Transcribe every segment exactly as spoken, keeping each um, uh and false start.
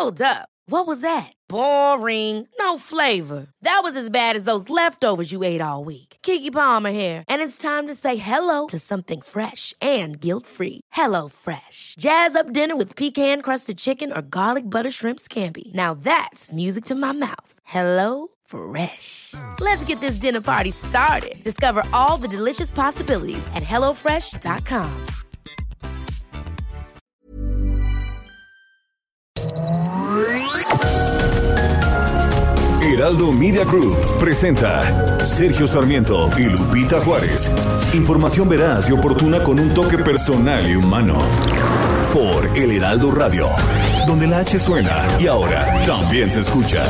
Hold up. What was that? Boring. No flavor. That was as bad as those leftovers you ate all week. Keke Palmer here, and it's time to say hello to something fresh and guilt-free. Hello Fresh. Jazz up dinner with pecan-crusted chicken or garlic butter shrimp scampi. Now that's music to my mouth. Hello Fresh. Let's get this dinner party started. Discover all the delicious possibilities at hello fresh dot com. Heraldo Media Group presenta Sergio Sarmiento y Lupita Juárez. Información veraz y oportuna con un toque personal y humano. Por El Heraldo Radio, donde la H suena y ahora también se escucha.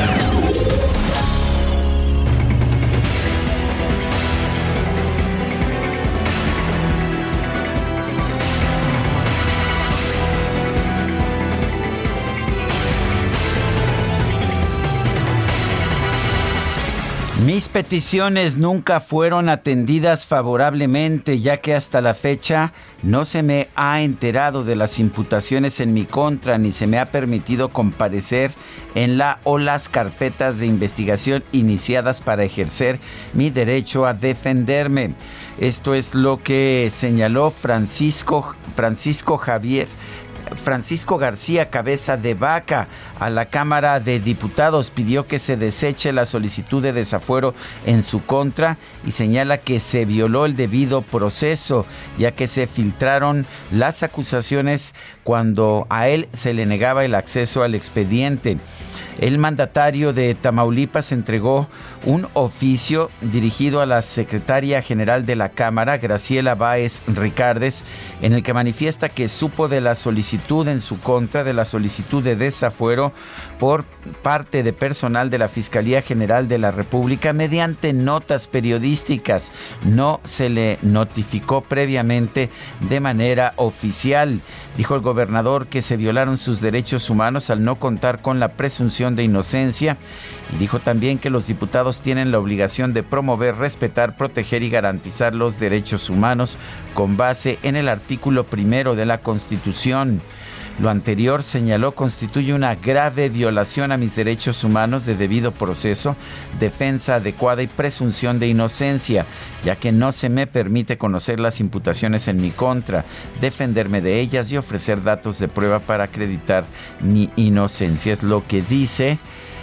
Mis peticiones nunca fueron atendidas favorablemente, ya que hasta la fecha no se me ha enterado de las imputaciones en mi contra, ni se me ha permitido comparecer en la o las carpetas de investigación iniciadas para ejercer mi derecho a defenderme. Esto es lo que señaló Francisco, Francisco Javier Francisco García Cabeza de Vaca a la Cámara de Diputados. Pidió que se deseche la solicitud de desafuero en su contra y señala que se violó el debido proceso, ya que se filtraron las acusaciones cuando a él se le negaba el acceso al expediente. El mandatario de Tamaulipas entregó un oficio dirigido a la secretaria general de la Cámara, Graciela Báez Ricardes, en el que manifiesta que supo de la solicitud en su contra, de la solicitud de desafuero por parte de personal de la Fiscalía General de la República mediante notas periodísticas. No se le notificó previamente de manera oficial. Dijo el gobernador que se violaron sus derechos humanos al no contar con la presunción de inocencia, y dijo también que los diputados tienen la obligación de promover, respetar, proteger y garantizar los derechos humanos con base en el artículo primero de la Constitución. Lo anterior, señaló, constituye una grave violación a mis derechos humanos de debido proceso, defensa adecuada y presunción de inocencia, ya que no se me permite conocer las imputaciones en mi contra, defenderme de ellas y ofrecer datos de prueba para acreditar mi inocencia. Es lo que dice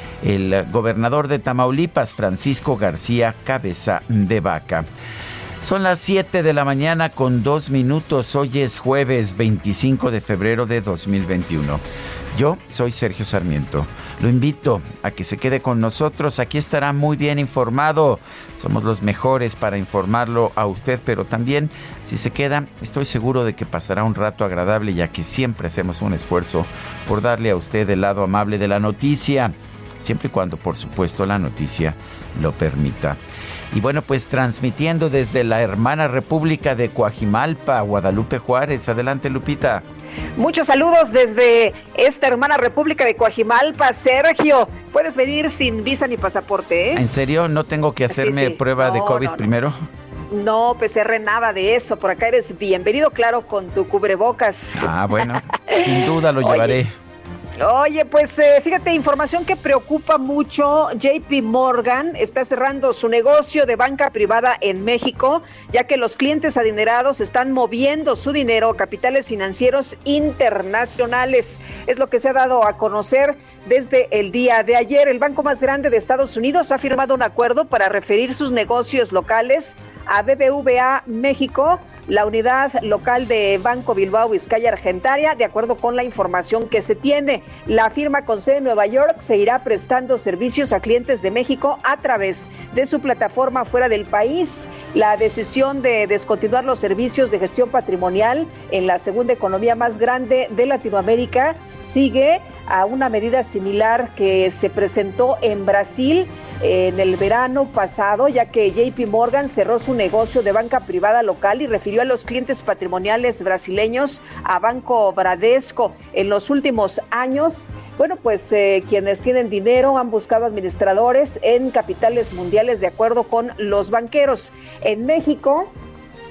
el gobernador de Tamaulipas, Francisco García Cabeza de Vaca. Son las siete de la mañana con dos minutos. Hoy es jueves veinticinco de febrero de dos mil veintiuno. Yo soy Sergio Sarmiento. Lo invito a que se quede con nosotros. Aquí estará muy bien informado. Somos los mejores para informarlo a usted, pero también, si se queda, estoy seguro de que pasará un rato agradable, ya que siempre hacemos un esfuerzo por darle a usted el lado amable de la noticia, siempre y cuando, por supuesto, la noticia lo permita. Y bueno, pues transmitiendo desde la hermana República de Coajimalpa, Guadalupe Juárez. Adelante, Lupita. Muchos saludos desde esta hermana República de Coajimalpa. Sergio, puedes venir sin visa ni pasaporte, ¿eh? ¿En serio? ¿No tengo que hacerme sí, sí. prueba no, de COVID no, no. primero? No, P C R, nada de eso. Por acá eres bienvenido, claro, con tu cubrebocas. Ah, bueno, sin duda lo llevaré. Oye. Oye, pues eh, fíjate, información que preocupa mucho. J P Morgan está cerrando su negocio de banca privada en México, ya que los clientes adinerados están moviendo su dinero a capitales financieros internacionales. Es lo que se ha dado a conocer desde el día de ayer. El banco más grande de Estados Unidos ha firmado un acuerdo para referir sus negocios locales a B B V A México, la unidad local de Banco Bilbao Vizcaya Argentaria. De acuerdo con la información que se tiene, la firma con sede en Nueva York se irá prestando servicios a clientes de México a través de su plataforma fuera del país. La decisión de descontinuar los servicios de gestión patrimonial en la segunda economía más grande de Latinoamérica sigue a una medida similar que se presentó en Brasil en el verano pasado, ya que J P Morgan cerró su negocio de banca privada local y refirió a los clientes patrimoniales brasileños a Banco Bradesco. En los últimos años, bueno, pues eh, quienes tienen dinero han buscado administradores en capitales mundiales de acuerdo con los banqueros. En México,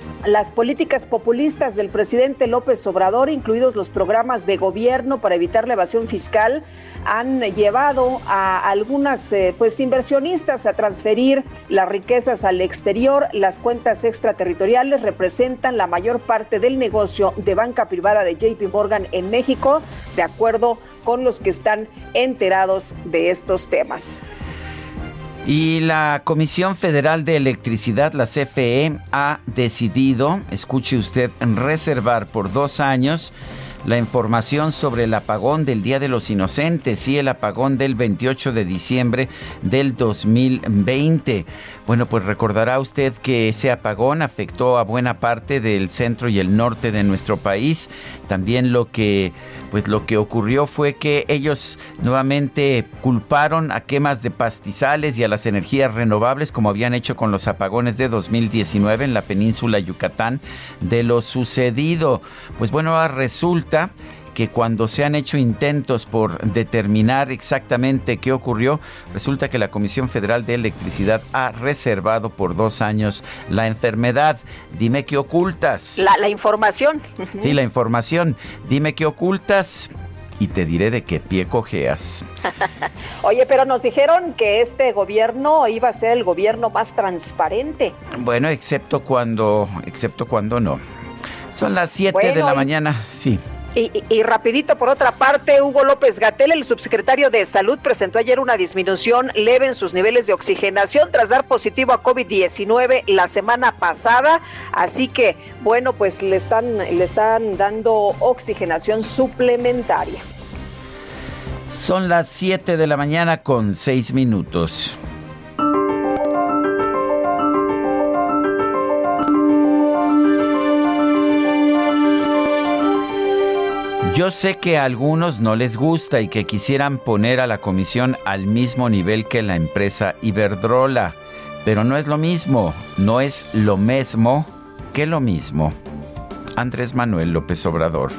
Las políticas populistas del presidente López Obrador, incluidos los programas de gobierno para evitar la evasión fiscal, han llevado a algunas eh, pues inversionistas a transferir las riquezas al exterior. Las cuentas extraterritoriales representan la mayor parte del negocio de banca privada de J P Morgan en México, de acuerdo con los que están enterados de estos temas. Y la Comisión Federal de Electricidad, la C F E, ha decidido, escuche usted, reservar por dos años la información sobre el apagón del Día de los Inocentes y el apagón del veintiocho de diciembre del dos mil veinte. Bueno, pues recordará usted que ese apagón afectó a buena parte del centro y el norte de nuestro país. También lo que, pues lo que ocurrió fue que ellos nuevamente culparon a quemas de pastizales y a las energías renovables, como habían hecho con los apagones de dos mil diecinueve en la península Yucatán, de lo sucedido. Pues bueno, resulta que cuando se han hecho intentos por determinar exactamente qué ocurrió, resulta que la Comisión Federal de Electricidad ha reservado por dos años la enfermedad. Dime qué ocultas. La, la información. Sí, la información. Dime qué ocultas y te diré de qué pie cojeas. Oye, pero nos dijeron que este gobierno iba a ser el gobierno más transparente. Bueno, excepto cuando, excepto cuando no. Son las siete bueno, de la y... mañana, sí. Y, y, y rapidito, por otra parte, Hugo López-Gatell, el subsecretario de Salud, presentó ayer una disminución leve en sus niveles de oxigenación tras dar positivo a COVID diecinueve la semana pasada. Así que, bueno, pues le están, le están dando oxigenación suplementaria. Son las siete de la mañana con seis minutos. Yo sé que a algunos no les gusta y que quisieran poner a la comisión al mismo nivel que la empresa Iberdrola, pero no es lo mismo, no es lo mismo que lo mismo. Andrés Manuel López Obrador.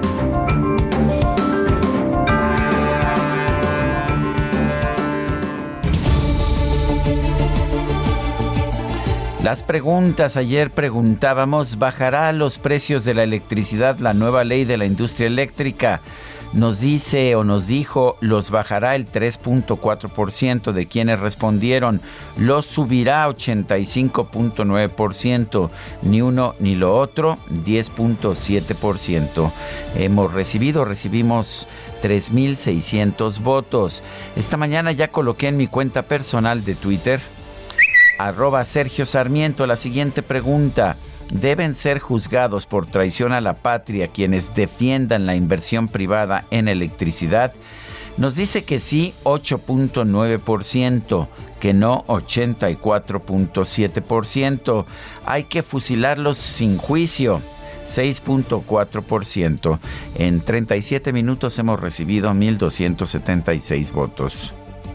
Las preguntas, ayer preguntábamos, ¿bajará los precios de la electricidad la nueva ley de la industria eléctrica? Nos dice o nos dijo, los bajará el tres punto cuatro por ciento de quienes respondieron, los subirá ochenta y cinco punto nueve por ciento, ni uno ni lo otro, diez punto siete por ciento. Hemos recibido, recibimos tres mil seiscientos votos. Esta mañana ya coloqué en mi cuenta personal de Twitter, arroba Sergio Sarmiento, la siguiente pregunta: ¿deben ser juzgados por traición a la patria quienes defiendan la inversión privada en electricidad? Nos dice que sí, ocho punto nueve por ciento, que no, ochenta y cuatro punto siete por ciento. Hay que fusilarlos sin juicio, seis punto cuatro por ciento. En treinta y siete minutos hemos recibido mil doscientos setenta y seis votos.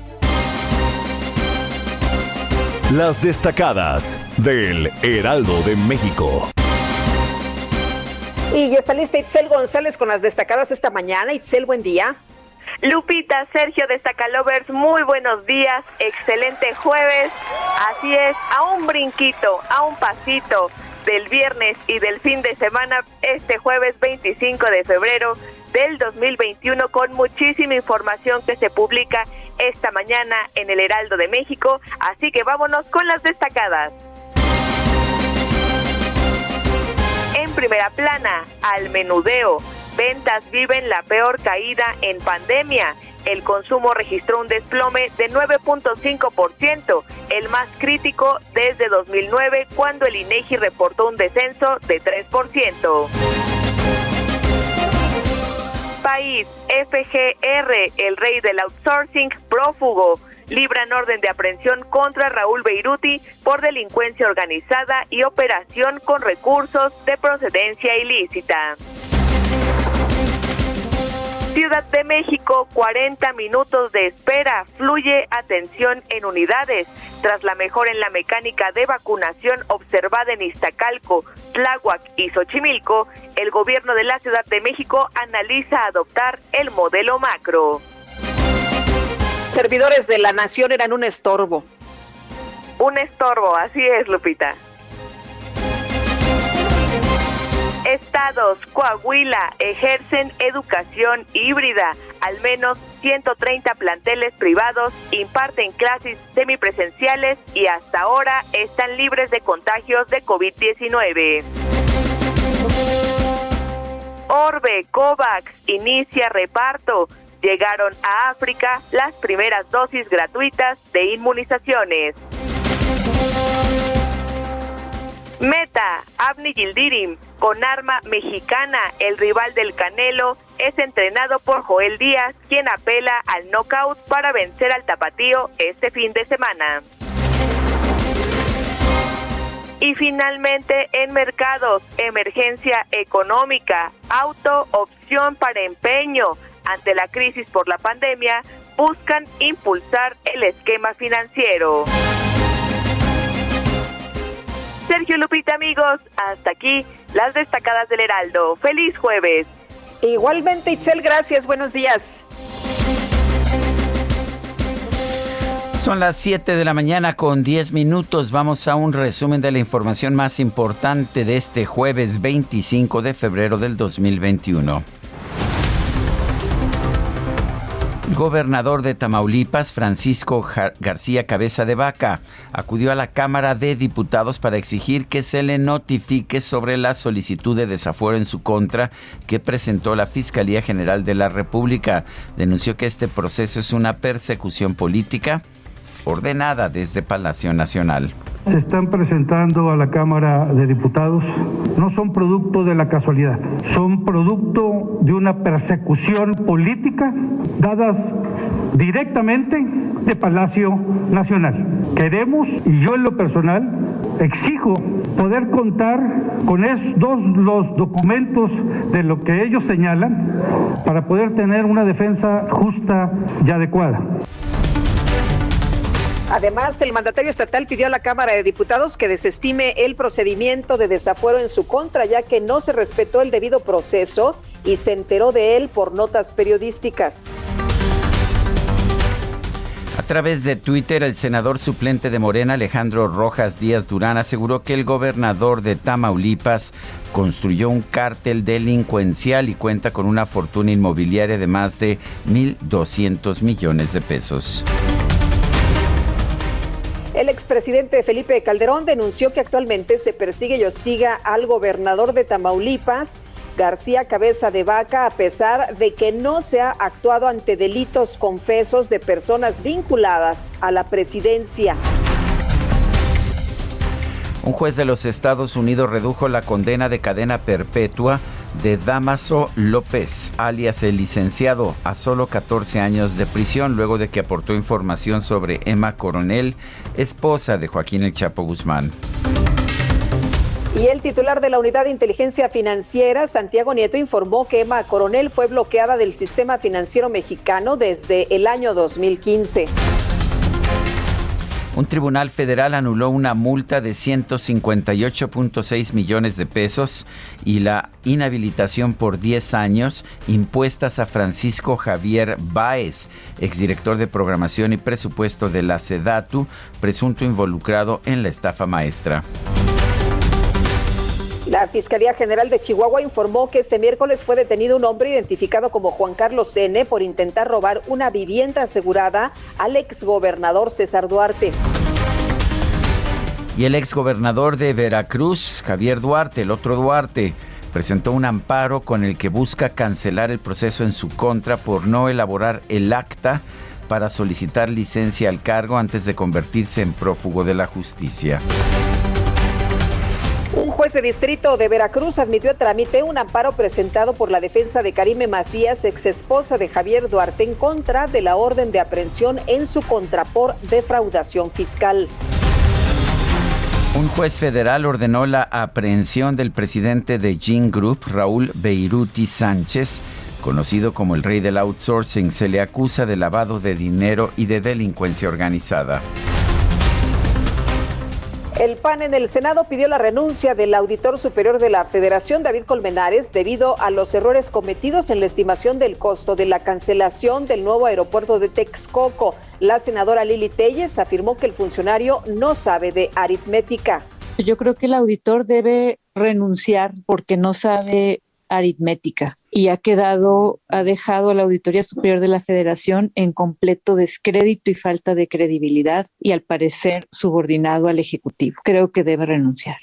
Las destacadas del Heraldo de México. Y ya está lista Itzel González con las destacadas esta mañana. Itzel, buen día. Lupita, Sergio, Destacalovers, muy buenos días, excelente jueves. Así es, a un brinquito, a un pasito del viernes y del fin de semana, este jueves veinticinco de febrero del dos mil veintiuno, con muchísima información que se publica esta mañana en el Heraldo de México, así que vámonos con las destacadas. En primera plana, al menudeo, ventas viven la peor caída en pandemia. El consumo registró un desplome de nueve punto cinco por ciento, el más crítico desde dos mil nueve, cuando el INEGI reportó un descenso de tres por ciento. País, F G R, el rey del outsourcing, prófugo. Libran orden de aprehensión contra Raúl Beiruti por delincuencia organizada y operación con recursos de procedencia ilícita. Ciudad de México, cuarenta minutos de espera, fluye atención en unidades. Tras la mejora en la mecánica de vacunación observada en Iztacalco, Tláhuac y Xochimilco, el gobierno de la Ciudad de México analiza adoptar el modelo macro. Servidores de la nación eran un estorbo. Un estorbo, así es, Lupita. Estados, Coahuila, ejercen educación híbrida. Al menos ciento treinta planteles privados imparten clases semipresenciales y hasta ahora están libres de contagios de COVID diecinueve. Orbe Covax inicia reparto. Llegaron a África las primeras dosis gratuitas de inmunizaciones. Meta, Avni Yildirim, con arma mexicana, el rival del Canelo, es entrenado por Joel Díaz, quien apela al knockout para vencer al tapatío este fin de semana. Y finalmente, en mercados, emergencia económica, auto, opción para empeño. Ante la crisis por la pandemia, buscan impulsar el esquema financiero. Sergio, Lupita, amigos, hasta aquí las destacadas del Heraldo. ¡Feliz jueves! Igualmente, Itzel, gracias. Buenos días. Son las siete de la mañana con diez minutos. Vamos a un resumen de la información más importante de este jueves veinticinco de febrero del dos mil veintiuno. El gobernador de Tamaulipas, Francisco García Cabeza de Vaca, acudió a la Cámara de Diputados para exigir que se le notifique sobre la solicitud de desafuero en su contra que presentó la Fiscalía General de la República. Denunció que este proceso es una persecución política ordenada desde Palacio Nacional. Se están presentando a la Cámara de Diputados no son producto de la casualidad, son producto de una persecución política dadas directamente de Palacio Nacional. Queremos, y yo en lo personal, exijo poder contar con estos los documentos de lo que ellos señalan para poder tener una defensa justa y adecuada. Además, el mandatario estatal pidió a la Cámara de Diputados que desestime el procedimiento de desafuero en su contra, ya que no se respetó el debido proceso y se enteró de él por notas periodísticas. A través de Twitter, el senador suplente de Morena, Alejandro Rojas Díaz Durán, aseguró que el gobernador de Tamaulipas construyó un cártel delincuencial y cuenta con una fortuna inmobiliaria de más de mil doscientos millones de pesos. El expresidente Felipe Calderón denunció que actualmente se persigue y hostiga al gobernador de Tamaulipas, García Cabeza de Vaca, a pesar de que no se ha actuado ante delitos confesos de personas vinculadas a la presidencia. Un juez de los Estados Unidos redujo la condena de cadena perpetua de Dámaso López, alias el licenciado, a solo catorce años de prisión, luego de que aportó información sobre Emma Coronel, esposa de Joaquín El Chapo Guzmán. Y el titular de la Unidad de Inteligencia Financiera, Santiago Nieto, informó que Emma Coronel fue bloqueada del sistema financiero mexicano desde el año dos mil quince. Un tribunal federal anuló una multa de ciento cincuenta y ocho punto seis millones de pesos y la inhabilitación por diez años impuestas a Francisco Javier Báez, exdirector de Programación y Presupuesto de la SEDATU, presunto involucrado en la estafa maestra. La Fiscalía General de Chihuahua informó que este miércoles fue detenido un hombre identificado como Juan Carlos N. por intentar robar una vivienda asegurada al exgobernador César Duarte. Y el exgobernador de Veracruz, Javier Duarte, el otro Duarte, presentó un amparo con el que busca cancelar el proceso en su contra por no elaborar el acta para solicitar licencia al cargo antes de convertirse en prófugo de la justicia. Un juez de distrito de Veracruz admitió a trámite un amparo presentado por la defensa de Karime Macías, exesposa de Javier Duarte, en contra de la orden de aprehensión en su contra por defraudación fiscal. Un juez federal ordenó la aprehensión del presidente de Gin Group, Raúl Beiruti Sánchez, conocido como el rey del outsourcing. Se le acusa de lavado de dinero y de delincuencia organizada. El P A N en el Senado pidió la renuncia del auditor superior de la Federación, David Colmenares, debido a los errores cometidos en la estimación del costo de la cancelación del nuevo aeropuerto de Texcoco. La senadora Lili Telles afirmó que el funcionario no sabe de aritmética. Yo creo que el auditor debe renunciar porque no sabe aritmética y ha quedado, ha dejado a la Auditoría Superior de la Federación en completo descrédito y falta de credibilidad y al parecer subordinado al Ejecutivo. Creo que debe renunciar.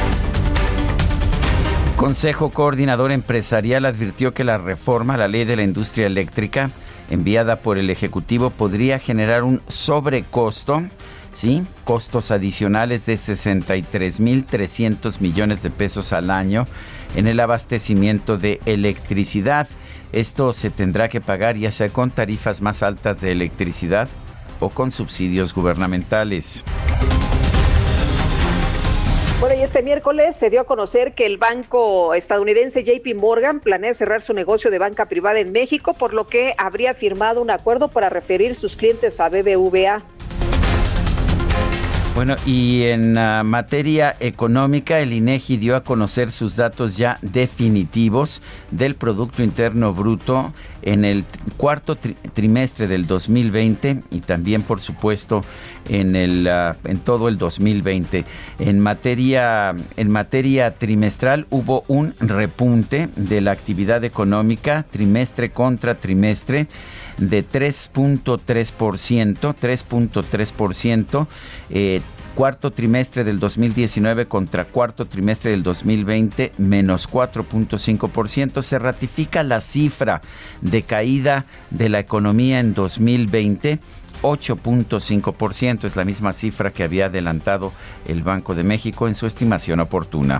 Consejo Coordinador Empresarial advirtió que la reforma a la Ley de la Industria Eléctrica enviada por el Ejecutivo podría generar un sobrecosto, ¿sí? Costos adicionales de sesenta y tres mil trescientos millones de pesos al año en el abastecimiento de electricidad. Esto se tendrá que pagar ya sea con tarifas más altas de electricidad o con subsidios gubernamentales. Bueno, y este miércoles se dio a conocer que el banco estadounidense J P Morgan planea cerrar su negocio de banca privada en México, por lo que habría firmado un acuerdo para referir sus clientes a B B V A. Bueno, y en uh, materia económica, el INEGI dio a conocer sus datos ya definitivos del Producto Interno Bruto en el cuarto tri- trimestre del dos mil veinte y también, por supuesto, en el uh, en todo el dos mil veinte. En materia en materia trimestral hubo un repunte de la actividad económica trimestre contra trimestre de tres punto tres por ciento, tres punto tres por ciento, eh, cuarto trimestre del dos mil diecinueve contra cuarto trimestre del dos mil veinte, menos cuatro punto cinco por ciento. Se ratifica la cifra de caída de la economía en dos mil veinte, ocho punto cinco por ciento, es la misma cifra que había adelantado el Banco de México en su estimación oportuna.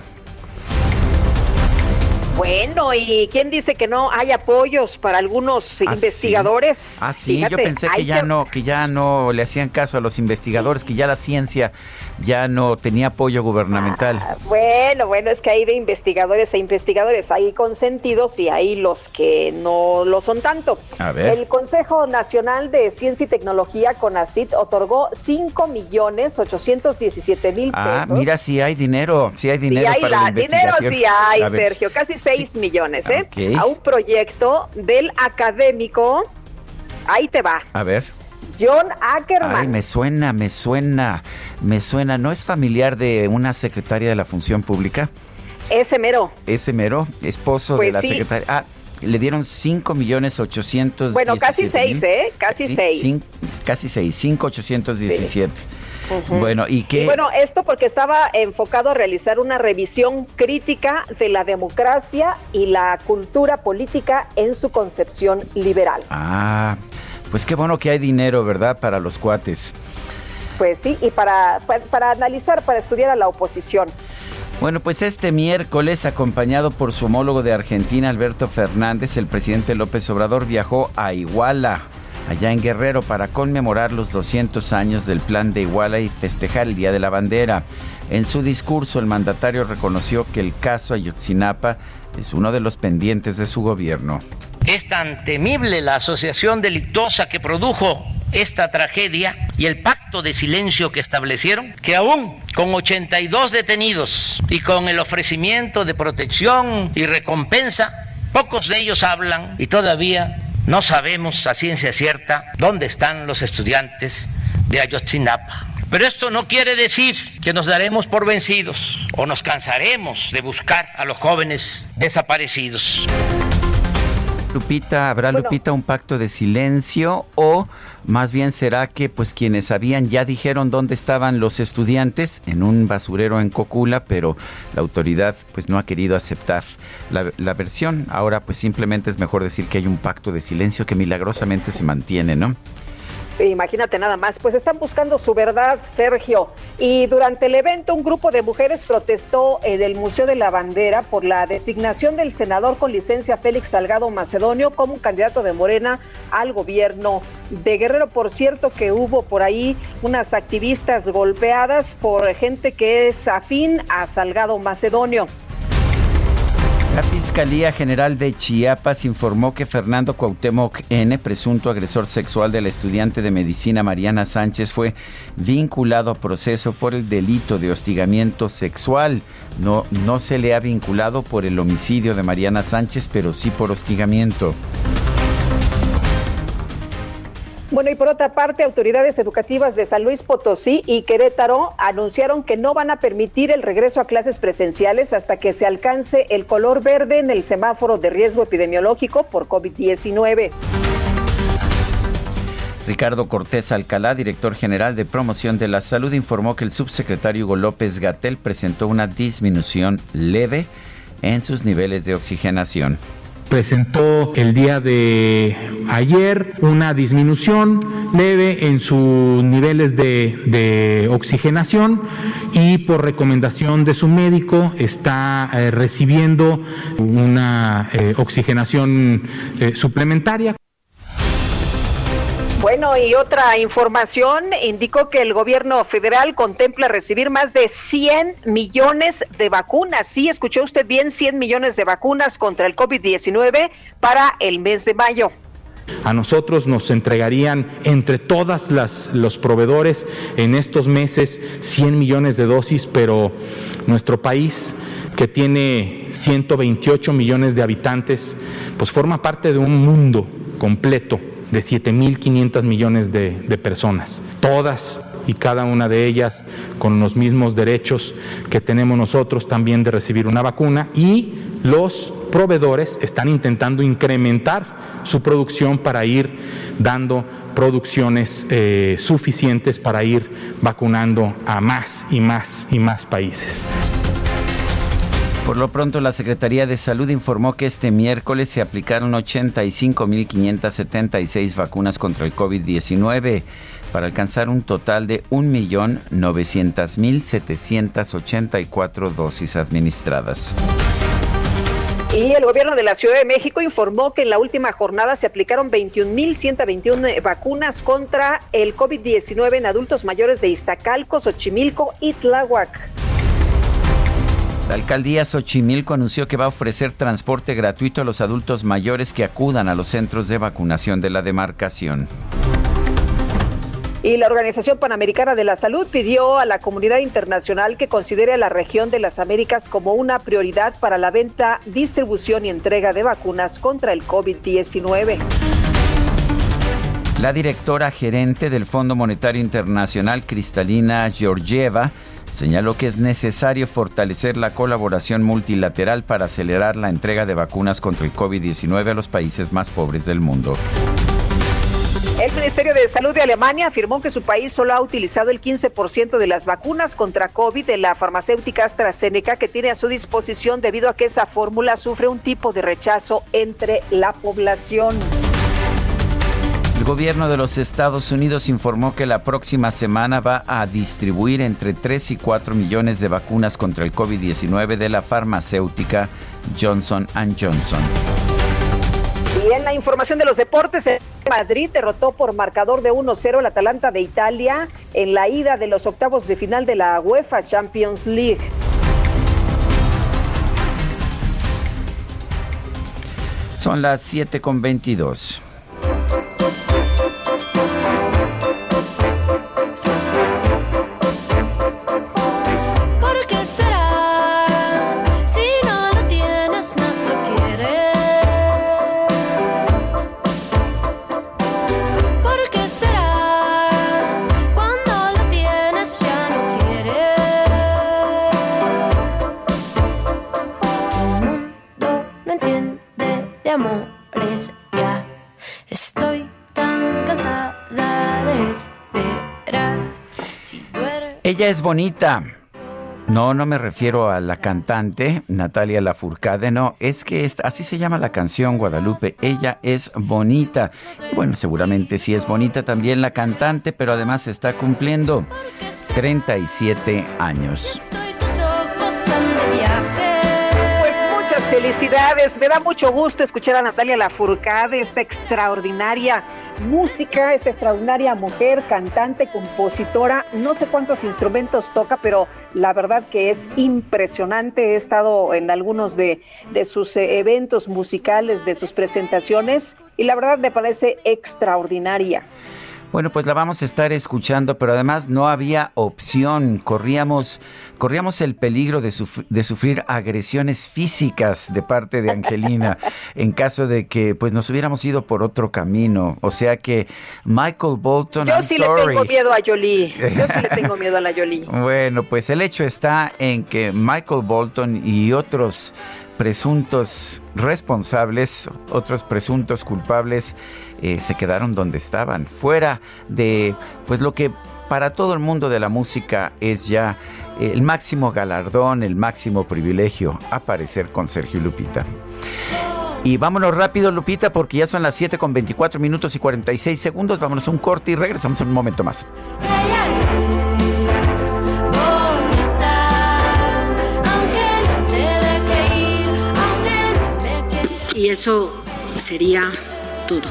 Bueno, ¿y quién dice que no hay apoyos para algunos ¿Ah, investigadores? Sí? Ah, sí, Fíjate, yo pensé que ya te... no, que ya no le hacían caso a los investigadores, que ya la ciencia ya no tenía apoyo gubernamental. Ah, bueno, bueno, es que hay de investigadores a investigadores, hay consentidos y hay los que no lo son tanto. A ver. El Consejo Nacional de Ciencia y Tecnología, CONACYT, otorgó cinco millones ochocientos diecisiete mil pesos. Ah, mira, sí hay dinero, sí hay dinero sí hay para la, la investigación. Dinero sí hay, A ver, Sergio, casi seis sí. millones, ¿eh? Okay. A un proyecto del académico, ahí te va. A ver. John Ackerman. Ay, me suena, me suena, me suena. ¿No es familiar de una secretaria de la Función Pública? Ese mero. Ese mero, esposo pues de la sí. secretaria. Ah, le dieron cinco millones ochocientos. Bueno, casi seis, ¿eh? Casi sí, seis. Cinco, casi seis, cinco ochocientos diecisiete. Sí. Uh-huh. Bueno, ¿y qué? Y bueno, esto porque estaba enfocado a realizar una revisión crítica de la democracia y la cultura política en su concepción liberal. Ah, pues qué bueno que hay dinero, ¿verdad? Para los cuates. Pues sí, y para, para, para analizar, para estudiar a la oposición. Bueno, pues este miércoles, acompañado por su homólogo de Argentina, Alberto Fernández, el presidente López Obrador viajó a Iguala, allá en Guerrero, para conmemorar los doscientos años del Plan de Iguala y festejar el Día de la Bandera. En su discurso, el mandatario reconoció que el caso Ayotzinapa es uno de los pendientes de su gobierno. Es tan temible la asociación delictuosa que produjo esta tragedia y el pacto de silencio que establecieron, que aún con ochenta y dos detenidos y con el ofrecimiento de protección y recompensa, pocos de ellos hablan y todavía no sabemos a ciencia cierta dónde están los estudiantes de Ayotzinapa. Pero esto no quiere decir que nos daremos por vencidos o nos cansaremos de buscar a los jóvenes desaparecidos. Lupita, ¿habrá, bueno, Lupita, un pacto de silencio o más bien será que pues quienes sabían ya dijeron dónde estaban los estudiantes en un basurero en Cocula, pero la autoridad pues no ha querido aceptar la, la versión? Ahora pues simplemente es mejor decir que hay un pacto de silencio que milagrosamente se mantiene, ¿no? Imagínate nada más, pues están buscando su verdad, Sergio. Y durante el evento un grupo de mujeres protestó en el Museo de la Bandera por la designación del senador con licencia Félix Salgado Macedonio como un candidato de Morena al gobierno de Guerrero. Por cierto que hubo por ahí unas activistas golpeadas por gente que es afín a Salgado Macedonio. La Fiscalía General de Chiapas informó que Fernando Cuauhtémoc N., presunto agresor sexual de la estudiante de medicina Mariana Sánchez, fue vinculado a proceso por el delito de hostigamiento sexual. No, no se le ha vinculado por el homicidio de Mariana Sánchez, pero sí por hostigamiento. Bueno, y por otra parte, autoridades educativas de San Luis Potosí y Querétaro anunciaron que no van a permitir el regreso a clases presenciales hasta que se alcance el color verde en el semáforo de riesgo epidemiológico por COVID diecinueve. Ricardo Cortés Alcalá, director general de Promoción de la Salud, informó que el subsecretario Hugo López-Gatell presentó una disminución leve en sus niveles de oxigenación. Presentó el día de ayer una disminución leve en sus niveles de, de oxigenación y por recomendación de su médico está eh, recibiendo una eh, oxigenación eh, suplementaria. Bueno, y otra información indicó que el gobierno federal contempla recibir más de cien millones de vacunas. Sí, escuchó usted bien, cien millones de vacunas contra el COVID diecinueve para el mes de mayo. A nosotros nos entregarían entre todas las los proveedores en estos meses cien millones de dosis, pero nuestro país, que tiene ciento veintiocho millones de habitantes, pues forma parte de un mundo completo de siete mil quinientos millones de, de personas, todas y cada una de ellas con los mismos derechos que tenemos nosotros también de recibir una vacuna, y los proveedores están intentando incrementar su producción para ir dando producciones eh, suficientes para ir vacunando a más y más y más países. Por lo pronto, la Secretaría de Salud informó que este miércoles se aplicaron ochenta y cinco mil quinientas setenta y seis vacunas contra el COVID diecinueve para alcanzar un total de un millón novecientos mil setecientos ochenta y cuatro dosis administradas. Y el gobierno de la Ciudad de México informó que en la última jornada se aplicaron veintiún mil ciento veintiuno vacunas contra el COVID diecinueve en adultos mayores de Iztacalco, Xochimilco y Tláhuac. La alcaldía Xochimilco anunció que va a ofrecer transporte gratuito a los adultos mayores que acudan a los centros de vacunación de la demarcación. Y la Organización Panamericana de la Salud pidió a la comunidad internacional que considere a la región de las Américas como una prioridad para la venta, distribución y entrega de vacunas contra el COVID diecinueve. La directora gerente del Fondo Monetario Internacional, Kristalina Georgieva, señaló que es necesario fortalecer la colaboración multilateral para acelerar la entrega de vacunas contra el COVID diecinueve a los países más pobres del mundo. El Ministerio de Salud de Alemania afirmó que su país solo ha utilizado el quince por ciento de las vacunas contra COVID de la farmacéutica AstraZeneca que tiene a su disposición debido a que esa fórmula sufre un tipo de rechazo entre la población. El gobierno de los Estados Unidos informó que la próxima semana va a distribuir entre tres y cuatro millones de vacunas contra el COVID diecinueve de la farmacéutica Johnson and Johnson. Y en la información de los deportes, el Madrid derrotó por marcador de uno cero al Atalanta de Italia en la ida de los octavos de final de la UEFA Champions League. Son las siete con veintidós. Ella es bonita. No, no me refiero a la cantante Natalia Lafourcade, no, es que es, así se llama la canción, Guadalupe. Ella es bonita. Y bueno, seguramente sí es bonita también la cantante, pero además está cumpliendo treinta y siete años. Felicidades, me da mucho gusto escuchar a Natalia Lafourcade, esta extraordinaria música, esta extraordinaria mujer, cantante, compositora, no sé cuántos instrumentos toca, pero la verdad que es impresionante. He estado en algunos de, de sus eventos musicales, de sus presentaciones, y la verdad me parece extraordinaria. Bueno, pues la vamos a estar escuchando, pero además no había opción. Corríamos, corríamos el peligro de, suf- de sufrir agresiones físicas de parte de Angelina en caso de que pues nos hubiéramos ido por otro camino. O sea que Michael Bolton, Yo I'm sí sorry. le tengo miedo a Jolie. Yo sí le tengo miedo a la Jolie. Bueno, pues el hecho está en que Michael Bolton y otros presuntos responsables, otros presuntos culpables, eh, se quedaron donde estaban, fuera de pues lo que para todo el mundo de la música es ya el máximo galardón, el máximo privilegio, aparecer con Sergio y Lupita. Y vámonos rápido, Lupita, porque ya son las siete con veinticuatro minutos y cuarenta y seis segundos. Vámonos a un corte y regresamos en un momento más. Y eso sería todo.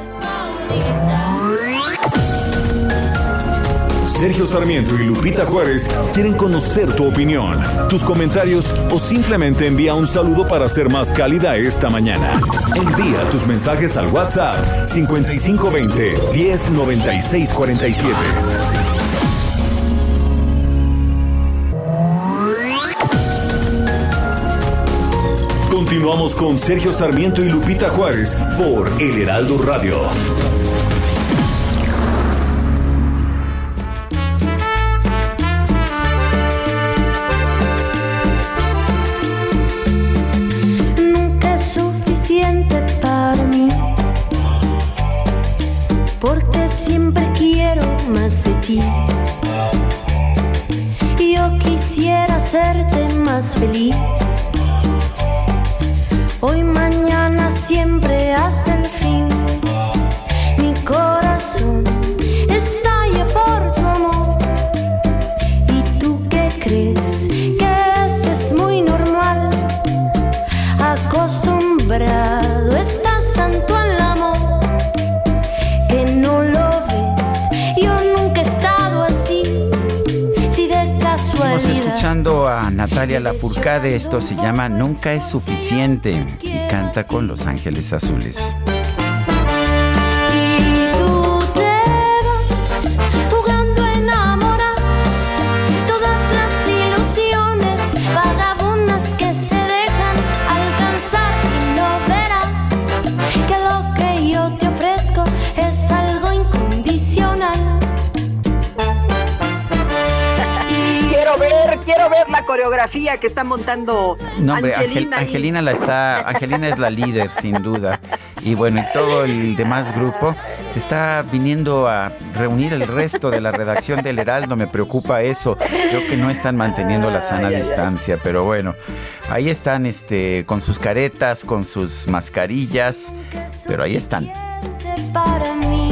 Sergio Sarmiento y Lupita Juárez quieren conocer tu opinión, tus comentarios o simplemente envía un saludo para ser más cálida esta mañana. Envía tus mensajes al WhatsApp cincuenta y cinco veinte, diez noventa y seis cuarenta y siete. Continuamos con Sergio Sarmiento y Lupita Juárez por El Heraldo Radio. Nunca es suficiente para mí, porque siempre quiero más de ti. Yo quisiera hacerte más feliz. Hoy, mañana, siempre hasta el fin. Mi corazón estalla por tu amor. ¿Y tú qué crees? Que esto es muy normal. Acostumbrado estás tanto al amor que no lo ves. Yo nunca he estado así. Si de casualidad. Estamos escuchando a Natalia Lafourcade. Esto se llama Nunca es suficiente y canta con Los Ángeles Azules. Y tú te vas jugando a enamorar. Todas las ilusiones vagabundas que se dejan alcanzar, y no verás que lo que yo te ofrezco es algo incondicional. Quiero ver, quiero ver la coreografía que está montando No, hombre, Angelina. Angel, Angelina la está, Angelina es la líder, sin duda. Y bueno, y todo el demás grupo se está viniendo a reunir el resto de la redacción del Heraldo. Me preocupa eso. Creo que no están manteniendo la sana Ay, ay, distancia, pero bueno, ahí están, este, con sus caretas, con sus mascarillas, pero ahí están. Para mí,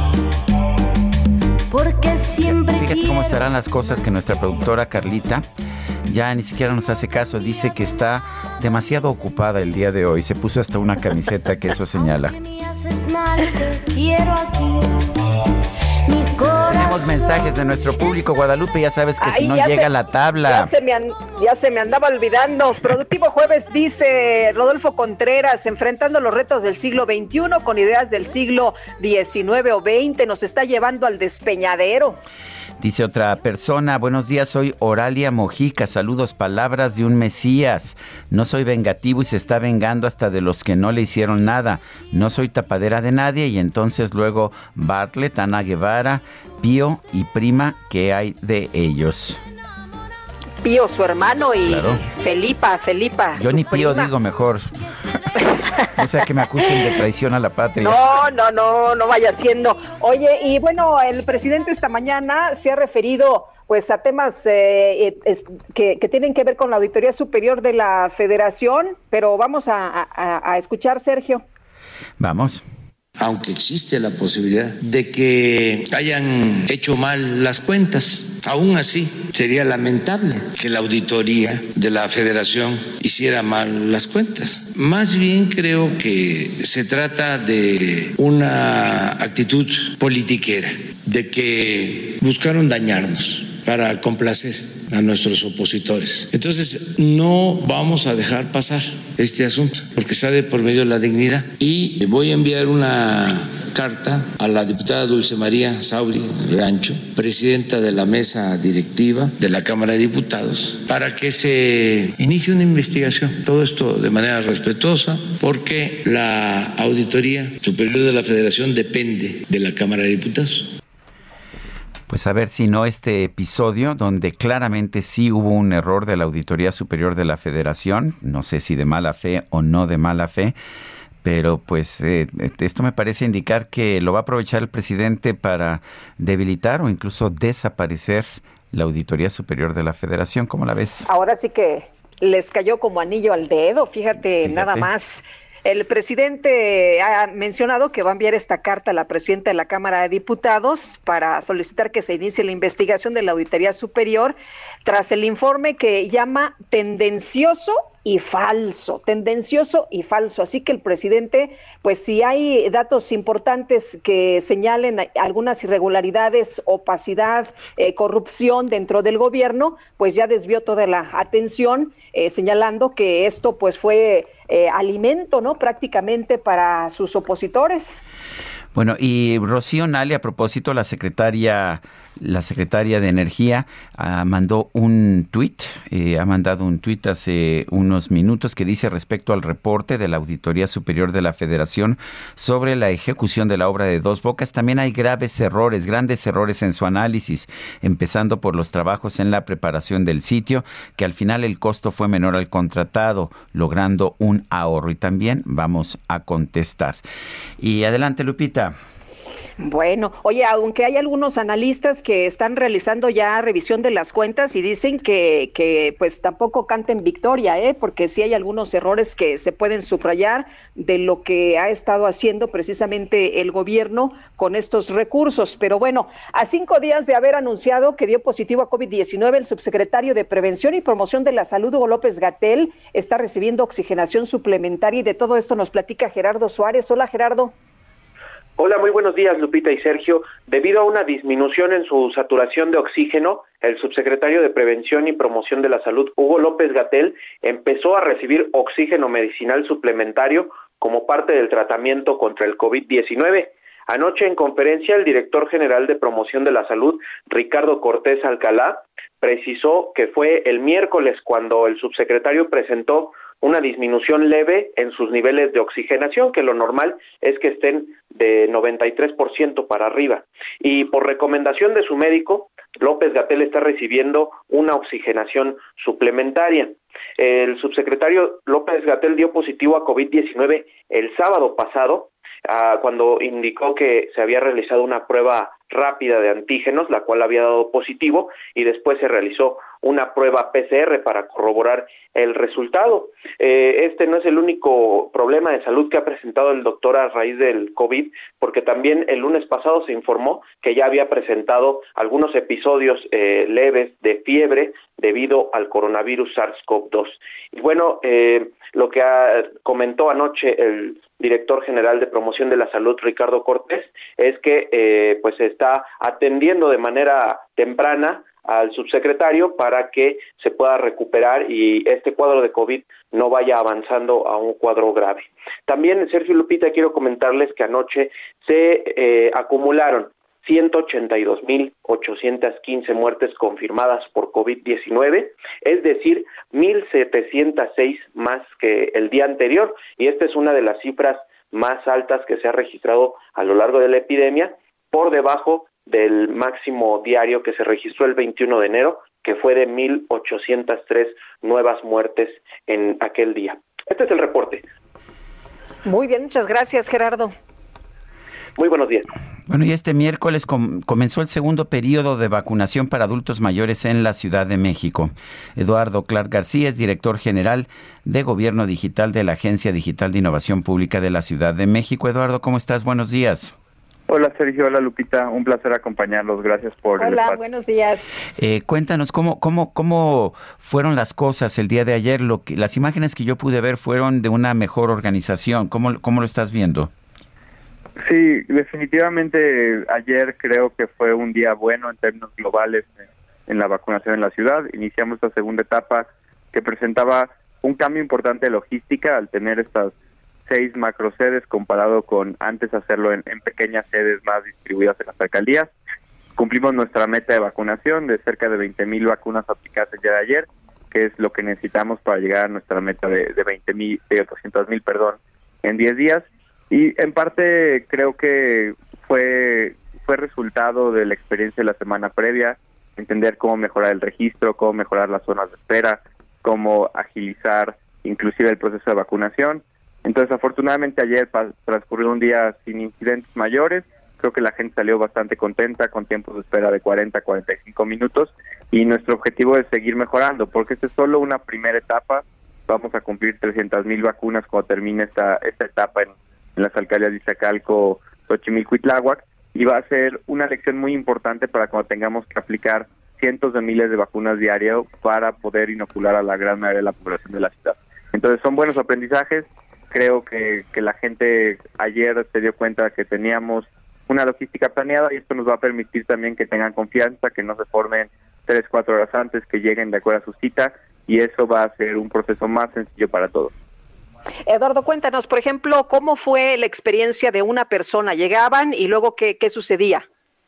porque siempre Fíjate cómo quiero estarán las cosas que nuestra productora Carlita ya ni siquiera nos hace caso. Dice que está demasiado ocupada el día de hoy. Se puso hasta una camiseta que eso señala. me haces mal, te quiero aquí. Mi corazón. Tenemos mensajes de nuestro público, Guadalupe. Ya sabes que Ay, si no ya llega se- la tabla. Ya se, me an- ya se me andaba olvidando. Productivo Jueves, dice Rodolfo Contreras, enfrentando los retos del siglo veintiuno con ideas del siglo diecinueve o veinte, nos está llevando al despeñadero. Dice otra persona, buenos días, soy Oralia Mojica, saludos, palabras de un Mesías. No soy vengativo y se está vengando hasta de los que no le hicieron nada. No soy tapadera de nadie. Y entonces luego Bartlett, Ana Guevara, Pío y Prima, ¿qué hay de ellos? Pío, su hermano, y Claro. Felipa, Felipa. Yo su ni Pío prima. digo mejor. O sea, que me acusen de traición a la patria. No, no, no, no vaya siendo. Oye, y bueno, el presidente esta mañana se ha referido pues a temas eh, eh, es- que, que tienen que ver con la Auditoría Superior de la Federación, pero vamos a, a- a escuchar, Sergio. Vamos. Aunque existe la posibilidad de que hayan hecho mal las cuentas, aún así sería lamentable que la auditoría de la Federación hiciera mal las cuentas. Más bien creo que se trata de una actitud politiquera, de que buscaron dañarnos para complacer a nuestros opositores. Entonces, no vamos a dejar pasar este asunto, porque está de por medio de la dignidad. Y voy a enviar una carta a la diputada Dulce María Sauri Rancho, presidenta de la mesa directiva de la Cámara de Diputados, para que se inicie una investigación. Todo esto de manera respetuosa, porque la Auditoría Superior de la Federación depende de la Cámara de Diputados. Pues a ver si no este episodio, donde claramente sí hubo un error de la Auditoría Superior de la Federación, no sé si de mala fe o no de mala fe, pero pues eh, esto me parece indicar que lo va a aprovechar el presidente para debilitar o incluso desaparecer la Auditoría Superior de la Federación. ¿Cómo la ves? Ahora sí que les cayó como anillo al dedo, fíjate, fíjate. nada más. El presidente ha mencionado que va a enviar esta carta a la presidenta de la Cámara de Diputados para solicitar que se inicie la investigación de la Auditoría Superior tras el informe que llama tendencioso y falso, tendencioso y falso. Así que el presidente, pues si hay datos importantes que señalen algunas irregularidades, opacidad, eh, corrupción dentro del gobierno, pues ya desvió toda la atención, eh, señalando que esto pues fue eh, alimento, ¿no? Prácticamente para sus opositores. Bueno, y Rocío Nale, a propósito, la secretaria la secretaria de Energía uh, mandó un tuit, eh, ha mandado un tuit hace unos minutos que dice respecto al reporte de la Auditoría Superior de la Federación sobre la ejecución de la obra de Dos Bocas, también hay graves errores, grandes errores en su análisis, empezando por los trabajos en la preparación del sitio, que al final el costo fue menor al contratado, logrando un ahorro. Y también vamos a contestar. Y adelante, Lupita. Bueno, oye, aunque hay algunos analistas que están realizando ya revisión de las cuentas y dicen que, que pues tampoco canten victoria, ¿eh? Porque sí hay algunos errores que se pueden subrayar de lo que ha estado haciendo precisamente el gobierno con estos recursos. Pero bueno, a cinco días de haber anunciado que dio positivo a COVID diecinueve, el subsecretario de Prevención y Promoción de la Salud, Hugo López-Gatell, está recibiendo oxigenación suplementaria y de todo esto nos platica Gerardo Suárez. Hola, Gerardo. Hola, muy buenos días, Lupita y Sergio. Debido a una disminución en su saturación de oxígeno, el subsecretario de Prevención y Promoción de la Salud, Hugo López-Gatell, empezó a recibir oxígeno medicinal suplementario como parte del tratamiento contra el COVID diecinueve. Anoche, en conferencia, el director general de Promoción de la Salud, Ricardo Cortés Alcalá, precisó que fue el miércoles cuando el subsecretario presentó una disminución leve en sus niveles de oxigenación, que lo normal es que estén de noventa y tres por ciento para arriba. Y por recomendación de su médico, López-Gatell está recibiendo una oxigenación suplementaria. El subsecretario López-Gatell dio positivo a COVID diecinueve el sábado pasado, uh, cuando indicó que se había realizado una prueba rápida de antígenos, la cual había dado positivo, y después se realizó una prueba P C R para corroborar el resultado. Eh, este no es el único problema de salud que ha presentado el doctor a raíz del COVID, porque también el lunes pasado se informó que ya había presentado algunos episodios eh, leves de fiebre debido al coronavirus SARS-CoV dos. Y bueno, eh, lo que ha, comentó anoche el director general de Promoción de la Salud, Ricardo Cortés, es que eh, pues se está atendiendo de manera temprana al subsecretario para que se pueda recuperar y este cuadro de COVID no vaya avanzando a un cuadro grave. También, Sergio, Lupita, quiero comentarles que anoche se eh, acumularon ciento ochenta y dos mil ochocientas quince muertes confirmadas por COVID diecinueve, es decir, mil setecientos seis más que el día anterior, y esta es una de las cifras más altas que se ha registrado a lo largo de la epidemia, por debajo del máximo diario que se registró el veintiuno de enero, que fue de mil ochocientas tres nuevas muertes en aquel día. Este es el reporte. Muy bien, muchas gracias, Gerardo. Muy buenos días. Bueno, y este miércoles com- comenzó el segundo periodo de vacunación para adultos mayores en la Ciudad de México. Eduardo Clark García es director general de Gobierno Digital de la Agencia Digital de Innovación Pública de la Ciudad de México. Eduardo, ¿cómo estás? Buenos días. Hola Sergio, hola Lupita, un placer acompañarlos, gracias por Hola, el espacio. Buenos días. Eh, cuéntanos, ¿cómo, cómo, ¿cómo fueron las cosas el día de ayer? Lo que, las imágenes que yo pude ver fueron de una mejor organización, ¿cómo, cómo lo estás viendo? Sí, definitivamente ayer creo que fue un día bueno en términos globales en la vacunación en la ciudad. Iniciamos esta segunda etapa que presentaba un cambio importante de logística al tener estas seis macrosedes comparado con antes hacerlo en, en pequeñas sedes más distribuidas en las alcaldías. Cumplimos nuestra meta de vacunación de cerca de veinte mil vacunas aplicadas el día de ayer, que es lo que necesitamos para llegar a nuestra meta de, de veinte mil, de ochocientos mil, perdón, en diez días. Y en parte creo que fue fue resultado de la experiencia de la semana previa, entender cómo mejorar el registro, cómo mejorar las zonas de espera, cómo agilizar inclusive el proceso de vacunación. Entonces, afortunadamente ayer pa- transcurrió un día sin incidentes mayores. Creo que la gente salió bastante contenta, con tiempos de espera de cuarenta a cuarenta y cinco minutos, y nuestro objetivo es seguir mejorando, porque esta es solo una primera etapa. Vamos a cumplir trescientas mil vacunas cuando termine esta esta etapa en, en las alcaldías de Iztacalco, Xochimilco y Tláhuac, y va a ser una lección muy importante para cuando tengamos que aplicar cientos de miles de vacunas diario para poder inocular a la gran mayoría de la población de la ciudad. Entonces son buenos aprendizajes. Creo que, que la gente ayer se dio cuenta que teníamos una logística planeada, y esto nos va a permitir también que tengan confianza, que no se formen tres, cuatro horas antes, que lleguen de acuerdo a su cita, y eso va a ser un proceso más sencillo para todos. Eduardo, cuéntanos, por ejemplo, ¿cómo fue la experiencia de una persona? ¿Llegaban y luego qué, qué sucedía?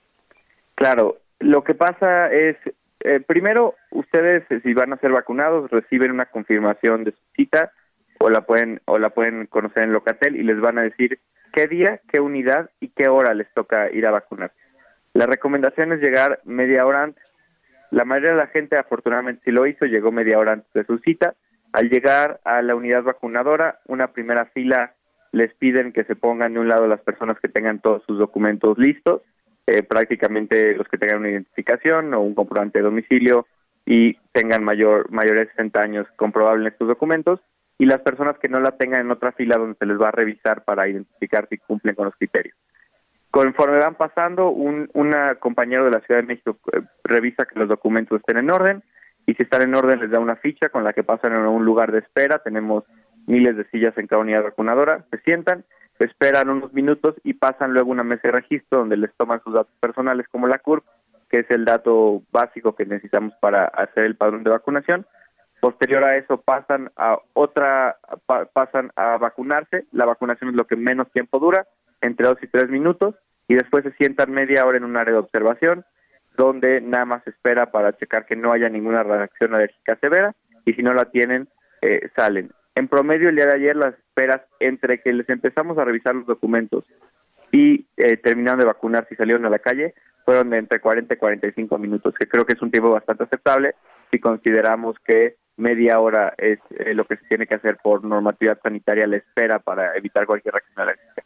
Claro, lo que pasa es, eh, primero, ustedes, si van a ser vacunados, reciben una confirmación de su cita, o la pueden o la pueden conocer en Locatel, y les van a decir qué día, qué unidad y qué hora les toca ir a vacunar. La recomendación es llegar media hora antes. La mayoría de la gente, afortunadamente, sí lo hizo, llegó media hora antes de su cita. Al llegar a la unidad vacunadora, una primera fila, les piden que se pongan de un lado las personas que tengan todos sus documentos listos, eh, prácticamente los que tengan una identificación o un comprobante de domicilio y tengan mayor mayores de sesenta años comprobable en estos documentos, y las personas que no la tengan en otra fila donde se les va a revisar para identificar si cumplen con los criterios. Conforme van pasando, un una compañero de la Ciudad de México eh, revisa que los documentos estén en orden, y si están en orden les da una ficha con la que pasan a un lugar de espera. Tenemos miles de sillas en cada unidad vacunadora, se sientan, esperan unos minutos y pasan luego a una mesa de registro donde les toman sus datos personales como la C U R P, que es el dato básico que necesitamos para hacer el padrón de vacunación. Posterior a eso pasan a otra, pa, pasan a vacunarse. La vacunación es lo que menos tiempo dura, entre dos y tres minutos, y después se sientan media hora en un área de observación, donde nada más se espera para checar que no haya ninguna reacción alérgica severa, y si no la tienen, eh, salen. En promedio, el día de ayer, las esperas entre que les empezamos a revisar los documentos y eh, terminaron de vacunarse y salieron a la calle, fueron de entre cuarenta y cuarenta y cinco minutos, que creo que es un tiempo bastante aceptable si consideramos que media hora es eh, lo que se tiene que hacer por normatividad sanitaria, la espera para evitar cualquier reacción alérgica.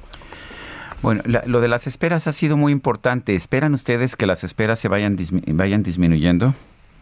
Bueno, la, lo de las esperas ha sido muy importante. ¿Esperan ustedes que las esperas se vayan, dismi- vayan disminuyendo?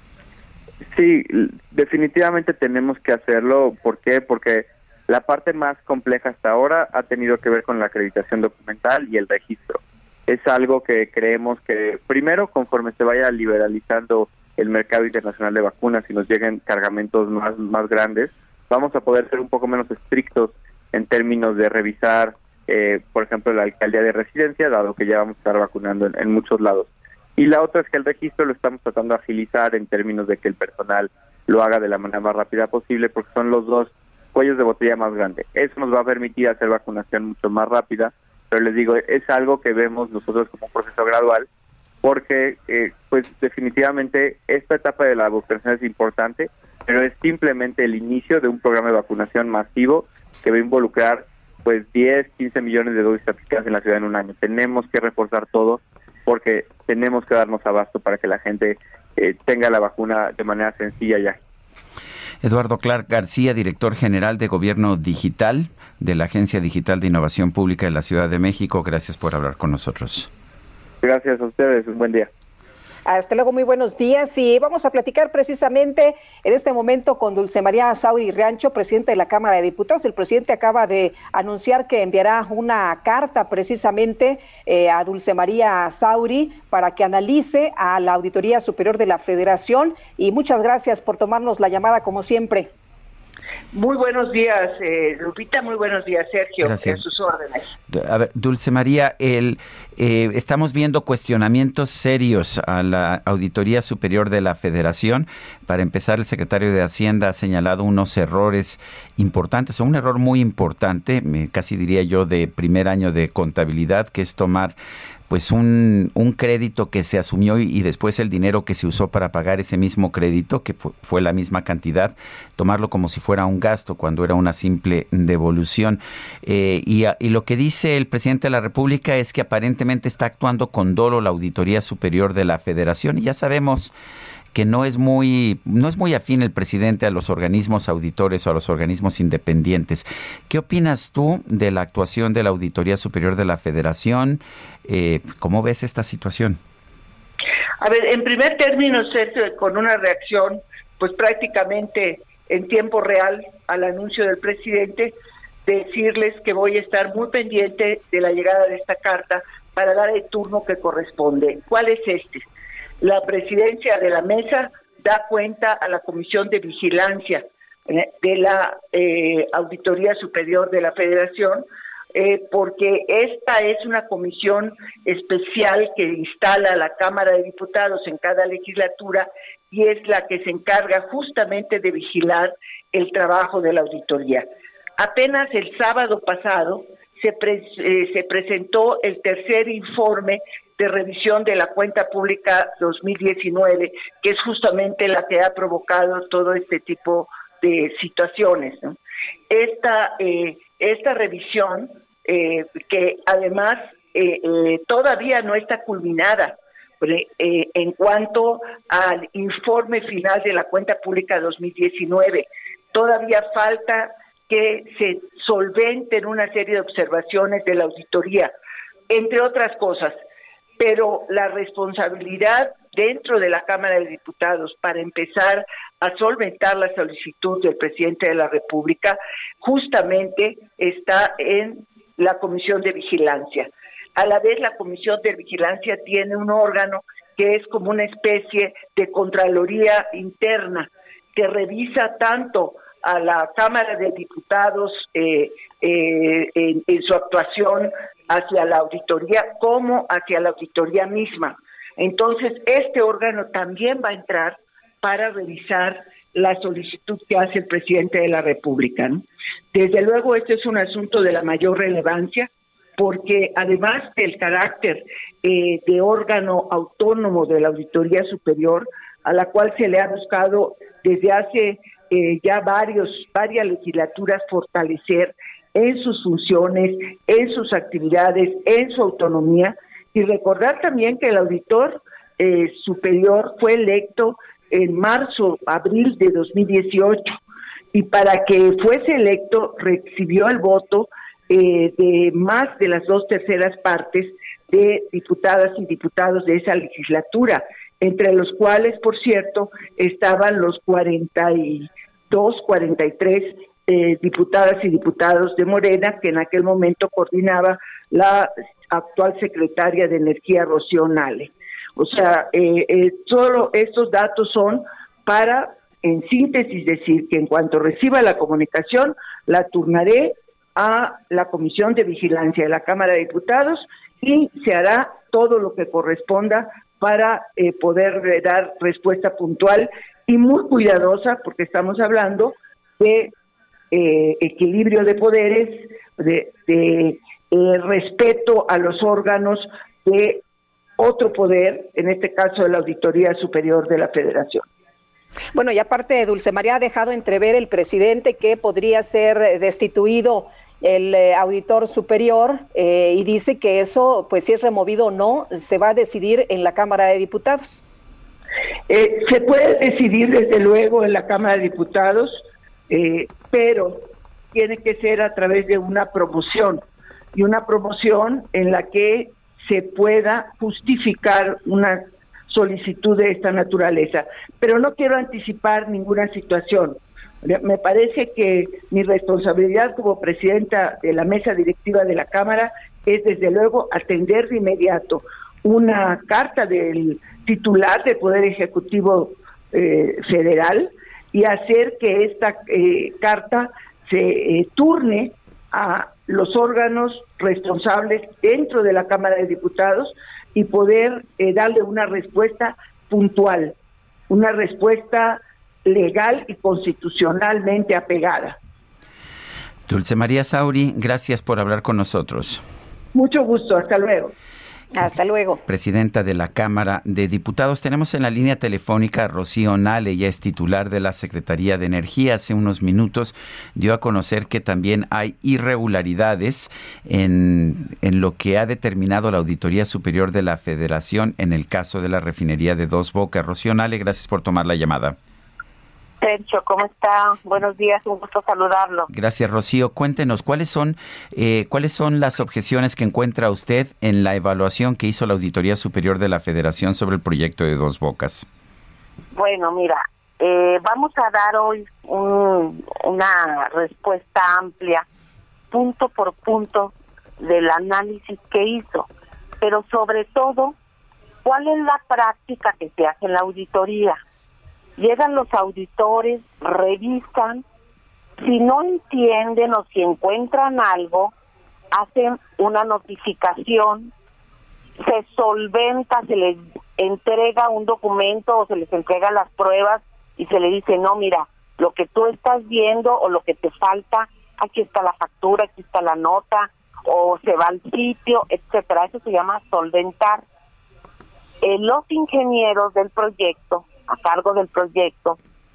Sí, definitivamente tenemos que hacerlo. ¿Por qué? Porque la parte más compleja hasta ahora ha tenido que ver con la acreditación documental y el registro. Es algo que creemos que, primero, conforme se vaya liberalizando el mercado internacional de vacunas y nos lleguen cargamentos más, más grandes, vamos a poder ser un poco menos estrictos en términos de revisar, eh, por ejemplo, la alcaldía de residencia, dado que ya vamos a estar vacunando en, en muchos lados. Y la otra es que el registro lo estamos tratando de agilizar en términos de que el personal lo haga de la manera más rápida posible, porque son los dos cuellos de botella más grandes. Eso nos va a permitir hacer vacunación mucho más rápida, pero les digo, es algo que vemos nosotros como un proceso gradual, porque eh, pues definitivamente esta etapa de la vacunación es importante, pero es simplemente el inicio de un programa de vacunación masivo que va a involucrar pues diez, quince millones de dosis aplicadas en la ciudad en un año. Tenemos que reforzar todo porque tenemos que darnos abasto para que la gente eh, tenga la vacuna de manera sencilla y ágil. Eduardo Clark García, director general de Gobierno Digital de la Agencia Digital de Innovación Pública de la Ciudad de México. Gracias por hablar con nosotros. Gracias a ustedes, un buen día. Hasta luego, muy buenos días, y vamos a platicar precisamente en este momento con Dulce María Sauri Riancho, presidenta de la Cámara de Diputados. El presidente acaba de anunciar que enviará una carta precisamente eh, a Dulce María Sauri para que analice a la Auditoría Superior de la Federación, y muchas gracias por tomarnos la llamada como siempre. Muy buenos días, eh, Lupita, muy buenos días, Sergio. Gracias. A sus órdenes. A ver, Dulce María, el, eh, estamos viendo cuestionamientos serios a la Auditoría Superior de la Federación. Para empezar, el secretario de Hacienda ha señalado unos errores importantes, o un error muy importante, casi diría yo, de primer año de contabilidad, que es tomar pues un, un crédito que se asumió y, y después el dinero que se usó para pagar ese mismo crédito, que fu- fue la misma cantidad, tomarlo como si fuera un gasto cuando era una simple devolución. Eh, y, y lo que dice el presidente de la República es que aparentemente está actuando con dolo la Auditoría Superior de la Federación, y ya sabemos que no es muy no es muy afín el presidente a los organismos auditores o a los organismos independientes. ¿Qué opinas tú de la actuación de la Auditoría Superior de la Federación? Eh, ¿Cómo ves esta situación? A ver, en primer término, Sergio, con una reacción pues prácticamente en tiempo real al anuncio del presidente, decirles que voy a estar muy pendiente de la llegada de esta carta para dar el turno que corresponde. ¿Cuál es este? La presidencia de la mesa da cuenta a la Comisión de Vigilancia eh, de la eh, Auditoría Superior de la Federación, eh, porque esta es una comisión especial que instala la Cámara de Diputados en cada legislatura y es la que se encarga justamente de vigilar el trabajo de la auditoría. Apenas el sábado pasado se, pre- eh, se presentó el tercer informe de revisión de la cuenta pública dos mil diecinueve, que es justamente la que ha provocado todo este tipo de situaciones, ¿no? Esta, eh, esta revisión, eh, que además eh, eh, todavía no está culminada, eh, en cuanto al informe final de la cuenta pública dos mil diecinueve, todavía falta que se solventen una serie de observaciones de la auditoría, entre otras cosas. Pero la responsabilidad dentro de la Cámara de Diputados para empezar a solventar la solicitud del presidente de la República justamente está en la Comisión de Vigilancia. A la vez, la Comisión de Vigilancia tiene un órgano que es como una especie de Contraloría interna que revisa tanto a la Cámara de Diputados eh, eh, en, en su actuación hacia la auditoría como hacia la auditoría misma. Entonces, este órgano también va a entrar para revisar la solicitud que hace el presidente de la República, ¿no? Desde luego, este es un asunto de la mayor relevancia, porque además del carácter eh, de órgano autónomo de la Auditoría Superior, a la cual se le ha buscado desde hace eh, ya varios varias legislaturas fortalecer en sus funciones, en sus actividades, en su autonomía, y recordar también que el auditor eh, superior fue electo en marzo, abril de dos mil dieciocho, y para que fuese electo recibió el voto eh, de más de las dos terceras partes de diputadas y diputados de esa legislatura, entre los cuales, por cierto, estaban los cuarenta y dos, cuarenta y tres Eh, diputadas y diputados de Morena, que en aquel momento coordinaba la actual secretaria de Energía, Rocío Nale. O sea, eh, eh, solo estos datos son para, en síntesis, decir que en cuanto reciba la comunicación, la turnaré a la Comisión de Vigilancia de la Cámara de Diputados y se hará todo lo que corresponda para eh, poder eh, dar respuesta puntual y muy cuidadosa, porque estamos hablando de Eh, equilibrio de poderes, de, de eh, respeto a los órganos de otro poder, en este caso de la Auditoría Superior de la Federación. Bueno, y aparte, Dulce María, ha dejado entrever el presidente que podría ser destituido el eh, auditor superior eh, y dice que eso, pues si es removido o no, se va a decidir en la Cámara de Diputados. Eh, se puede decidir desde luego en la Cámara de Diputados, Eh, pero tiene que ser a través de una promoción, y una promoción en la que se pueda justificar una solicitud de esta naturaleza. Pero no quiero anticipar ninguna situación. Me parece que mi responsabilidad como presidenta de la mesa directiva de la Cámara es desde luego atender de inmediato una carta del titular del Poder Ejecutivo eh, Federal, y hacer que esta eh, carta se eh, turne a los órganos responsables dentro de la Cámara de Diputados y poder eh, darle una respuesta puntual, una respuesta legal y constitucionalmente apegada. Dulce María Sauri, gracias por hablar con nosotros. Mucho gusto, hasta luego. Hasta luego. Presidenta de la Cámara de Diputados. Tenemos en la línea telefónica a Rocío Nale, ella es titular de la Secretaría de Energía. Hace unos minutos dio a conocer que también hay irregularidades en, en lo que ha determinado la Auditoría Superior de la Federación en el caso de la refinería de Dos Bocas. Rocío Nale, gracias por tomar la llamada. Sergio, ¿cómo está? Buenos días, un gusto saludarlo. Gracias, Rocío. Cuéntenos, ¿cuáles son eh, cuáles son las objeciones que encuentra usted en la evaluación que hizo la Auditoría Superior de la Federación sobre el proyecto de Dos Bocas? Bueno, mira, eh, vamos a dar hoy un, una respuesta amplia, punto por punto, del análisis que hizo, pero sobre todo, ¿cuál es la práctica que se hace en la auditoría? Llegan los auditores, revisan, si no entienden o si encuentran algo, hacen una notificación, se solventa, se les entrega un documento o se les entrega las pruebas y se le dice, no, mira, lo que tú estás viendo o lo que te falta, aquí está la factura, aquí está la nota, o se va al sitio, etcétera. Eso se llama solventar. Eh, los ingenieros del proyecto, a cargo del proyecto,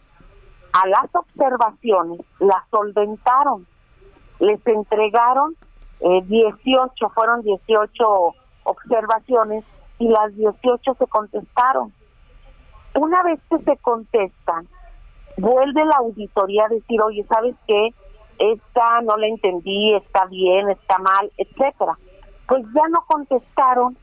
a las observaciones las solventaron, les entregaron eh, dieciocho, fueron dieciocho observaciones y las dieciocho se contestaron. Una vez que se contestan, vuelve la auditoría a decir, oye, ¿sabes qué? Esta no la entendí, está bien, está mal, etcétera. Pues ya no contestaron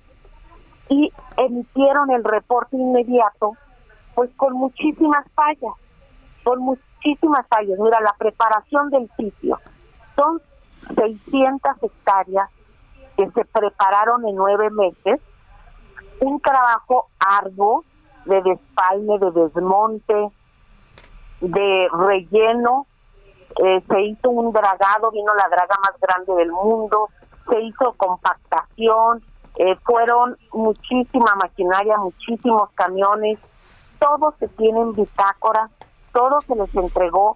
y emitieron el reporte inmediato, pues con muchísimas fallas, con muchísimas fallas. Mira, la preparación del sitio, son seiscientas hectáreas que se prepararon en nueve meses, un trabajo arduo de despalme, de desmonte, de relleno, eh, se hizo un dragado, vino la draga más grande del mundo, se hizo compactación, eh, fueron muchísima maquinaria, muchísimos camiones, todos se tienen bitácora, todo se les entregó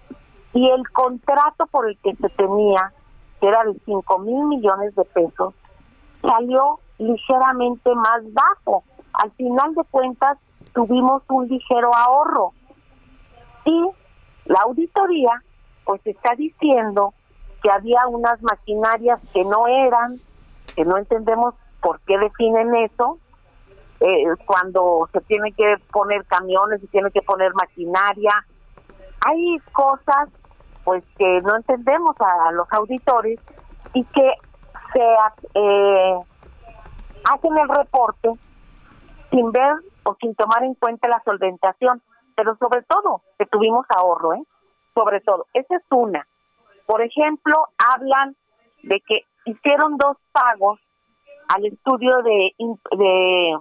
y el contrato por el que se tenía, que era de cinco mil millones de pesos, salió ligeramente más bajo. Al final de cuentas tuvimos un ligero ahorro y la auditoría pues está diciendo que había unas maquinarias que no eran, que no entendemos por qué definen eso. Eh, cuando se tiene que poner camiones, se tiene que poner maquinaria, hay cosas pues que no entendemos a, a los auditores y que se eh, hacen el reporte sin ver o sin tomar en cuenta la solventación, pero sobre todo que tuvimos ahorro, ¿eh? Sobre todo, esa es una. Por ejemplo, hablan de que hicieron dos pagos al estudio de, de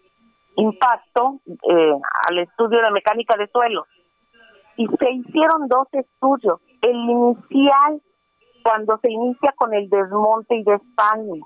impacto, eh, al estudio de mecánica de suelos, y se hicieron dos estudios. El inicial, cuando se inicia con el desmonte y despalme,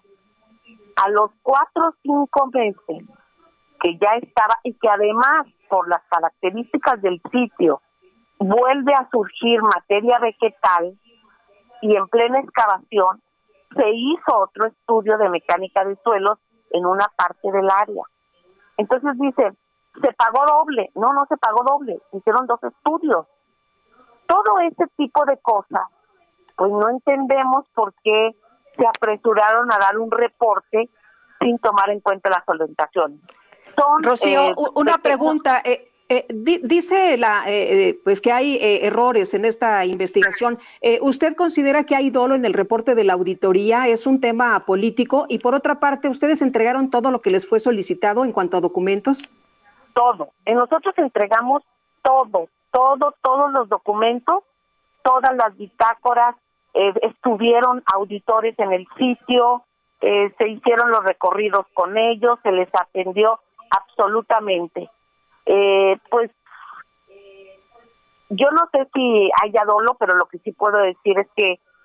a los cuatro o cinco meses que ya estaba, y que además por las características del sitio vuelve a surgir materia vegetal, y en plena excavación se hizo otro estudio de mecánica de suelos en una parte del área. Entonces dice, se pagó doble. No, no se pagó doble, hicieron dos estudios. Todo ese tipo de cosas, pues no entendemos por qué se apresuraron a dar un reporte sin tomar en cuenta la solventación. Son, Rocío, eh, una pequeños... pregunta. Eh, eh, di, dice la, eh, pues que hay eh, errores en esta investigación. Eh, ¿Usted considera que hay dolo en el reporte de la auditoría? ¿Es un tema político? Y por otra parte, ¿ustedes entregaron todo lo que les fue solicitado en cuanto a documentos? Todo. Nosotros entregamos todo, todo, todos los documentos, todas las bitácoras, eh, estuvieron auditores en el sitio, eh, se hicieron los recorridos con ellos, se les atendió absolutamente. Eh, pues yo no sé si haya dolo, pero lo que sí puedo decir es que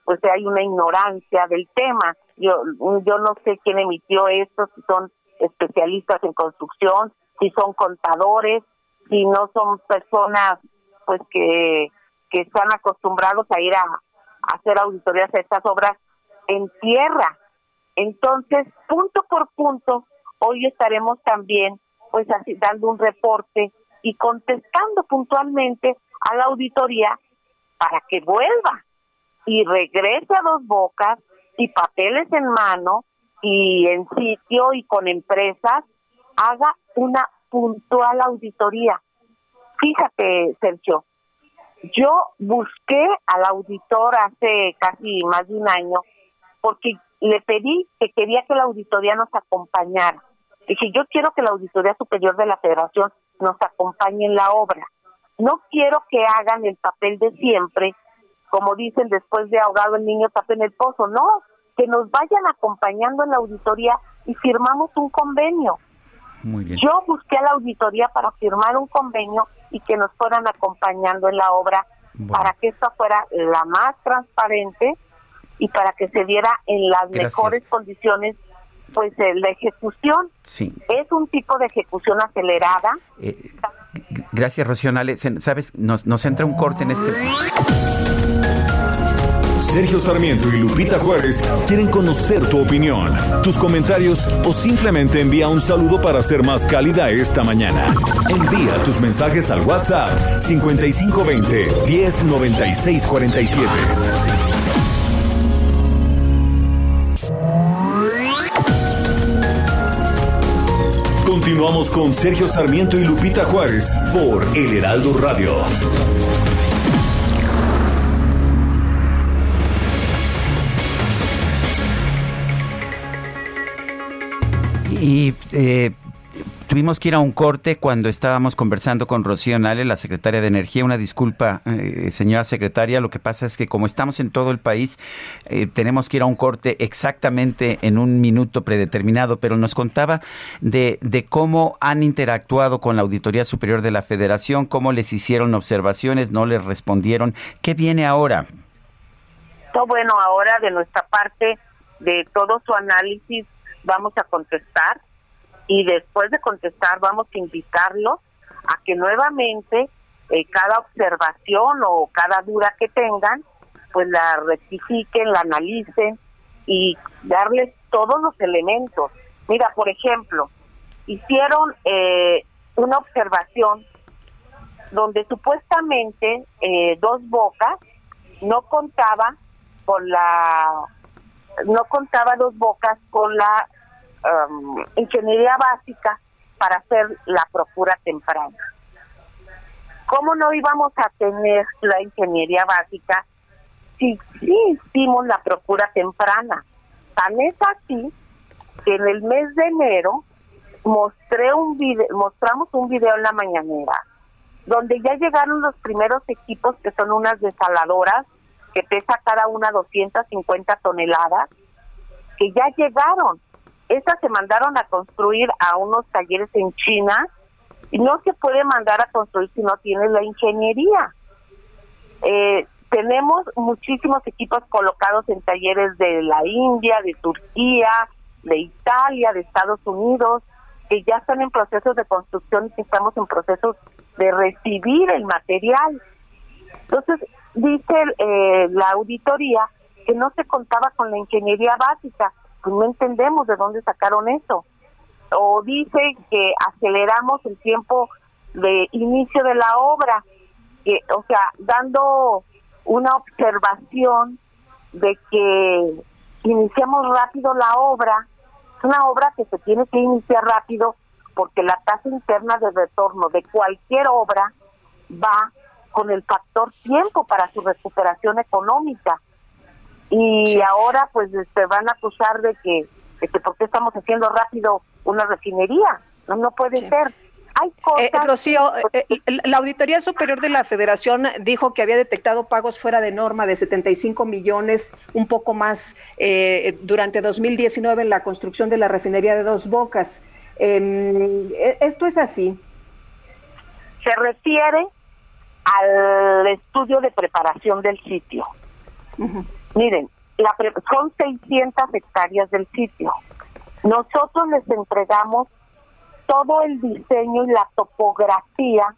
pues hay una ignorancia del tema. Yo, yo no sé quién emitió esto, si son especialistas en construcción, si son contadores, si no son personas pues que, que están acostumbrados a ir a, a hacer auditorías a estas obras en tierra. Entonces, punto por punto, hoy estaremos también pues así dando un reporte y contestando puntualmente a la auditoría para que vuelva y regrese a Dos Bocas y papeles en mano y en sitio y con empresas haga una puntual auditoría. Fíjate, Sergio, yo busqué al auditor hace casi más de un año porque le pedí que quería que la auditoría nos acompañara. Dije, yo quiero que la Auditoría Superior de la Federación nos acompañe en la obra. No quiero que hagan el papel de siempre, como dicen, después de ahogado el niño tapa en el pozo. No, que nos vayan acompañando en la auditoría y firmamos un convenio. Muy bien. Yo busqué a la auditoría para firmar un convenio y que nos fueran acompañando en la obra, bueno, para que esta fuera la más transparente y para que se diera en las Gracias. mejores condiciones pues eh, la ejecución. Sí. Es un tipo de ejecución acelerada. Eh, gracias, Rocío Nale. Sabes, nos, nos entra un corte en este... Sergio Sarmiento y Lupita Juárez quieren conocer tu opinión, tus comentarios o simplemente envía un saludo para ser más cálida esta mañana. Envía tus mensajes al WhatsApp cincuenta y cinco veinte, diez noventa y seis cuarenta y siete. Continuamos con Sergio Sarmiento y Lupita Juárez por El Heraldo Radio. Y eh, tuvimos que ir a un corte cuando estábamos conversando con Rocío Nale, la secretaria de Energía. Una disculpa, eh, señora secretaria, lo que pasa es que como estamos en todo el país, eh, tenemos que ir a un corte exactamente en un minuto predeterminado, pero nos contaba de, de cómo han interactuado con la Auditoría Superior de la Federación, cómo les hicieron observaciones, no les respondieron. ¿Qué viene ahora? No, bueno, ahora de nuestra parte, de todo su análisis, vamos a contestar y después de contestar vamos a invitarlos a que nuevamente eh, cada observación o cada duda que tengan, pues la rectifiquen, la analicen y darles todos los elementos. Mira, por ejemplo, hicieron eh, una observación donde supuestamente eh, Dos Bocas no contaba con la no contaba Dos Bocas con la um, ingeniería básica para hacer la procura temprana. ¿Cómo no íbamos a tener la ingeniería básica si sí hicimos la procura temprana? Tan es así que en el mes de enero mostré un video, mostramos un video en la mañanera donde ya llegaron los primeros equipos, que son unas desaladoras que pesa cada una doscientas cincuenta toneladas, que ya llegaron. Esas se mandaron a construir a unos talleres en China y no se puede mandar a construir si no tienes la ingeniería. Eh, tenemos muchísimos equipos colocados en talleres de la India, de Turquía, de Italia, de Estados Unidos, que ya están en procesos de construcción y que estamos en procesos de recibir el material. Entonces, dice eh, la auditoría que no se contaba con la ingeniería básica. Pues no entendemos de dónde sacaron eso. O dice que aceleramos el tiempo de inicio de la obra, que, o sea, dando una observación de que iniciamos rápido la obra. Es una obra que se tiene que iniciar rápido porque la tasa interna de retorno de cualquier obra va con el factor tiempo para su recuperación económica. Y sí. ahora pues se van a acusar de que, de que por qué estamos haciendo rápido una refinería. No, no puede sí. ser. Hay cosas... Eh, Rocío, eh, la Auditoría Superior de la Federación dijo que había detectado pagos fuera de norma de setenta y cinco millones, un poco más, eh, durante dos mil diecinueve en la construcción de la refinería de Dos Bocas. Eh, ¿Esto es así? Se refiere al estudio de preparación del sitio. Uh-huh. Miren, la pre- son seiscientas hectáreas del sitio. Nosotros les entregamos todo el diseño y la topografía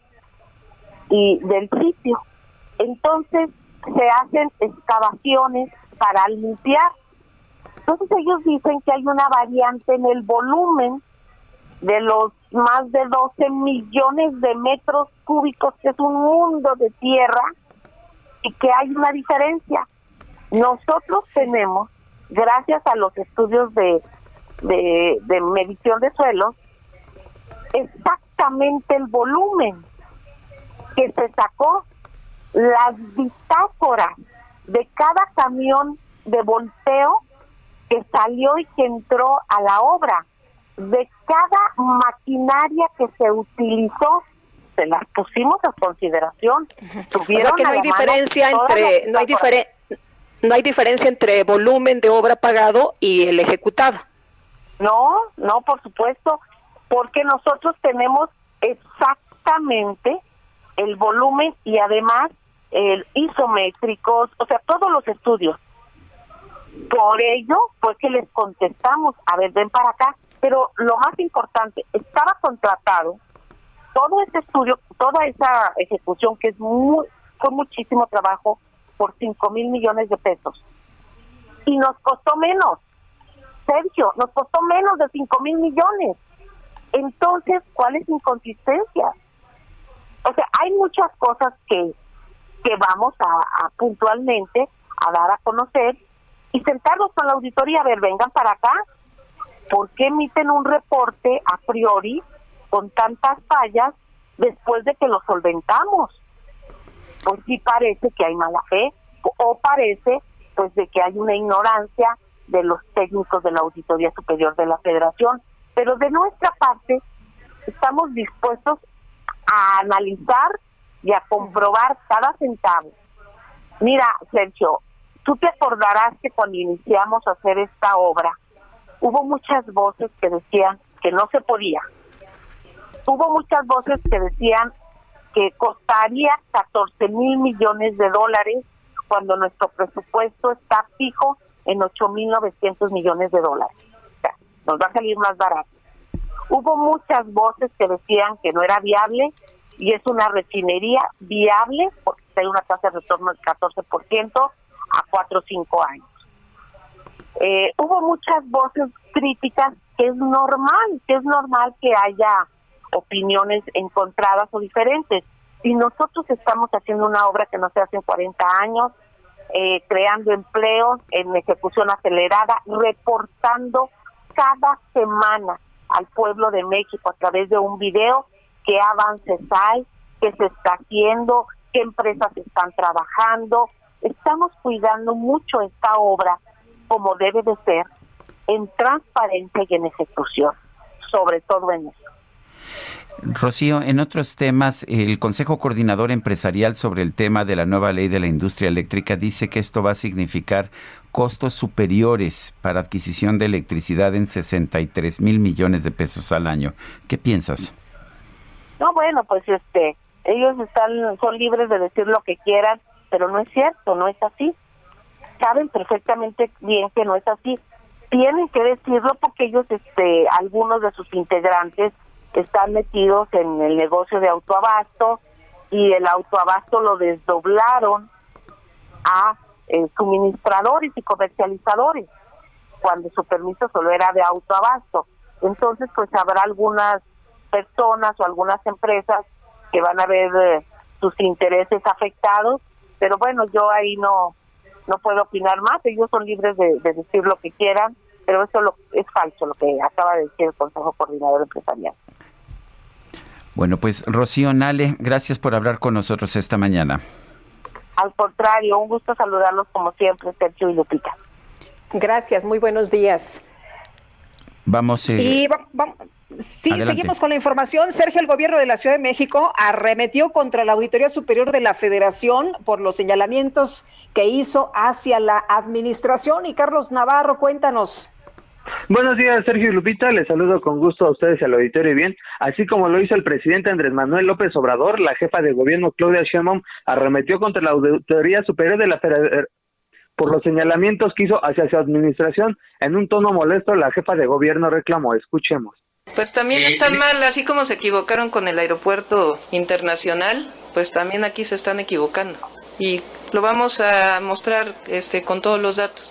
y del sitio. Entonces se hacen excavaciones para limpiar. Entonces ellos dicen que hay una variante en el volumen de los más de doce millones de metros cúbicos, que es un mundo de tierra, y que hay una diferencia. Nosotros tenemos, gracias a los estudios de, de, de medición de suelos, exactamente el volumen que se sacó, las bitácoras de cada camión de volteo que salió y que entró a la obra, de cada maquinaria que se utilizó, se las pusimos a consideración. O sea que no hay diferencia entre no hay diferen, no hay diferencia entre volumen de obra pagado y el ejecutado. No, no, por supuesto, porque nosotros tenemos exactamente el volumen y además el isométricos, o sea, todos los estudios. Por ello fue que les contestamos, a ver, ven para acá, pero lo más importante, estaba contratado todo ese estudio, toda esa ejecución que es muy, fue muchísimo trabajo, por cinco mil millones de pesos. Y nos costó menos, Sergio, nos costó menos de cinco mil millones. Entonces, ¿cuáles inconsistencias? O sea, hay muchas cosas que, que vamos a, a puntualmente a dar a conocer y sentarnos con la auditoría, a ver, vengan para acá. ¿Por qué emiten un reporte a priori con tantas fallas después de que lo solventamos? Pues sí parece que hay mala fe, o parece pues de que hay una ignorancia de los técnicos de la Auditoría Superior de la Federación, pero de nuestra parte estamos dispuestos a analizar y a comprobar cada centavo. Mira, Sergio, tú te acordarás que cuando iniciamos a hacer esta obra, hubo muchas voces que decían que no se podía. Hubo muchas voces que decían que costaría catorce mil millones de dólares cuando nuestro presupuesto está fijo en ocho mil novecientos millones de dólares. O sea, nos va a salir más barato. Hubo muchas voces que decían que no era viable y es una refinería viable porque hay una tasa de retorno del catorce por ciento a cuatro o cinco años. Eh, hubo muchas voces críticas, que es normal, que es normal que haya opiniones encontradas o diferentes. Y nosotros estamos haciendo una obra que no se hace en cuarenta años, eh, creando empleos en ejecución acelerada, reportando cada semana al pueblo de México a través de un video qué avances hay, qué se está haciendo, qué empresas están trabajando. Estamos cuidando mucho esta obra como debe de ser, en transparencia y en ejecución, sobre todo en eso. Rocío, en otros temas, el Consejo Coordinador Empresarial sobre el tema de la nueva ley de la industria eléctrica dice que esto va a significar costos superiores para adquisición de electricidad en sesenta y tres mil millones de pesos al año. ¿Qué piensas? No, bueno, pues este, ellos están, son libres de decir lo que quieran, pero no es cierto, no es así. Saben perfectamente bien que no es así. Tienen que decirlo porque ellos, este, algunos de sus integrantes están metidos en el negocio de autoabasto y el autoabasto lo desdoblaron a eh, suministradores y comercializadores cuando su permiso solo era de autoabasto. Entonces, pues habrá algunas personas o algunas empresas que van a ver eh, sus intereses afectados, pero bueno, yo ahí no no puedo opinar más. Ellos son libres de, de decir lo que quieran, pero eso lo, es falso lo que acaba de decir el Consejo Coordinador Empresarial. Bueno, pues Rocío Nale, gracias por hablar con nosotros esta mañana. Al contrario, un gusto saludarlos como siempre, Sergio y Lupita. Gracias, muy buenos días. Vamos. Eh, y va, va, sí, adelante. Seguimos con la información. Sergio, el gobierno de la Ciudad de México arremetió contra la Auditoría Superior de la Federación por los señalamientos que hizo hacia la administración. Y Carlos Navarro, cuéntanos. Buenos días, Sergio y Lupita, les saludo con gusto a ustedes y al auditorio. Bien, así como lo hizo el presidente Andrés Manuel López Obrador, la jefa de gobierno Claudia Sheinbaum arremetió contra la Auditoría Superior de la Federación por los señalamientos que hizo hacia su administración. En un tono molesto, la jefa de gobierno reclamó. Escuchemos. Pues también están mal, así como se equivocaron con el aeropuerto internacional, pues también aquí se están equivocando. Y lo vamos a mostrar este, con todos los datos.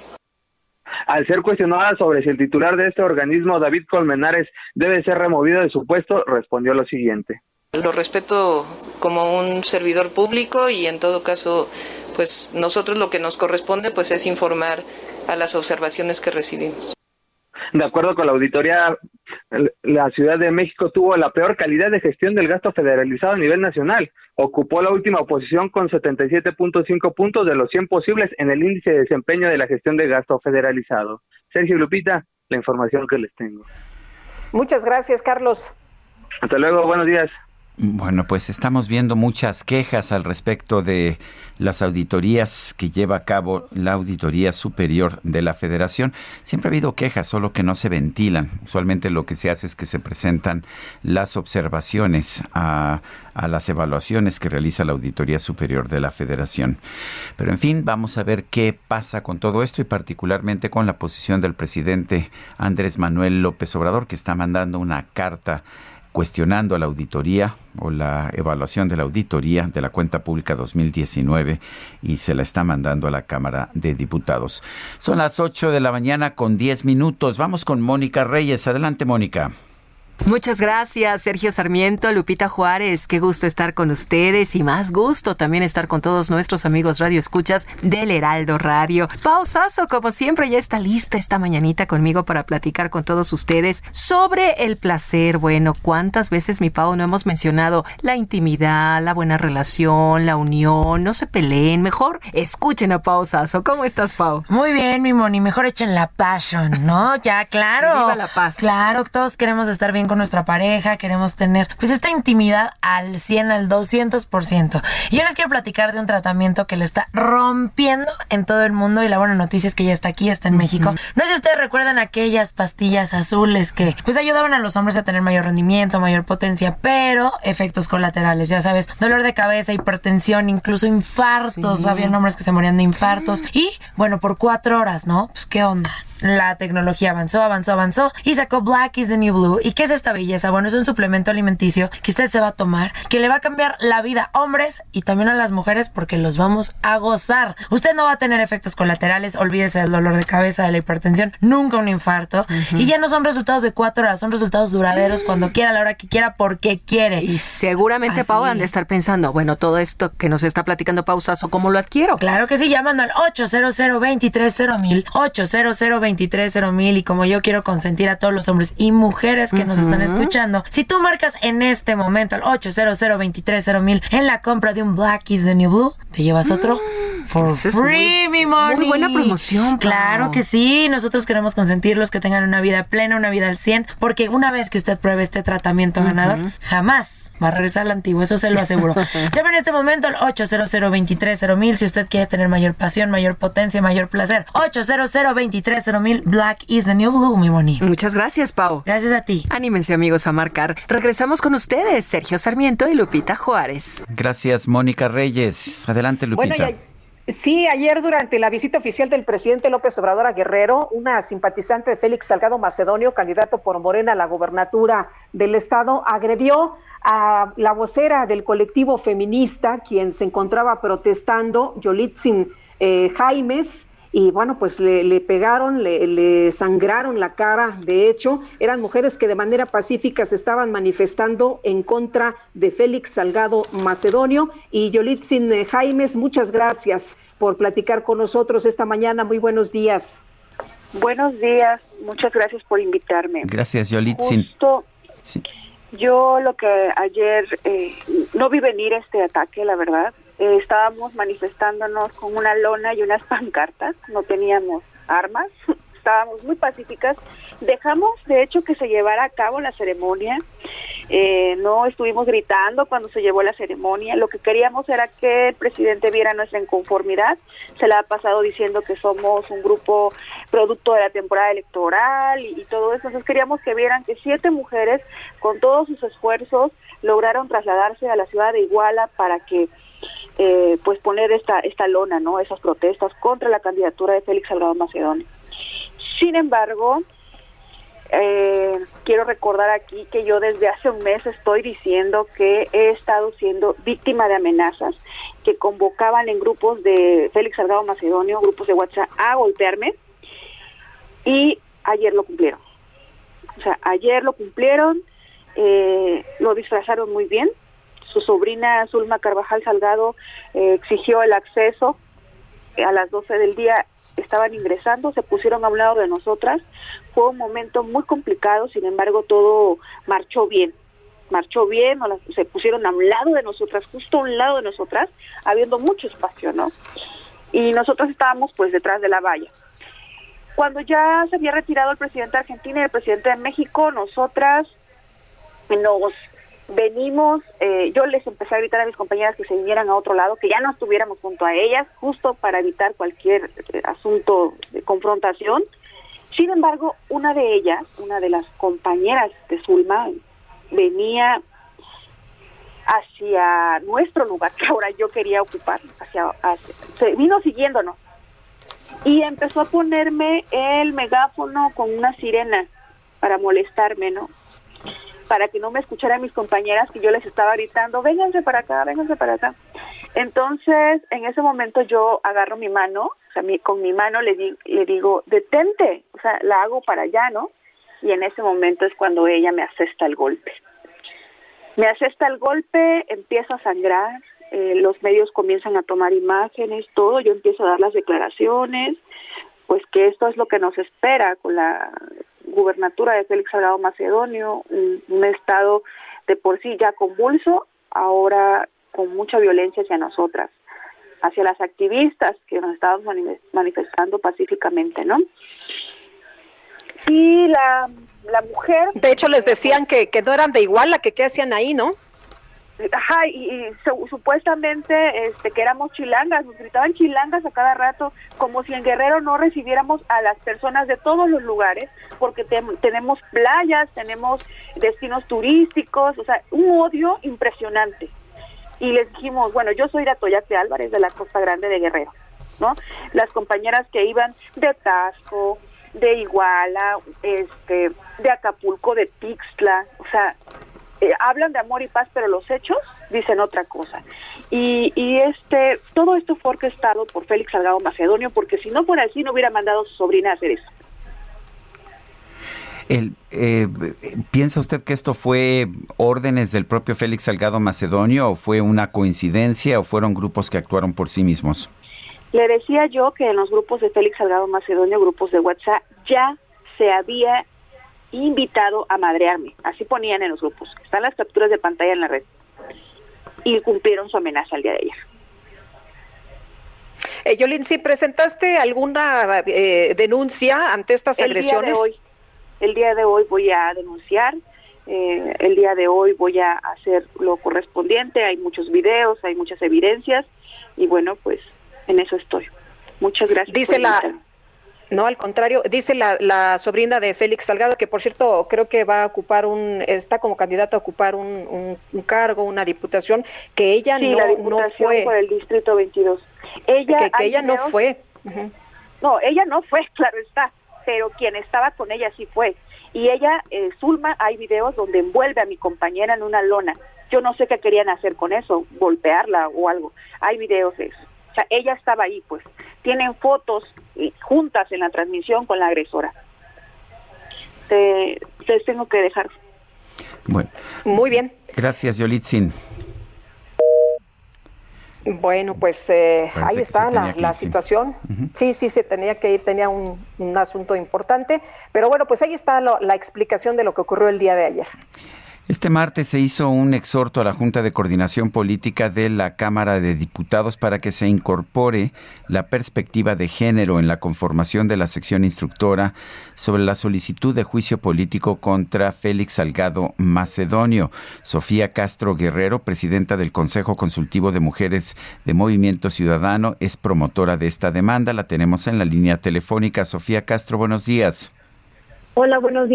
Al ser cuestionada sobre si el titular de este organismo, David Colmenares, debe ser removido de su puesto, respondió lo siguiente. Lo respeto como un servidor público y en todo caso, pues nosotros lo que nos corresponde pues es informar a las observaciones que recibimos. De acuerdo con la auditoría, la Ciudad de México tuvo la peor calidad de gestión del gasto federalizado a nivel nacional. Ocupó la última posición con setenta y siete punto cinco puntos de los cien posibles en el índice de desempeño de la gestión de gasto federalizado. Sergio y Lupita, la información que les tengo. Muchas gracias, Carlos. Hasta luego, buenos días. Bueno, pues estamos viendo muchas quejas al respecto de las auditorías que lleva a cabo la Auditoría Superior de la Federación. Siempre ha habido quejas, solo que no se ventilan. Usualmente lo que se hace es que se presentan las observaciones a, a las evaluaciones que realiza la Auditoría Superior de la Federación. Pero en fin, vamos a ver qué pasa con todo esto y particularmente con la posición del presidente Andrés Manuel López Obrador, que está mandando una carta cuestionando a la auditoría o la evaluación de la auditoría de la cuenta pública dos mil diecinueve y se la está mandando a la Cámara de Diputados. Son las ocho de la mañana con diez minutos. Vamos con Mónica Reyes. Adelante, Mónica. Muchas gracias, Sergio Sarmiento, Lupita Juárez. Qué gusto estar con ustedes y más gusto también estar con todos nuestros amigos radioescuchas del Heraldo Radio. Pao Sasso, como siempre, ya está lista esta mañanita conmigo para platicar con todos ustedes sobre el placer. Bueno, ¿cuántas veces, mi Pao, no hemos mencionado la intimidad, la buena relación, la unión? No se peleen, mejor escuchen a Pao Sasso. ¿Cómo estás, Pao? Muy bien, mi Moni, mejor echen la passion, ¿no? Ya, claro. Viva la paz. Claro, todos queremos estar bien con nuestra pareja, queremos tener pues esta intimidad al cien, al doscientos por ciento. Y yo les quiero platicar de un tratamiento que lo está rompiendo en todo el mundo y la buena noticia es que ya está aquí, está en uh-huh. México. No sé si ustedes recuerdan aquellas pastillas azules que pues ayudaban a los hombres a tener mayor rendimiento, mayor potencia, pero efectos colaterales, ya sabes, dolor de cabeza, hipertensión, incluso infartos, sí. Habían hombres que se morían de infartos uh-huh. y bueno, por cuatro horas, ¿no? Pues qué onda. La tecnología avanzó, avanzó, avanzó y sacó Black is the New Blue. ¿Y qué es esta belleza? Bueno, es un suplemento alimenticio que usted se va a tomar, que le va a cambiar la vida a hombres y también a las mujeres porque los vamos a gozar. Usted no va a tener efectos colaterales, olvídese del dolor de cabeza, de la hipertensión, nunca un infarto. Uh-huh. Y ya no son resultados de cuatro horas, son resultados duraderos uh-huh. cuando quiera, a la hora que quiera, porque quiere. Y seguramente, Pau, han de estar pensando, bueno, todo esto que nos está platicando Pau Sasso, ¿cómo lo adquiero? Claro que sí, llamando al ocho cero cero, veintitrés cero mil, ocho cero cero, veintitrés cero mil, y como yo quiero consentir a todos los hombres y mujeres que uh-huh. nos están escuchando, si tú marcas en este momento al ocho cero cero, veintitrés cero mil en la compra de un Black is the New Blue, te llevas otro for free, mi Moni. Muy buena promoción, Pau. Claro que sí, nosotros queremos consentirlos, que tengan una vida plena, una vida al cien, porque una vez que usted pruebe este tratamiento uh-huh. ganador, jamás va a regresar al antiguo, eso se lo aseguro. Llame en este momento al ocho cero cero, veintitrés cero mil si usted quiere tener mayor pasión, mayor potencia, mayor placer. ocho cero cero, veintitrés cero mil, Black is the New Blue, mi Moni. Muchas gracias, Pau. Gracias a ti. Anímense, amigos, a marcar. Regresamos con ustedes, Sergio Sarmiento y Lupita Juárez. Gracias, Mónica Reyes. Adelante, Lupita. Bueno, ya, sí, ayer durante la visita oficial del presidente López Obrador a Guerrero, una simpatizante de Félix Salgado Macedonio, candidato por Morena a la gobernatura del estado, agredió a la vocera del colectivo feminista, quien se encontraba protestando, Yolitzin eh, Jaimes. Y bueno, pues le, le pegaron, le, le sangraron la cara. De hecho, eran mujeres que de manera pacífica se estaban manifestando en contra de Félix Salgado Macedonio. Y Yolitzin Jaimes, muchas gracias por platicar con nosotros esta mañana. Muy buenos días. Buenos días, muchas gracias por invitarme. Gracias, Yolitzin. Justo, sí. Yo lo que ayer, eh, no vi venir este ataque, la verdad. Eh, estábamos manifestándonos con una lona y unas pancartas, no teníamos armas, estábamos muy pacíficas. Dejamos, de hecho, que se llevara a cabo la ceremonia, eh, no estuvimos gritando cuando se llevó la ceremonia. Lo que queríamos era que el presidente viera nuestra inconformidad. Se la ha pasado diciendo que somos un grupo producto de la temporada electoral y, y todo eso. Entonces queríamos que vieran que siete mujeres, con todos sus esfuerzos, lograron trasladarse a la ciudad de Iguala para que eh, pues poner esta esta lona, ¿no? Esas protestas contra la candidatura de Félix Salgado Macedonio. Sin embargo, eh, quiero recordar aquí que yo desde hace un mes estoy diciendo que he estado siendo víctima de amenazas que convocaban en grupos de Félix Salgado Macedonio, grupos de WhatsApp, a golpearme, y ayer lo cumplieron. O sea, ayer lo cumplieron, eh, lo disfrazaron muy bien. Su sobrina Zulma Carvajal Salgado eh, exigió el acceso a las doce del día, estaban ingresando, se pusieron a un lado de nosotras. Fue un momento muy complicado, sin embargo todo marchó bien, marchó bien, se pusieron a un lado de nosotras, justo a un lado de nosotras, habiendo mucho espacio, ¿no? Y nosotros estábamos pues detrás de la valla. Cuando ya se había retirado el presidente de Argentina y el presidente de México, nosotras nos venimos, eh, yo les empecé a gritar a mis compañeras que se vinieran a otro lado, que ya no estuviéramos junto a ellas, justo para evitar cualquier eh, asunto de confrontación. Sin embargo, una de ellas, una de las compañeras de Zulma, venía hacia nuestro lugar, que ahora yo quería ocupar, hacia, hacia se vino siguiéndonos, y empezó a ponerme el megáfono con una sirena para molestarme, ¿no? Para que no me escucharan mis compañeras, que yo les estaba gritando, vénganse para acá, vénganse para acá. Entonces, en ese momento yo agarro mi mano, o sea, mi, con mi mano le, di, le digo, detente, o sea, la hago para allá, ¿no? Y en ese momento es cuando ella me asesta el golpe. Me asesta el golpe, empiezo a sangrar, eh, los medios comienzan a tomar imágenes, todo, yo empiezo a dar las declaraciones, pues que esto es lo que nos espera con la gubernatura de Félix Salgado Macedonio, un, un estado de por sí ya convulso, ahora con mucha violencia hacia nosotras, hacia las activistas que nos estábamos mani- manifestando pacíficamente, ¿no? Y la, la mujer... De hecho, les decían que, que no eran de Iguala, que qué hacían ahí, ¿no? Ajá, y, y su, supuestamente este, que éramos chilangas, nos gritaban chilangas a cada rato, como si en Guerrero no recibiéramos a las personas de todos los lugares, porque te, tenemos playas, tenemos destinos turísticos, o sea, un odio impresionante. Y les dijimos, bueno, yo soy de Atoyac de Álvarez, de la Costa Grande de Guerrero, ¿no? Las compañeras que iban de Tasco, de Iguala, este, de Acapulco, de Tixtla, o sea, eh, hablan de amor y paz, pero los hechos dicen otra cosa. Y, y este, todo esto fue orquestado por Félix Salgado Macedonio, porque si no fuera así, no hubiera mandado a su sobrina a hacer eso. El, eh, ¿Piensa usted que esto fue órdenes del propio Félix Salgado Macedonio, o fue una coincidencia, o fueron grupos que actuaron por sí mismos? Le decía yo que en los grupos de Félix Salgado Macedonio, grupos de WhatsApp, ya se había invitado a madrearme. Así ponían en los grupos. Están las capturas de pantalla en la red. Y cumplieron su amenaza el día de ayer. Eh, Yolín, ¿sí presentaste alguna eh, denuncia ante estas el agresiones? Día de hoy, el día de hoy voy a denunciar. Eh, el día de hoy voy a hacer lo correspondiente. Hay muchos videos, hay muchas evidencias. Y bueno, pues en eso estoy. Muchas gracias. Dice la... No, al contrario, dice la, la sobrina de Félix Salgado, que por cierto creo que va a ocupar un, está como candidata a ocupar un, un, un cargo, una diputación, que ella sí, no, la diputación no fue. por el distrito veintidós. Ella, que, que ella videos, no fue. Uh-huh. No, ella no fue, claro está, pero quien estaba con ella sí fue. Y ella, eh, Zulma, hay videos donde envuelve a mi compañera en una lona. Yo no sé qué querían hacer con eso, golpearla o algo. Hay videos de eso. O sea, ella estaba ahí, pues. Tienen fotos juntas en la transmisión con la agresora. Te, te tengo que dejar. Bueno. Muy bien. Gracias, Yolitzin. Bueno, pues eh, ahí está la, la ir, situación. Sí. Uh-huh. sí, sí, se tenía que ir, tenía un, un asunto importante. Pero bueno, pues ahí está lo, la explicación de lo que ocurrió el día de ayer. Este martes se hizo un exhorto a la Junta de Coordinación Política de la Cámara de Diputados para que se incorpore la perspectiva de género en la conformación de la sección instructora sobre la solicitud de juicio político contra Félix Salgado Macedonio. Sofía Castro Guerrero, presidenta del Consejo Consultivo de Mujeres de Movimiento Ciudadano, es promotora de esta demanda. La tenemos en la línea telefónica. Sofía Castro, buenos días. Hola, buenos días.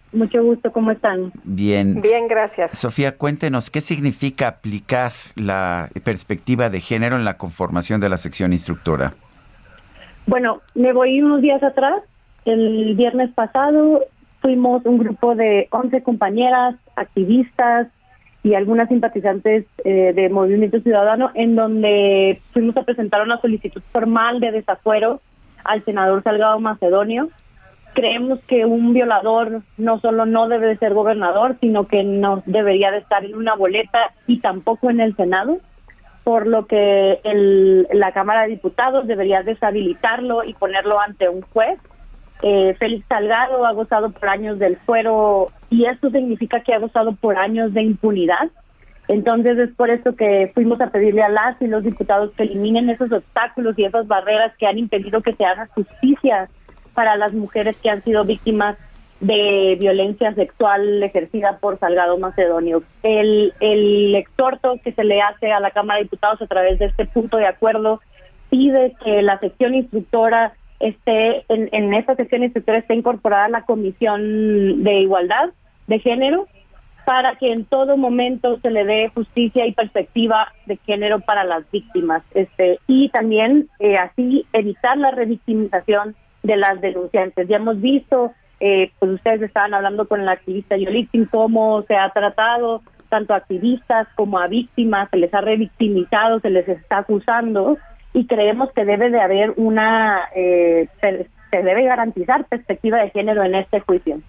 Mucho gusto, ¿cómo están? Bien. Bien, gracias. Sofía, cuéntenos, ¿qué significa aplicar la perspectiva de género en la conformación de la sección instructora? Bueno, me voy unos días atrás. El viernes pasado fuimos un grupo de once compañeras, activistas y algunas simpatizantes eh, de Movimiento Ciudadano, en donde fuimos a presentar una solicitud formal de desafuero al senador Salgado Macedonio. Creemos que un violador no solo no debe de ser gobernador, sino que no debería de estar en una boleta y tampoco en el Senado, por lo que el, la Cámara de Diputados debería deshabilitarlo y ponerlo ante un juez. Eh, Félix Salgado ha gozado por años del fuero y esto significa que ha gozado por años de impunidad. Entonces es por esto que fuimos a pedirle a las y los diputados que eliminen esos obstáculos y esas barreras que han impedido que se haga justicia para las mujeres que han sido víctimas de violencia sexual ejercida por Salgado Macedonio. El, el exhorto que se le hace a la Cámara de Diputados a través de este punto de acuerdo pide que la sección instructora esté, en, en esta sección instructora esté incorporada la Comisión de Igualdad de Género, para que en todo momento se le dé justicia y perspectiva de género para las víctimas, este y también eh, así evitar la revictimización de las denunciantes. Ya hemos visto, eh, pues ustedes estaban hablando con la activista Yolitzin, cómo se ha tratado tanto a activistas como a víctimas, se les ha revictimizado, se les está acusando, y creemos que debe de haber una, eh, se, se debe garantizar perspectiva de género en este juicio.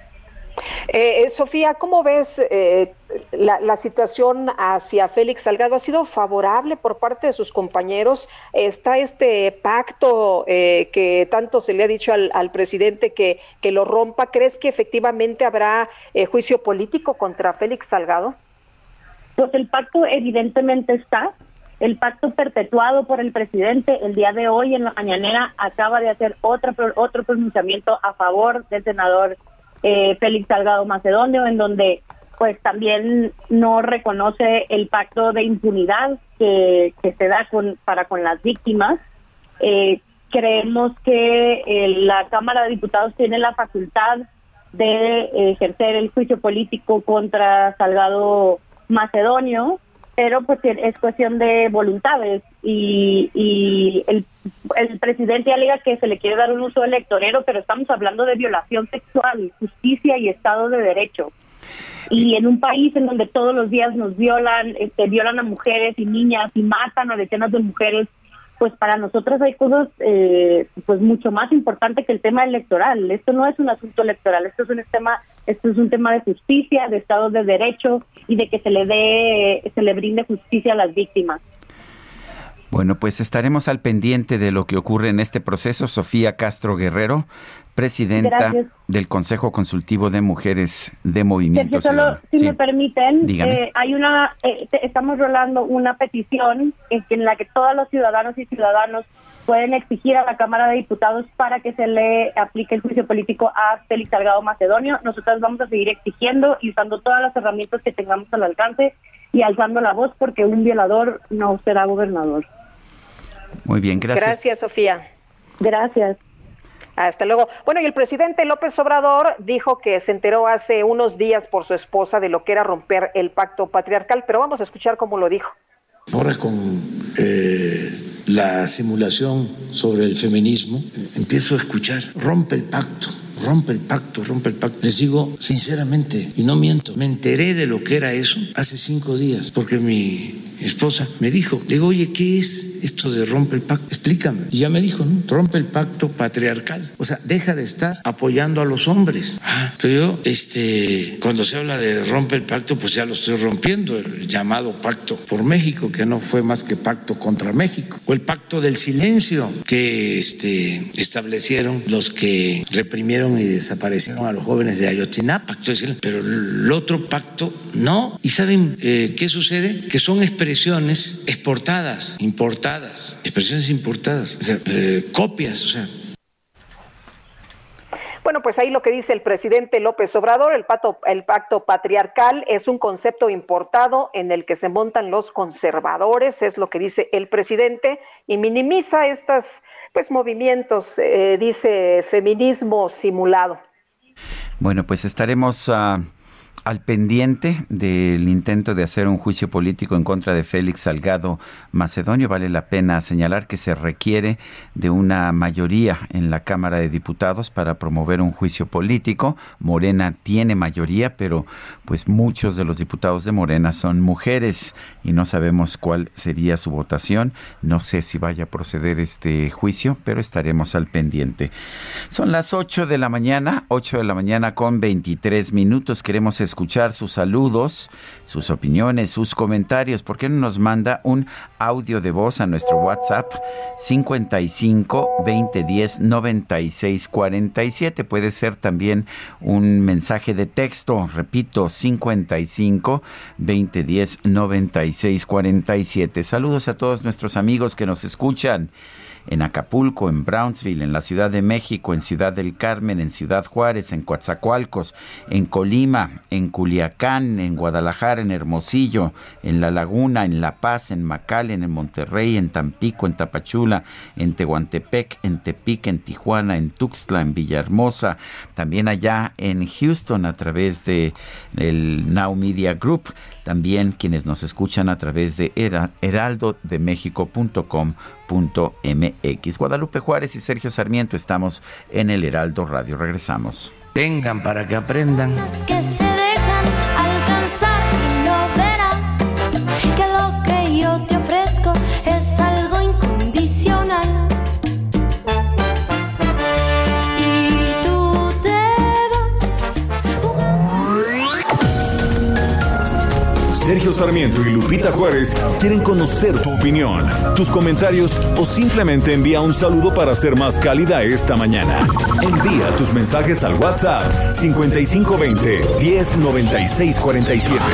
Eh, Sofía, ¿cómo ves eh, la, la situación hacia Félix Salgado? ¿Ha sido favorable por parte de sus compañeros? ¿Está este pacto eh, que tanto se le ha dicho al, al presidente que, que lo rompa? ¿Crees que efectivamente habrá eh, juicio político contra Félix Salgado? Pues el pacto evidentemente está. El pacto perpetuado por el presidente el día de hoy en la mañanera acaba de hacer otra, otro pronunciamiento a favor del senador Eh, Félix Salgado Macedonio, en donde pues también no reconoce el pacto de impunidad que, que se da con, para con las víctimas. Eh, creemos que eh, la Cámara de Diputados tiene la facultad de eh, ejercer el juicio político contra Salgado Macedonio, pero pues es cuestión de voluntades y, y el, el presidente alega que se le quiere dar un uso electorero, pero estamos hablando de violación sexual, justicia y Estado de Derecho. Y en un país en donde todos los días nos violan, este, violan a mujeres y niñas y matan a decenas de mujeres, pues para nosotros hay cosas eh, pues mucho más importantes que el tema electoral. Esto no es un asunto electoral, esto es un tema, esto es un tema de justicia, de Estado de Derecho y de que se le dé, se le brinde justicia a las víctimas. Bueno, pues estaremos al pendiente de lo que ocurre en este proceso. Sofía Castro Guerrero, presidenta Gracias. del Consejo Consultivo de Mujeres de Movimiento Sergio, solo, si sí. me permiten, eh, hay una, eh, estamos rolando una petición en, en la que todos los ciudadanos y ciudadanos pueden exigir a la Cámara de Diputados para que se le aplique el juicio político a Félix Salgado Macedonio. Nosotros vamos a seguir exigiendo y usando todas las herramientas que tengamos al alcance y alzando la voz, porque un violador no será gobernador. Muy bien, gracias. Gracias, Sofía. Gracias. Hasta luego. Bueno, y el presidente López Obrador dijo que se enteró hace unos días por su esposa de lo que era romper el pacto patriarcal, pero vamos a escuchar cómo lo dijo. Ahora con eh, la simulación sobre el feminismo, eh, empiezo a escuchar, rompe el pacto, rompe el pacto, rompe el pacto. Les digo sinceramente, y no miento, me enteré de lo que era eso hace cinco días, porque mi esposa me dijo, digo, oye, ¿qué es esto de rompe el pacto? Explícame. Y ya me dijo, ¿no? Rompe el pacto patriarcal. O sea, deja de estar apoyando a los hombres. Ah, pero yo, este, cuando se habla de rompe el pacto, pues ya lo estoy rompiendo, el llamado Pacto por México, que no fue más que pacto contra México. O el pacto del silencio que este, establecieron los que reprimieron y desaparecieron a los jóvenes de Ayotzinapa. Pacto del silencio. Pero el otro pacto, no. ¿Y saben eh, qué sucede? Que son expresiones exportadas, importadas, expresiones importadas, o sea, eh, copias, o sea. Bueno, pues ahí lo que dice el presidente López Obrador, el pacto, el pacto patriarcal es un concepto importado en el que se montan los conservadores, es lo que dice el presidente, y minimiza estos pues, movimientos, eh, dice feminismo simulado. Bueno, pues estaremos uh, al pendiente del intento de hacer un juicio político en contra de Félix Salgado Macedonio. Vale la pena señalar que se requiere de una mayoría en la Cámara de Diputados para promover un juicio político. Morena tiene mayoría, pero pues muchos de los diputados de Morena son mujeres y no sabemos cuál sería su votación. No sé si vaya a proceder este juicio, pero estaremos al pendiente. Son las ocho de la mañana, ocho de la mañana con veintitrés minutos. Queremos escuchar sus saludos, sus opiniones, sus comentarios. ¿Por qué no nos manda un audio de voz a nuestro WhatsApp cincuenta y cinco, veinte diez, noventa y seis cuarenta y siete? Puede ser también un mensaje de texto, repito, cincuenta y cinco, veinte diez, noventa y seis cuarenta y siete. Saludos a todos nuestros amigos que nos escuchan en Acapulco, en Brownsville, en la Ciudad de México, en Ciudad del Carmen, en Ciudad Juárez, en Coatzacoalcos, en Colima, en Culiacán, en Guadalajara, en Hermosillo, en La Laguna, en La Paz, en McAllen, en Monterrey, en Tampico, en Tapachula, en Tehuantepec, en Tepic, en Tijuana, en Tuxtla, en Villahermosa, también allá en Houston a través de el Now Media Group. También quienes nos escuchan a través de heraldo de méxico punto com punto m x. Guadalupe Juárez y Sergio Sarmiento estamos en el Heraldo Radio. Regresamos. Vengan para que aprendan. Que se dejan alcanzar y no verás que lo que yo te ofrezco es algo incondicional. Y tú te Sergio Sarmiento y Lupita Juárez quieren conocer tu opinión, tus comentarios o simplemente envía un saludo para ser más cálida esta mañana. Envía tus mensajes al WhatsApp cincuenta y cinco veinte, diez noventa y seis cuarenta y siete.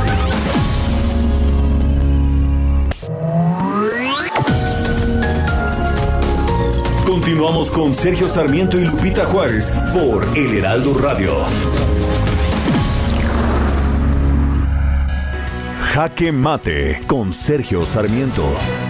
Continuamos con Sergio Sarmiento y Lupita Juárez por El Heraldo Radio. Jaque Mate con Sergio Sarmiento.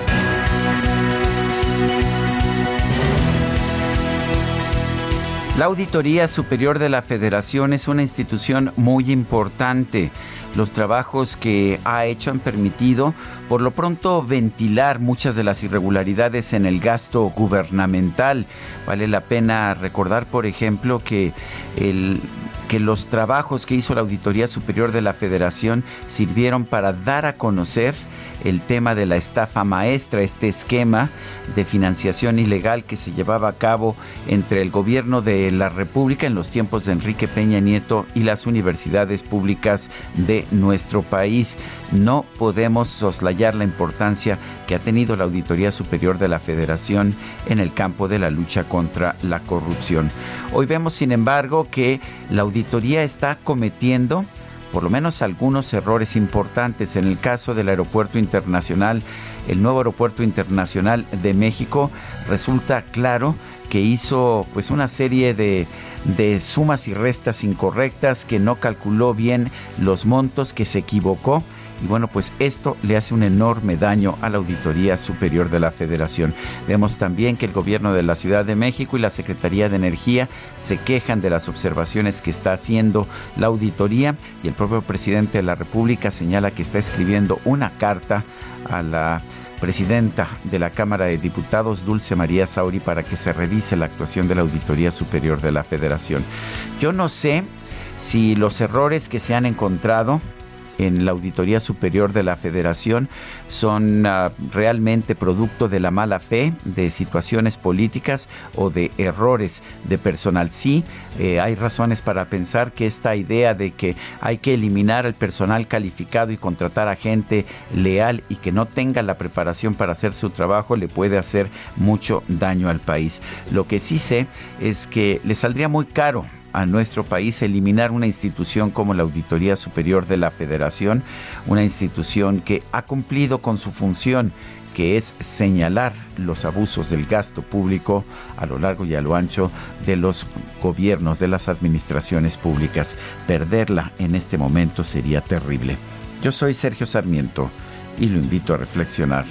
La Auditoría Superior de la Federación es una institución muy importante. Los trabajos que ha hecho han permitido, por lo pronto, ventilar muchas de las irregularidades en el gasto gubernamental. Vale la pena recordar, por ejemplo, que el... que los trabajos que hizo la Auditoría Superior de la Federación sirvieron para dar a conocer el tema de la estafa maestra, este esquema de financiación ilegal que se llevaba a cabo entre el gobierno de la República en los tiempos de Enrique Peña Nieto y las universidades públicas de nuestro país. No podemos soslayar la importancia que ha tenido la Auditoría Superior de la Federación en el campo de la lucha contra la corrupción. Hoy vemos, sin embargo, que la auditoría está cometiendo por lo menos algunos errores importantes. En el caso del aeropuerto internacional, el nuevo aeropuerto internacional de México, resulta claro que hizo pues una serie de, de sumas y restas incorrectas, que no calculó bien los montos, que se equivocó. Y bueno, pues esto le hace un enorme daño a la Auditoría Superior de la Federación. Vemos también que el gobierno de la Ciudad de México y la Secretaría de Energía se quejan de las observaciones que está haciendo la auditoría, y el propio presidente de la República señala que está escribiendo una carta a la presidenta de la Cámara de Diputados, Dulce María Sauri, para que se revise la actuación de la Auditoría Superior de la Federación. Yo no sé si los errores que se han encontrado en la Auditoría Superior de la Federación son uh, realmente producto de la mala fe, de situaciones políticas o de errores de personal. Sí, eh, hay razones para pensar que esta idea de que hay que eliminar al personal calificado y contratar a gente leal y que no tenga la preparación para hacer su trabajo le puede hacer mucho daño al país. Lo que sí sé es que le saldría muy caro a nuestro país eliminar una institución como la Auditoría Superior de la Federación, una institución que ha cumplido con su función, que es señalar los abusos del gasto público a lo largo y a lo ancho de los gobiernos, de las administraciones públicas. Perderla en este momento sería terrible. Yo soy Sergio Sarmiento y lo invito a reflexionar.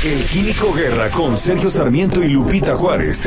El Químico Guerra con Sergio Sarmiento y Lupita Juárez.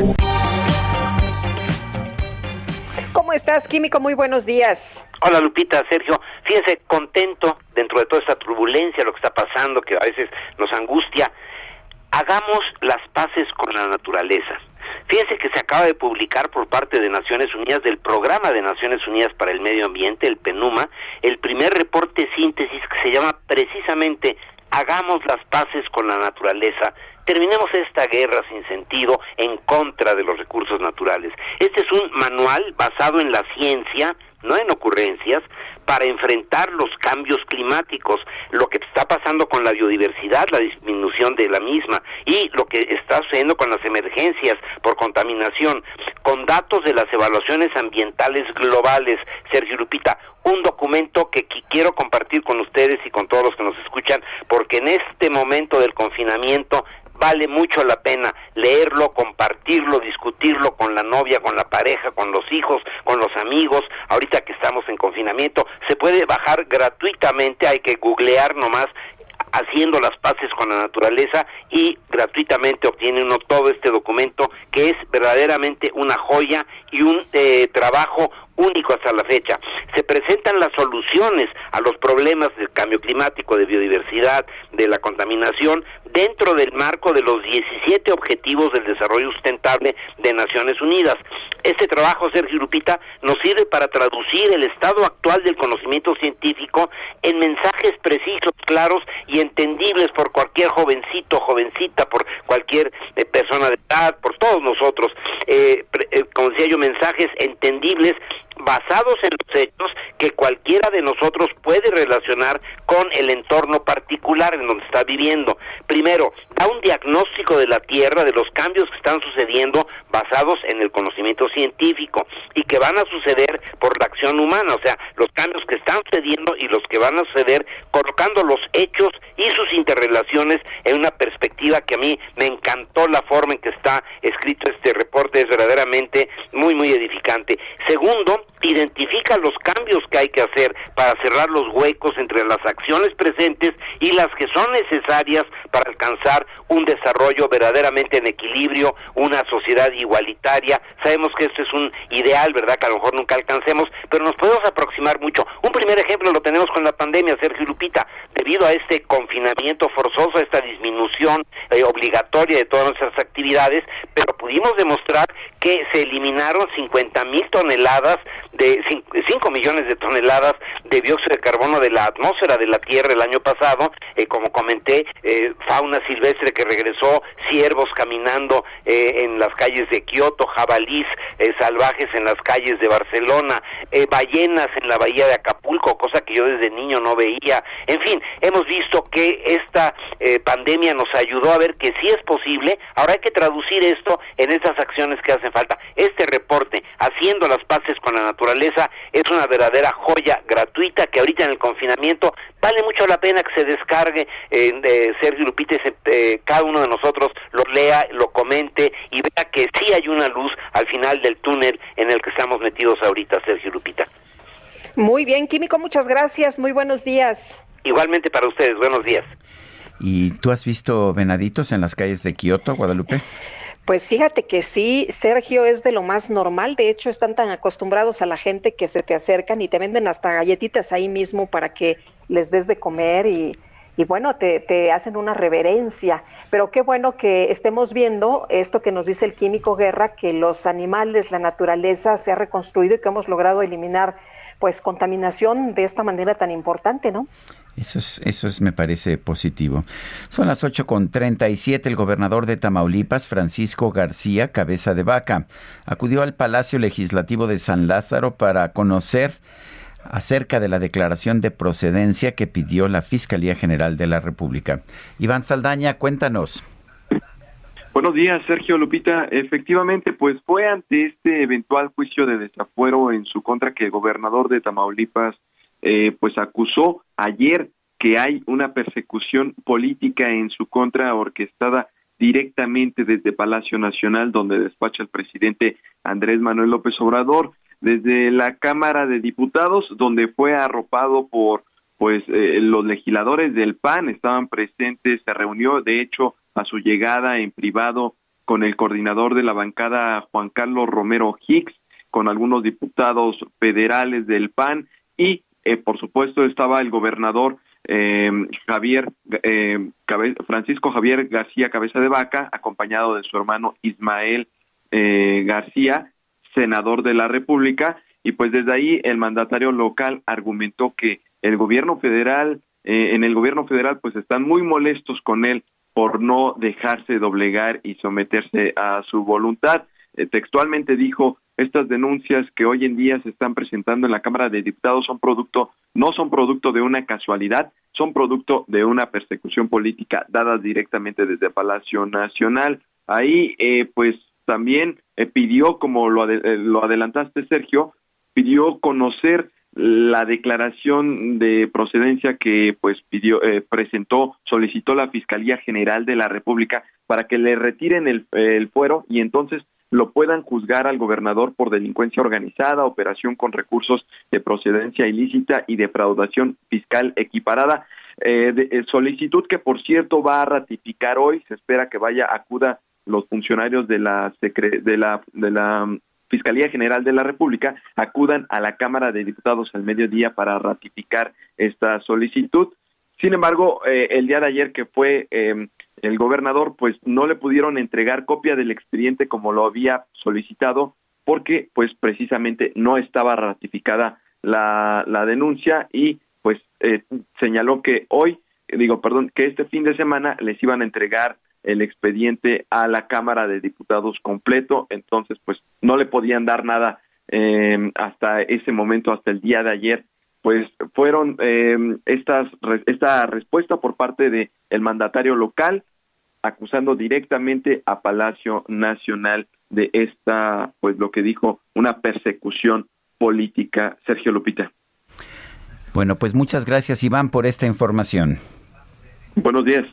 ¿Cómo estás, Químico? Muy buenos días. Hola, Lupita, Sergio. Fíjense, contento dentro de toda esta turbulencia, lo que está pasando, que a veces nos angustia. Hagamos las paces con la naturaleza. Fíjense que se acaba de publicar por parte de Naciones Unidas, del Programa de Naciones Unidas para el Medio Ambiente, el PENUMA, el primer reporte síntesis que se llama precisamente Hagamos las paces con la naturaleza. Terminemos esta guerra sin sentido en contra de los recursos naturales. Este es un manual basado en la ciencia, no en ocurrencias, para enfrentar los cambios climáticos, lo que está pasando con la biodiversidad, la disminución de la misma, y lo que está sucediendo con las emergencias por contaminación, con datos de las evaluaciones ambientales globales. Sergio, Lupita, un documento que quiero compartir con ustedes y con todos los que nos escuchan, porque en este momento del confinamiento vale mucho la pena leerlo, compartirlo, discutirlo con la novia, con la pareja, con los hijos, con los amigos. Ahorita que estamos en confinamiento, se puede bajar gratuitamente, hay que googlear nomás Haciendo las paces con la naturaleza, y gratuitamente obtiene uno todo este documento, que es verdaderamente una joya y un eh, trabajo único hasta la fecha. Se presentan las soluciones a los problemas del cambio climático, de biodiversidad, de la contaminación, dentro del marco de los diecisiete Objetivos del Desarrollo Sustentable de Naciones Unidas. Este trabajo, Sergio, Lupita, nos sirve para traducir el estado actual del conocimiento científico en mensajes precisos, claros y entendibles por cualquier jovencito, jovencita, por cualquier eh, persona de edad, por todos nosotros. Eh, pre, eh, como decía yo, mensajes entendibles, basados en los hechos que cualquiera de nosotros puede relacionar con el entorno particular en donde está viviendo. Primero, da un diagnóstico de la Tierra, de los cambios que están sucediendo basados en el conocimiento científico y que van a suceder por la acción humana, o sea, los cambios que están sucediendo y los que van a suceder, colocando los hechos y sus interrelaciones en una perspectiva que a mí me encantó la forma en que está escrito este reporte, es verdaderamente muy, muy edificante. Segundo, identifica los cambios que hay que hacer para cerrar los huecos entre las acciones presentes y las que son necesarias para alcanzar un desarrollo verdaderamente en equilibrio, una sociedad igualitaria. Sabemos que esto es un ideal, ¿verdad?, que a lo mejor nunca alcancemos, pero nos podemos aproximar mucho. Un primer ejemplo lo tenemos con la pandemia, Sergio, Lupita. Debido a este confinamiento forzoso, a esta disminución eh, obligatoria de todas nuestras actividades, pero pudimos demostrar que se eliminaron cincuenta mil toneladas de cinco millones de toneladas de dióxido de carbono de la atmósfera de la Tierra el año pasado. Eh, como comenté, eh, fauna silvestre que regresó, ciervos caminando eh, en las calles de Kioto, jabalís eh, salvajes en las calles de Barcelona, eh, ballenas en la bahía de Acapulco, cosa que yo desde niño no veía. En fin, hemos visto que esta eh, pandemia nos ayudó a ver que sí es posible. Ahora hay que traducir esto en estas acciones que hacen falta. Este reporte, Haciendo las paces con la naturaleza, es una verdadera joya gratuita que ahorita en el confinamiento vale mucho la pena que se descargue. eh, de Sergio, Lupita, eh, cada uno de nosotros lo lea, lo comente y vea que sí hay una luz al final del túnel en el que estamos metidos ahorita, Sergio, Lupita. Muy bien, Químico, muchas gracias, muy buenos días. Igualmente para ustedes, buenos días. ¿Y tú has visto venaditos en las calles de Kioto, Guadalupe? Pues fíjate que sí, Sergio, es de lo más normal. De hecho, están tan acostumbrados a la gente que se te acercan y te venden hasta galletitas ahí mismo para que les des de comer y, y bueno, te, te hacen una reverencia. Pero qué bueno que estemos viendo esto que nos dice el Químico Guerra, que los animales, la naturaleza se ha reconstruido y que hemos logrado eliminar pues contaminación de esta manera tan importante, ¿no? Eso es, eso es, me parece positivo. Son las ocho con treinta y siete. El gobernador de Tamaulipas, Francisco García Cabeza de Vaca, acudió al Palacio Legislativo de San Lázaro para conocer acerca de la declaración de procedencia que pidió la Fiscalía General de la República. Iván Saldaña, cuéntanos. Buenos días, Sergio, Lupita. Efectivamente, pues fue ante este eventual juicio de desafuero en su contra que el gobernador de Tamaulipas eh, pues acusó ayer que hay una persecución política en su contra orquestada directamente desde Palacio Nacional, donde despacha el presidente Andrés Manuel López Obrador, desde la Cámara de Diputados, donde fue arropado por pues eh, los legisladores del P A N, estaban presentes, se reunió de hecho a su llegada en privado con el coordinador de la bancada, Juan Carlos Romero Hicks, con algunos diputados federales del P A N y, eh, por supuesto, estaba el gobernador eh, Javier eh, Cabe- Francisco Javier García Cabeza de Vaca, acompañado de su hermano Ismael eh, García, senador de la República, y pues desde ahí el mandatario local argumentó que el gobierno federal, eh, en el gobierno federal pues están muy molestos con él por no dejarse doblegar y someterse a su voluntad. Eh, textualmente dijo: estas denuncias que hoy en día se están presentando en la Cámara de Diputados son producto, no son producto de una casualidad, son producto de una persecución política dada directamente desde Palacio Nacional. Ahí, eh, pues, también eh, pidió, como lo, ade- eh, lo adelantaste, Sergio, pidió conocer la declaración de procedencia que pues pidió, eh, presentó, solicitó la Fiscalía General de la República para que le retiren el, el fuero y entonces lo puedan juzgar al gobernador por delincuencia organizada, operación con recursos de procedencia ilícita y defraudación fiscal equiparada. Eh, de, eh, solicitud que, por cierto, va a ratificar hoy. Se espera que vaya, acuda los funcionarios de la secre, de la de la Fiscalía General de la República, acudan a la Cámara de Diputados al mediodía para ratificar esta solicitud. Sin embargo, eh, el día de ayer que fue eh, el gobernador, pues no le pudieron entregar copia del expediente como lo había solicitado, porque pues precisamente no estaba ratificada la, la denuncia y pues eh, señaló que hoy, digo, perdón, que este fin de semana les iban a entregar el expediente a la Cámara de Diputados completo, entonces pues no le podían dar nada eh, hasta ese momento, hasta el día de ayer. Pues fueron eh, estas esta respuesta por parte de el mandatario local, acusando directamente a Palacio Nacional de esta, pues lo que dijo, una persecución política. Sergio, Lupita. Bueno, pues muchas gracias, Iván, por esta información. Buenos días.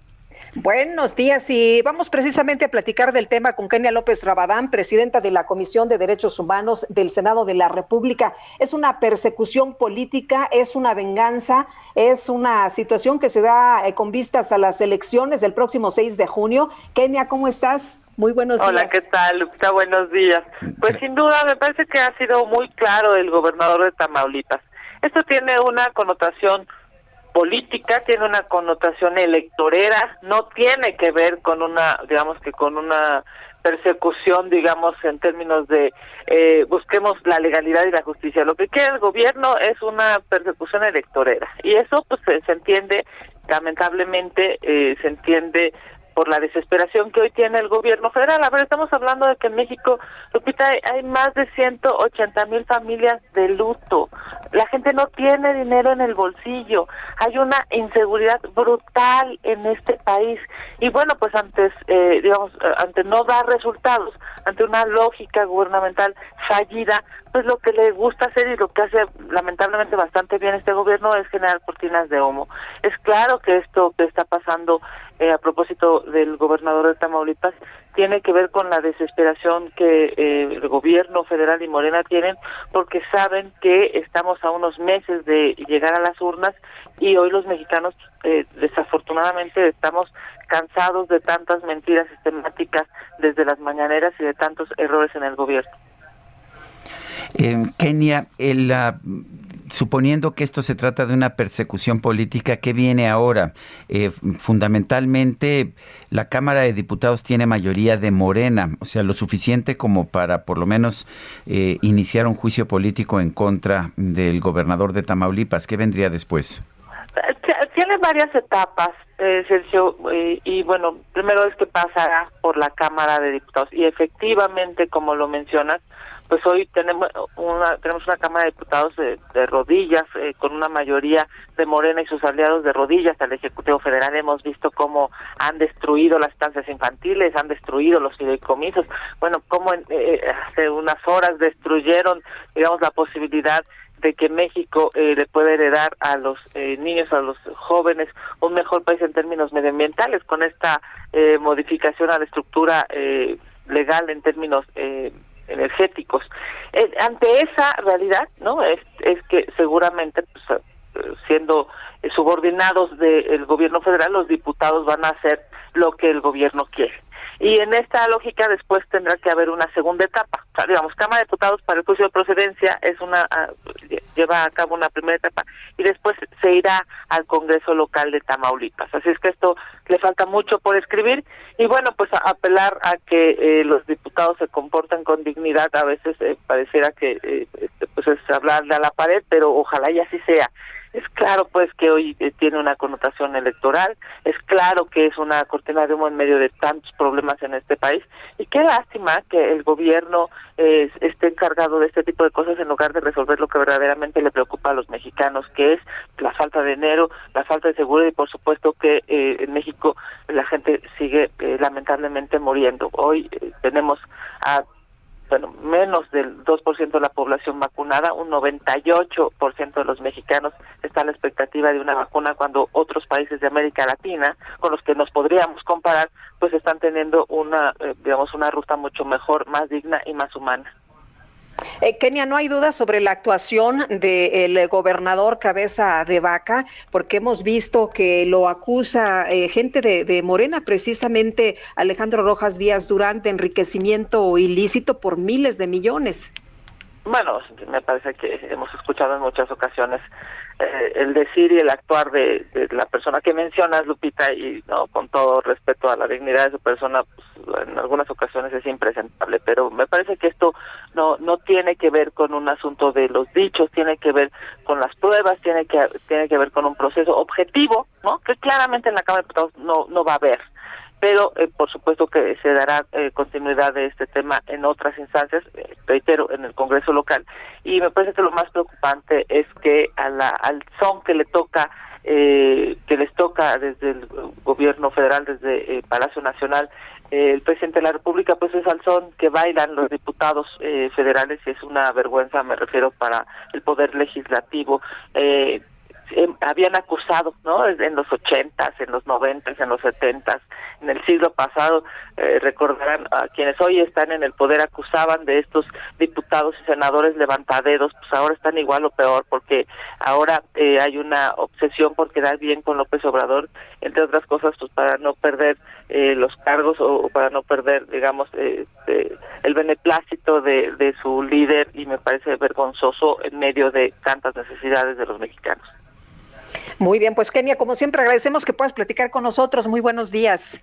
Buenos días, y vamos precisamente a platicar del tema con Kenia López Rabadán, presidenta de la Comisión de Derechos Humanos del Senado de la República. ¿Es una persecución política? ¿Es una venganza? ¿Es una situación que se da eh, con vistas a las elecciones del próximo seis de junio? Kenia, ¿cómo estás? Muy buenos días. Hola, ¿qué tal, Lupita? Buenos días. Pues sin duda me parece que ha sido muy claro el gobernador de Tamaulipas. Esto tiene una connotación política, tiene una connotación electorera, no tiene que ver con una, digamos que con una persecución, digamos, en términos de eh, busquemos la legalidad y la justicia. Lo que quiere el gobierno es una persecución electorera y eso pues se, se entiende, lamentablemente eh, se entiende por la desesperación que hoy tiene el gobierno federal. A ver, estamos hablando de que en México, Lupita, hay, hay más de ciento ochenta mil familias de luto. La gente no tiene dinero en el bolsillo. Hay una inseguridad brutal en este país. Y bueno, pues antes, eh, digamos, ante no dar resultados, ante una lógica gubernamental fallida, pues lo que le gusta hacer y lo que hace lamentablemente bastante bien este gobierno es generar cortinas de humo. Es claro que esto que está pasando eh, a propósito del gobernador de Tamaulipas tiene que ver con la desesperación que eh, el gobierno federal y Morena tienen, porque saben que estamos a unos meses de llegar a las urnas y hoy los mexicanos eh, desafortunadamente estamos cansados de tantas mentiras sistemáticas desde las mañaneras y de tantos errores en el gobierno. Eh, Kenia, el, uh, suponiendo que esto se trata de una persecución política, ¿qué viene ahora? Eh, fundamentalmente, la Cámara de Diputados tiene mayoría de Morena, o sea, lo suficiente como para por lo menos eh, iniciar un juicio político en contra del gobernador de Tamaulipas. ¿Qué vendría después? Tiene varias etapas, eh, Sergio, eh, y bueno, primero es que pasará por la Cámara de Diputados y efectivamente, como lo mencionas, pues hoy tenemos una tenemos una Cámara de Diputados de, de rodillas, eh, con una mayoría de Morena y sus aliados de rodillas al Ejecutivo Federal. Hemos visto cómo han destruido las estancias infantiles, han destruido los fideicomisos, bueno, cómo en, eh, hace unas horas destruyeron, digamos, la posibilidad de que México eh, le pueda heredar a los eh, niños, a los jóvenes, un mejor país en términos medioambientales, con esta eh, modificación a la estructura eh, legal en términos eh, energéticos. Eh, ante esa realidad, ¿no? Es, es que seguramente pues, siendo eh, subordinados del gobierno federal, los diputados van a hacer lo que el gobierno quiere. Y en esta lógica después tendrá que haber una segunda etapa. O sea, digamos, Cámara de Diputados para el juicio de procedencia es una lleva a cabo una primera etapa y después se irá al Congreso local de Tamaulipas. Así es que esto le falta mucho por escribir y bueno, pues a apelar a que eh, los diputados se comportan con dignidad. A veces eh, pareciera que eh, pues es hablarle a la pared, pero ojalá y así sea. Es claro, pues, que hoy eh, tiene una connotación electoral, es claro que es una cortina de humo en medio de tantos problemas en este país, y qué lástima que el gobierno eh, esté encargado de este tipo de cosas en lugar de resolver lo que verdaderamente le preocupa a los mexicanos, que es la falta de dinero, la falta de seguridad y, por supuesto, que eh, en México la gente sigue eh, lamentablemente muriendo. Hoy eh, tenemos a bueno, menos del dos por ciento de la población vacunada, un noventa y ocho por ciento de los mexicanos está a la expectativa de una vacuna, cuando otros países de América Latina, con los que nos podríamos comparar, pues están teniendo una, eh, digamos, una ruta mucho mejor, más digna y más humana. Eh, Kenia, no hay duda sobre la actuación del gobernador Cabeza de Vaca, porque hemos visto que lo acusa eh, gente de, de Morena, precisamente Alejandro Rojas Díaz Durán, de enriquecimiento ilícito por miles de millones. Bueno, me parece que hemos escuchado en muchas ocasiones eh, el decir y el actuar de, de la persona que mencionas, Lupita, y no, con todo respeto a la dignidad de su persona, pues, en algunas ocasiones es impresentable, pero me parece que esto no no tiene que ver con un asunto de los dichos, tiene que ver con las pruebas, tiene que tiene que ver con un proceso objetivo, ¿no? Que claramente en la Cámara de Diputados no no va a haber. Pero, eh, por supuesto, que se dará eh, continuidad de este tema en otras instancias, eh, reitero, en el Congreso local. Y me parece que lo más preocupante es que a la, al son que le toca, eh, que les toca desde el gobierno federal, desde eh, Palacio Nacional, eh, el presidente de la República, pues es al son que bailan los diputados eh, federales, y es una vergüenza, me refiero, para el Poder Legislativo. Eh, Eh, habían acusado, ¿no? En los ochentas, en los noventas, en los setentas, en el siglo pasado, eh, recordarán a quienes hoy están en el poder, acusaban de estos diputados y senadores levantaderos, pues ahora están igual o peor, porque ahora eh, hay una obsesión por quedar bien con López Obrador, entre otras cosas, pues para no perder eh, los cargos o, o para no perder, digamos, eh, eh, el beneplácito de, de su líder, y me parece vergonzoso en medio de tantas necesidades de los mexicanos. Muy bien, pues Kenia, como siempre agradecemos que puedas platicar con nosotros. Muy buenos días.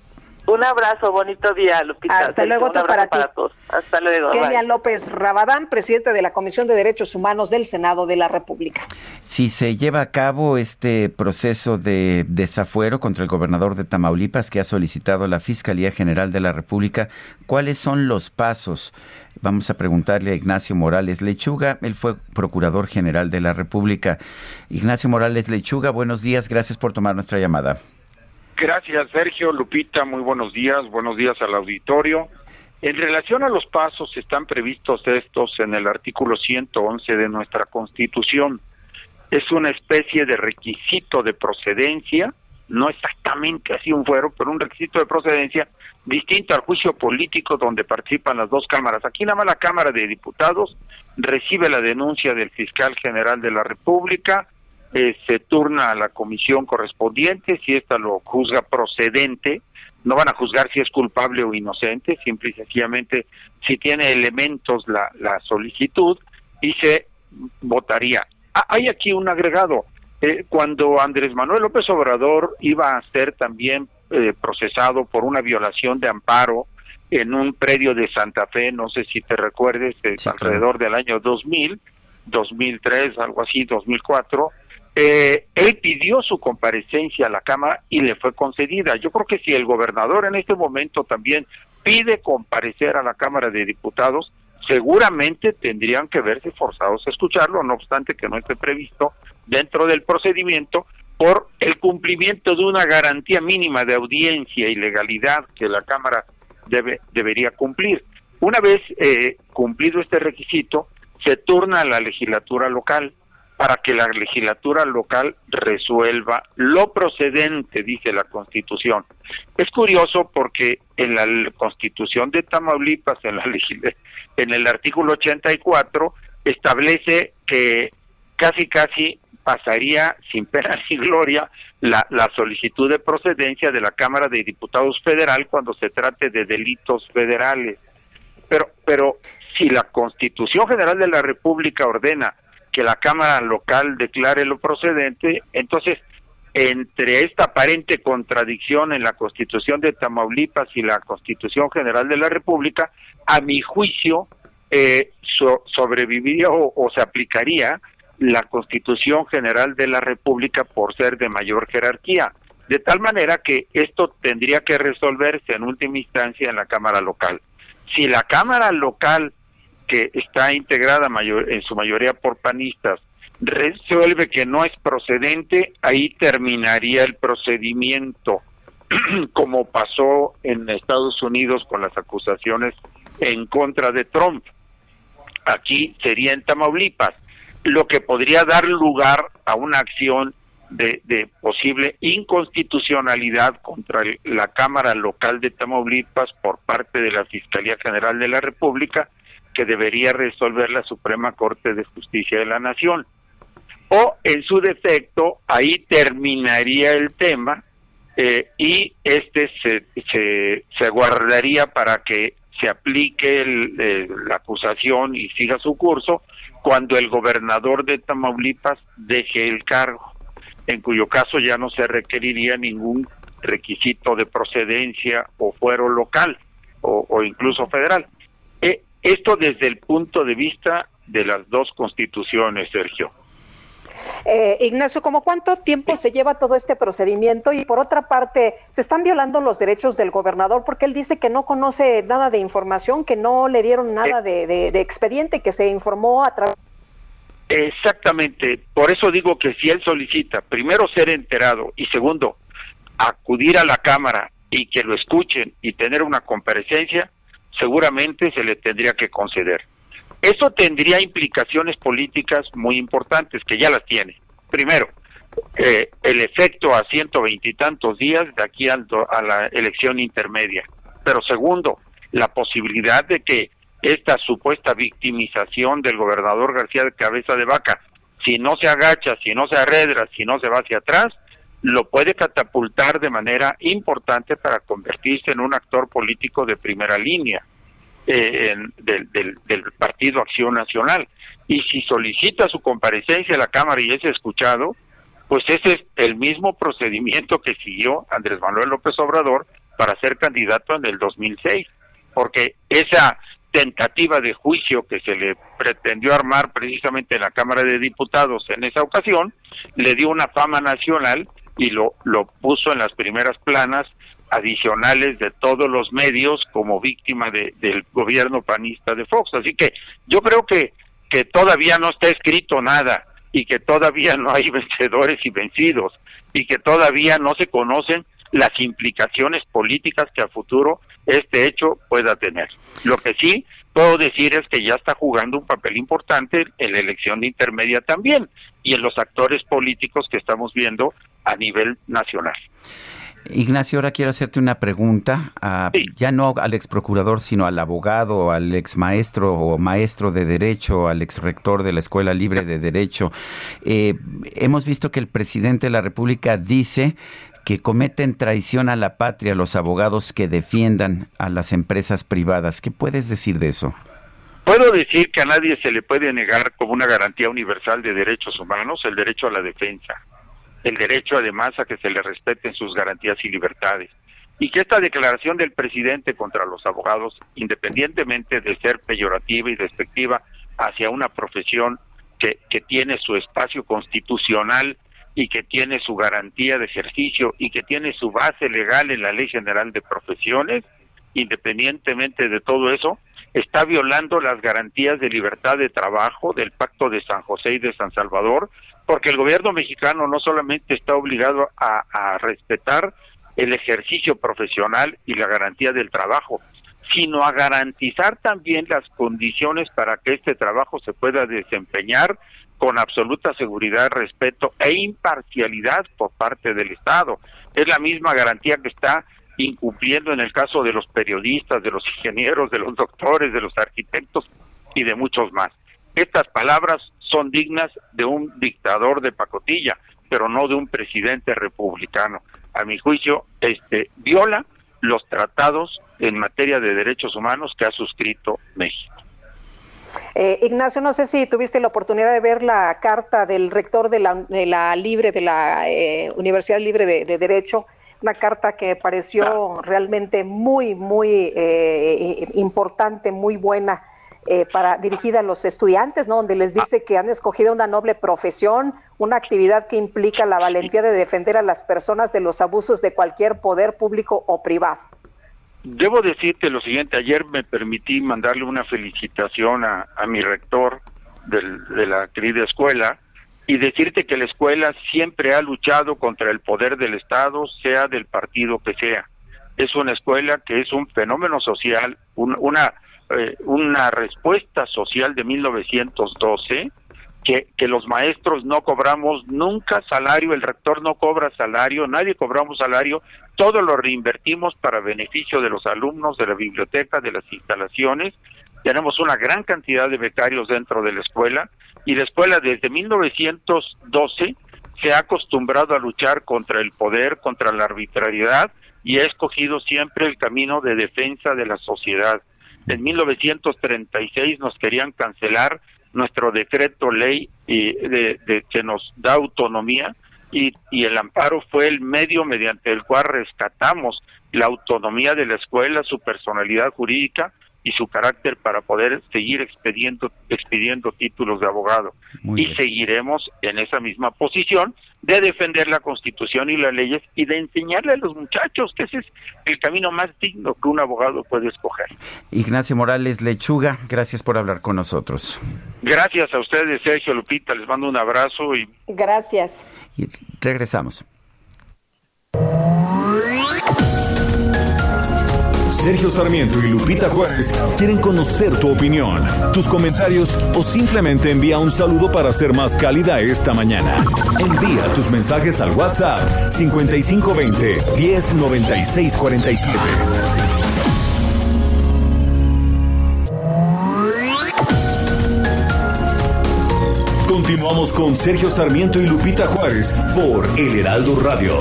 Un abrazo, bonito día, Lupita. Hasta luego, un abrazo para, para ti. todos. Hasta luego. Kenia Bye. López Rabadán, presidente de la Comisión de Derechos Humanos del Senado de la República. Si se lleva a cabo este proceso de desafuero contra el gobernador de Tamaulipas que ha solicitado la Fiscalía General de la República, ¿cuáles son los pasos? Vamos a preguntarle a Ignacio Morales Lechuga, él fue Procurador General de la República. Ignacio Morales Lechuga, buenos días, gracias por tomar nuestra llamada. Gracias, Sergio, Lupita, muy buenos días, buenos días al auditorio. En relación a los pasos, están previstos estos en el artículo ciento once de nuestra Constitución. Es una especie de requisito de procedencia, no exactamente así un fuero, pero un requisito de procedencia distinto al juicio político donde participan las dos cámaras. Aquí nada más la Cámara de Diputados recibe la denuncia del fiscal general de la República, eh, se turna a la comisión correspondiente, si ésta lo juzga procedente, no van a juzgar si es culpable o inocente, simple y sencillamente si tiene elementos la, la solicitud, y se votaría. Ah, hay aquí un agregado. Eh, cuando Andrés Manuel López Obrador iba a ser también eh, procesado por una violación de amparo en un predio de Santa Fe, no sé si te recuerdes, eh, sí, alrededor claro. del año dos mil, dos mil tres, algo así, dos mil cuatro, eh, él pidió su comparecencia a la Cámara y le fue concedida. Yo creo que si el gobernador en este momento también pide comparecer a la Cámara de Diputados, seguramente tendrían que verse forzados a escucharlo, no obstante que no esté previsto dentro del procedimiento, por el cumplimiento de una garantía mínima de audiencia y legalidad que la Cámara debe debería cumplir. Una vez eh, cumplido este requisito, se turna a la legislatura local para que la legislatura local resuelva lo procedente, dice la Constitución. Es curioso porque en la Constitución de Tamaulipas, en la legis- en el artículo ochenta y cuatro, establece que casi casi pasaría sin pena ni gloria la, la solicitud de procedencia de la Cámara de Diputados Federal cuando se trate de delitos federales. Pero, pero si la Constitución General de la República ordena que la Cámara local declare lo procedente, entonces, entre esta aparente contradicción en la Constitución de Tamaulipas y la Constitución General de la República, a mi juicio, eh, so, sobreviviría o, o se aplicaría la Constitución General de la República por ser de mayor jerarquía, de tal manera que esto tendría que resolverse en última instancia en la Cámara local. Si la Cámara local, que está integrada mayor, en su mayoría por panistas, resuelve que no es procedente, ahí terminaría el procedimiento, como pasó en Estados Unidos con las acusaciones en contra de Trump. Aquí sería en Tamaulipas, lo que podría dar lugar a una acción de, de posible inconstitucionalidad contra el, la Cámara local de Tamaulipas por parte de la Fiscalía General de la República, que debería resolver la Suprema Corte de Justicia de la Nación. O, en su defecto, ahí terminaría el tema eh, y este se, se, se guardaría para que se aplique el, eh, la acusación y siga su curso cuando el gobernador de Tamaulipas deje el cargo, en cuyo caso ya no se requeriría ningún requisito de procedencia o fuero local o, o incluso federal. Eh, esto desde el punto de vista de las dos constituciones, Sergio. Eh, Ignacio, ¿cómo cuánto tiempo se lleva todo este procedimiento? Y por otra parte, ¿se están violando los derechos del gobernador? Porque él dice que no conoce nada de información, que no le dieron nada de, de, de expediente, que se informó a través... Exactamente, por eso digo que si él solicita, primero ser enterado y segundo, acudir a la Cámara y que lo escuchen y tener una comparecencia, seguramente se le tendría que conceder. Eso tendría implicaciones políticas muy importantes, que ya las tiene. Primero, eh, el efecto a ciento veintitantos días de aquí a, a la elección intermedia. Pero segundo, la posibilidad de que esta supuesta victimización del gobernador García de Cabeza de Vaca, si no se agacha, si no se arredra, si no se va hacia atrás, lo puede catapultar de manera importante para convertirse en un actor político de primera línea. Eh, en, del, del, del Partido Acción Nacional, y si solicita su comparecencia a la Cámara y es escuchado, pues ese es el mismo procedimiento que siguió Andrés Manuel López Obrador para ser candidato en el dos mil seis, porque esa tentativa de juicio que se le pretendió armar precisamente en la Cámara de Diputados en esa ocasión, le dio una fama nacional y lo, lo puso en las primeras planas adicionales de todos los medios como víctima de, del gobierno panista de Fox. Así que yo creo que, que todavía no está escrito nada y que todavía no hay vencedores y vencidos y que todavía no se conocen las implicaciones políticas que a futuro este hecho pueda tener. Lo que sí puedo decir es que ya está jugando un papel importante en la elección de intermedia también y en los actores políticos que estamos viendo a nivel nacional. Ignacio, ahora quiero hacerte una pregunta, uh, sí. ya no al ex procurador, sino al abogado, al ex maestro o maestro de Derecho, al ex rector de la Escuela Libre de Derecho. Eh, hemos visto que el presidente de la República dice que cometen traición a la patria los abogados que defiendan a las empresas privadas. ¿Qué puedes decir de eso? Puedo decir que a nadie se le puede negar como una garantía universal de derechos humanos el derecho a la defensa. El derecho además a que se le respeten sus garantías y libertades, y que esta declaración del presidente contra los abogados, independientemente de ser peyorativa y despectiva hacia una profesión que, que tiene su espacio constitucional y que tiene su garantía de ejercicio y que tiene su base legal en la Ley General de Profesiones, independientemente de todo eso, está violando las garantías de libertad de trabajo del Pacto de San José y de San Salvador, porque el gobierno mexicano no solamente está obligado a, a respetar el ejercicio profesional y la garantía del trabajo, sino a garantizar también las condiciones para que este trabajo se pueda desempeñar con absoluta seguridad, respeto e imparcialidad por parte del Estado. Es la misma garantía que está incumpliendo en el caso de los periodistas, de los ingenieros, de los doctores, de los arquitectos y de muchos más. Estas palabras son dignas de un dictador de pacotilla, pero no de un presidente republicano. A mi juicio, este viola los tratados en materia de derechos humanos que ha suscrito México. Eh, Ignacio, no sé si tuviste la oportunidad de ver la carta del rector de la, de la Libre, de la eh, Universidad Libre de, de Derecho, una carta que pareció ah. realmente muy, muy eh, importante, muy buena, eh, para dirigida a los estudiantes, ¿no? Donde les dice ah. que han escogido una noble profesión, una actividad que implica la valentía de defender a las personas de los abusos de cualquier poder público o privado. Debo decirte lo siguiente, ayer me permití mandarle una felicitación a, a mi rector del, de la querida escuela y decirte que la escuela siempre ha luchado contra el poder del Estado, sea del partido que sea. Es una escuela que es un fenómeno social, un, una, eh, una respuesta social de mil novecientos doce, que, que los maestros no cobramos nunca salario, el rector no cobra salario, nadie cobramos salario, todo lo reinvertimos para beneficio de los alumnos, de la biblioteca, de las instalaciones. Tenemos una gran cantidad de becarios dentro de la escuela, y la escuela desde mil novecientos doce se ha acostumbrado a luchar contra el poder, contra la arbitrariedad, y ha escogido siempre el camino de defensa de la sociedad. En mil novecientos treinta y seis nos querían cancelar nuestro decreto ley y de, de que nos da autonomía, y, y el amparo fue el medio mediante el cual rescatamos la autonomía de la escuela, su personalidad jurídica y su carácter para poder seguir expediendo, expidiendo títulos de abogado. Muy y bien. Seguiremos en esa misma posición de defender la Constitución y las leyes y de enseñarle a los muchachos que ese es el camino más digno que un abogado puede escoger. Ignacio Morales Lechuga, gracias por hablar con nosotros. Gracias a ustedes, Sergio, Lupita, les mando un abrazo y... Gracias. Y regresamos. Sergio Sarmiento y Lupita Juárez quieren conocer tu opinión, tus comentarios o simplemente envía un saludo para ser más cálida esta mañana. Envía tus mensajes al WhatsApp cincuenta y cinco veinte, diez noventa y seis cuarenta y siete. Continuamos con Sergio Sarmiento y Lupita Juárez por El Heraldo Radio.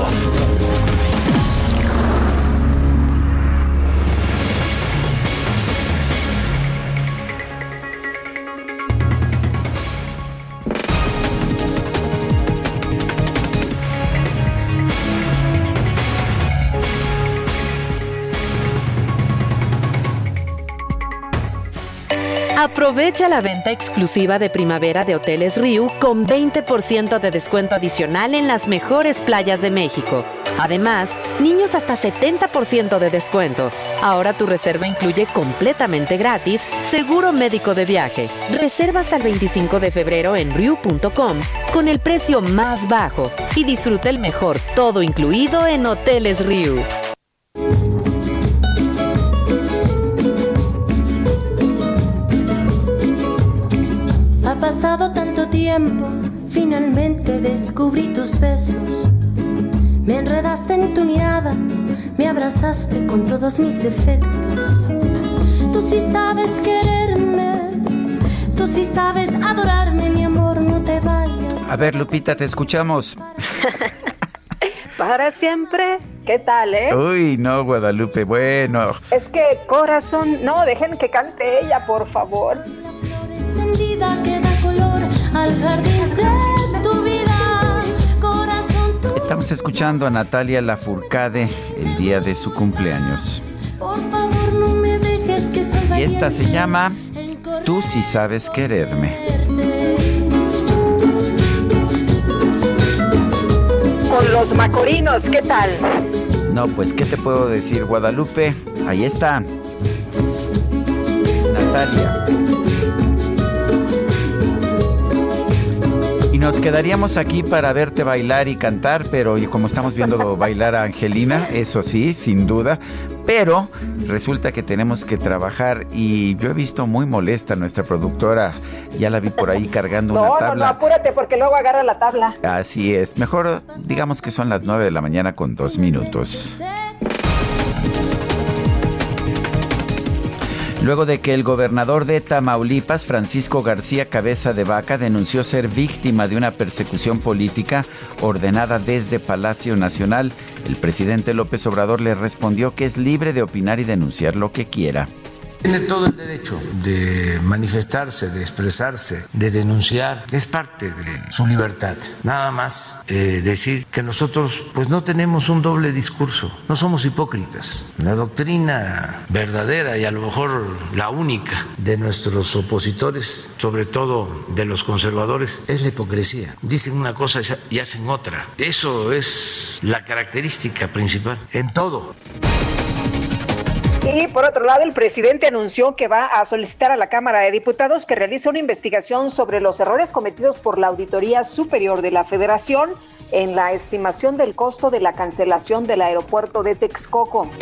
Aprovecha la venta exclusiva de primavera de Hoteles Riu con veinte por ciento de descuento adicional en las mejores playas de México. Además, niños hasta setenta por ciento de descuento. Ahora tu reserva incluye completamente gratis seguro médico de viaje. Reserva hasta el veinticinco de febrero en riu punto com con el precio más bajo y disfruta el mejor todo incluido en Hoteles Riu. Ha pasado tanto tiempo, finalmente descubrí tus besos. Me enredaste en tu mirada, me abrazaste con todos mis defectos. Tú sí sabes quererme, tú sí sabes adorarme, mi amor, no te vayas. A ver, Lupita, te escuchamos. Para siempre, ¿qué tal, eh? Uy, no, Guadalupe, bueno. Es que corazón, no, dejen que cante ella, por favor. Que da color al jardín de tu vida, corazón. Estamos escuchando a Natalia Lafourcade el día de su cumpleaños. Por favor, no me dejes que soy y esta se llama Tú sí sabes quererme. Con los macorinos, ¿qué tal? No, pues, ¿qué te puedo decir, Guadalupe? Ahí está. Natalia. Nos quedaríamos aquí para verte bailar y cantar, pero como estamos viendo bailar a Angelina, eso sí, sin duda, pero resulta que tenemos que trabajar y yo he visto muy molesta a nuestra productora, ya la vi por ahí cargando no, una tabla. No, no, apúrate porque luego agarra la tabla. Así es, mejor digamos que son las nueve de la mañana con dos minutos. Luego de que el gobernador de Tamaulipas, Francisco García Cabeza de Vaca, denunció ser víctima de una persecución política ordenada desde Palacio Nacional, el presidente López Obrador le respondió que es libre de opinar y denunciar lo que quiera. Tiene todo el derecho de manifestarse, de expresarse, de denunciar. Es parte de su libertad. Nada más eh, decir que nosotros pues no tenemos un doble discurso, no somos hipócritas. La doctrina verdadera y a lo mejor la única de nuestros opositores, sobre todo de los conservadores, es la hipocresía. Dicen una cosa y hacen otra. Eso es la característica principal en todo. Y por otro lado, el presidente anunció que va a solicitar a la Cámara de Diputados que realice una investigación sobre los errores cometidos por la Auditoría Superior de la Federación en la estimación del costo de la cancelación del aeropuerto de Texcoco.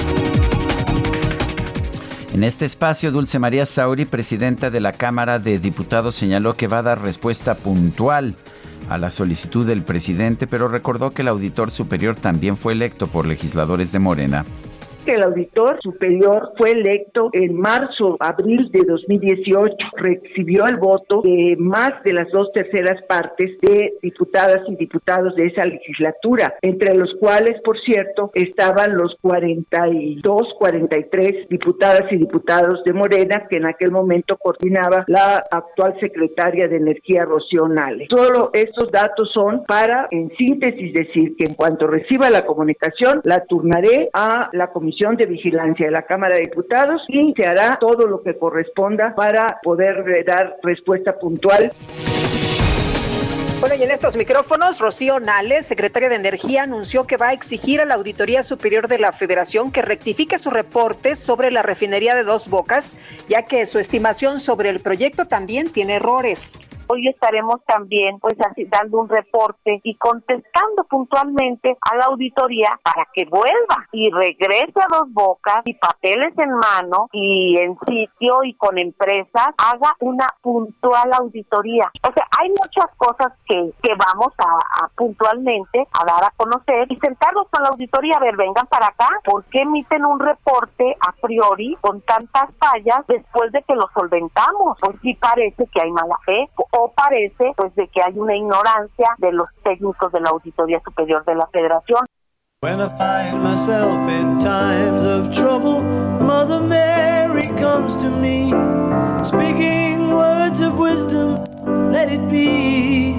En este espacio, Dulce María Sauri, presidenta de la Cámara de Diputados, señaló que va a dar respuesta puntual a la solicitud del presidente, pero recordó que el auditor superior también fue electo por legisladores de Morena. El auditor superior fue electo en marzo, abril de dos mil dieciocho. Recibió el voto de más de las dos terceras partes de diputadas y diputados de esa legislatura, entre los cuales, por cierto, estaban los cuarenta y dos, cuarenta y tres diputadas y diputados de Morena, que en aquel momento coordinaba la actual secretaria de Energía, Rocío Nale. Todos estos datos son para, en síntesis, decir que en cuanto reciba la comunicación, la turnaré a la Comisión de Vigilancia de la Cámara de Diputados y se hará todo lo que corresponda para poder dar respuesta puntual. Bueno, y en estos micrófonos, Rocío Nale, secretaria de Energía, anunció que va a exigir a la Auditoría Superior de la Federación que rectifique su reporte sobre la refinería de Dos Bocas, ya que su estimación sobre el proyecto también tiene errores. Hoy estaremos también pues así, dando un reporte y contestando puntualmente a la auditoría para que vuelva y regrese a Dos Bocas y papeles en mano y en sitio y con empresas haga una puntual auditoría. O sea, hay muchas cosas que, que vamos a, a puntualmente a dar a conocer y sentarnos con la auditoría, a ver, vengan para acá, ¿por qué emiten un reporte a priori con tantas fallas después de que lo solventamos? Pues sí parece que hay mala fe, o parece pues de que hay una ignorancia de los técnicos de la Auditoría Superior de la Federación. When I find myself in times of trouble, Mother Mary comes to me, speaking words of wisdom, let it be.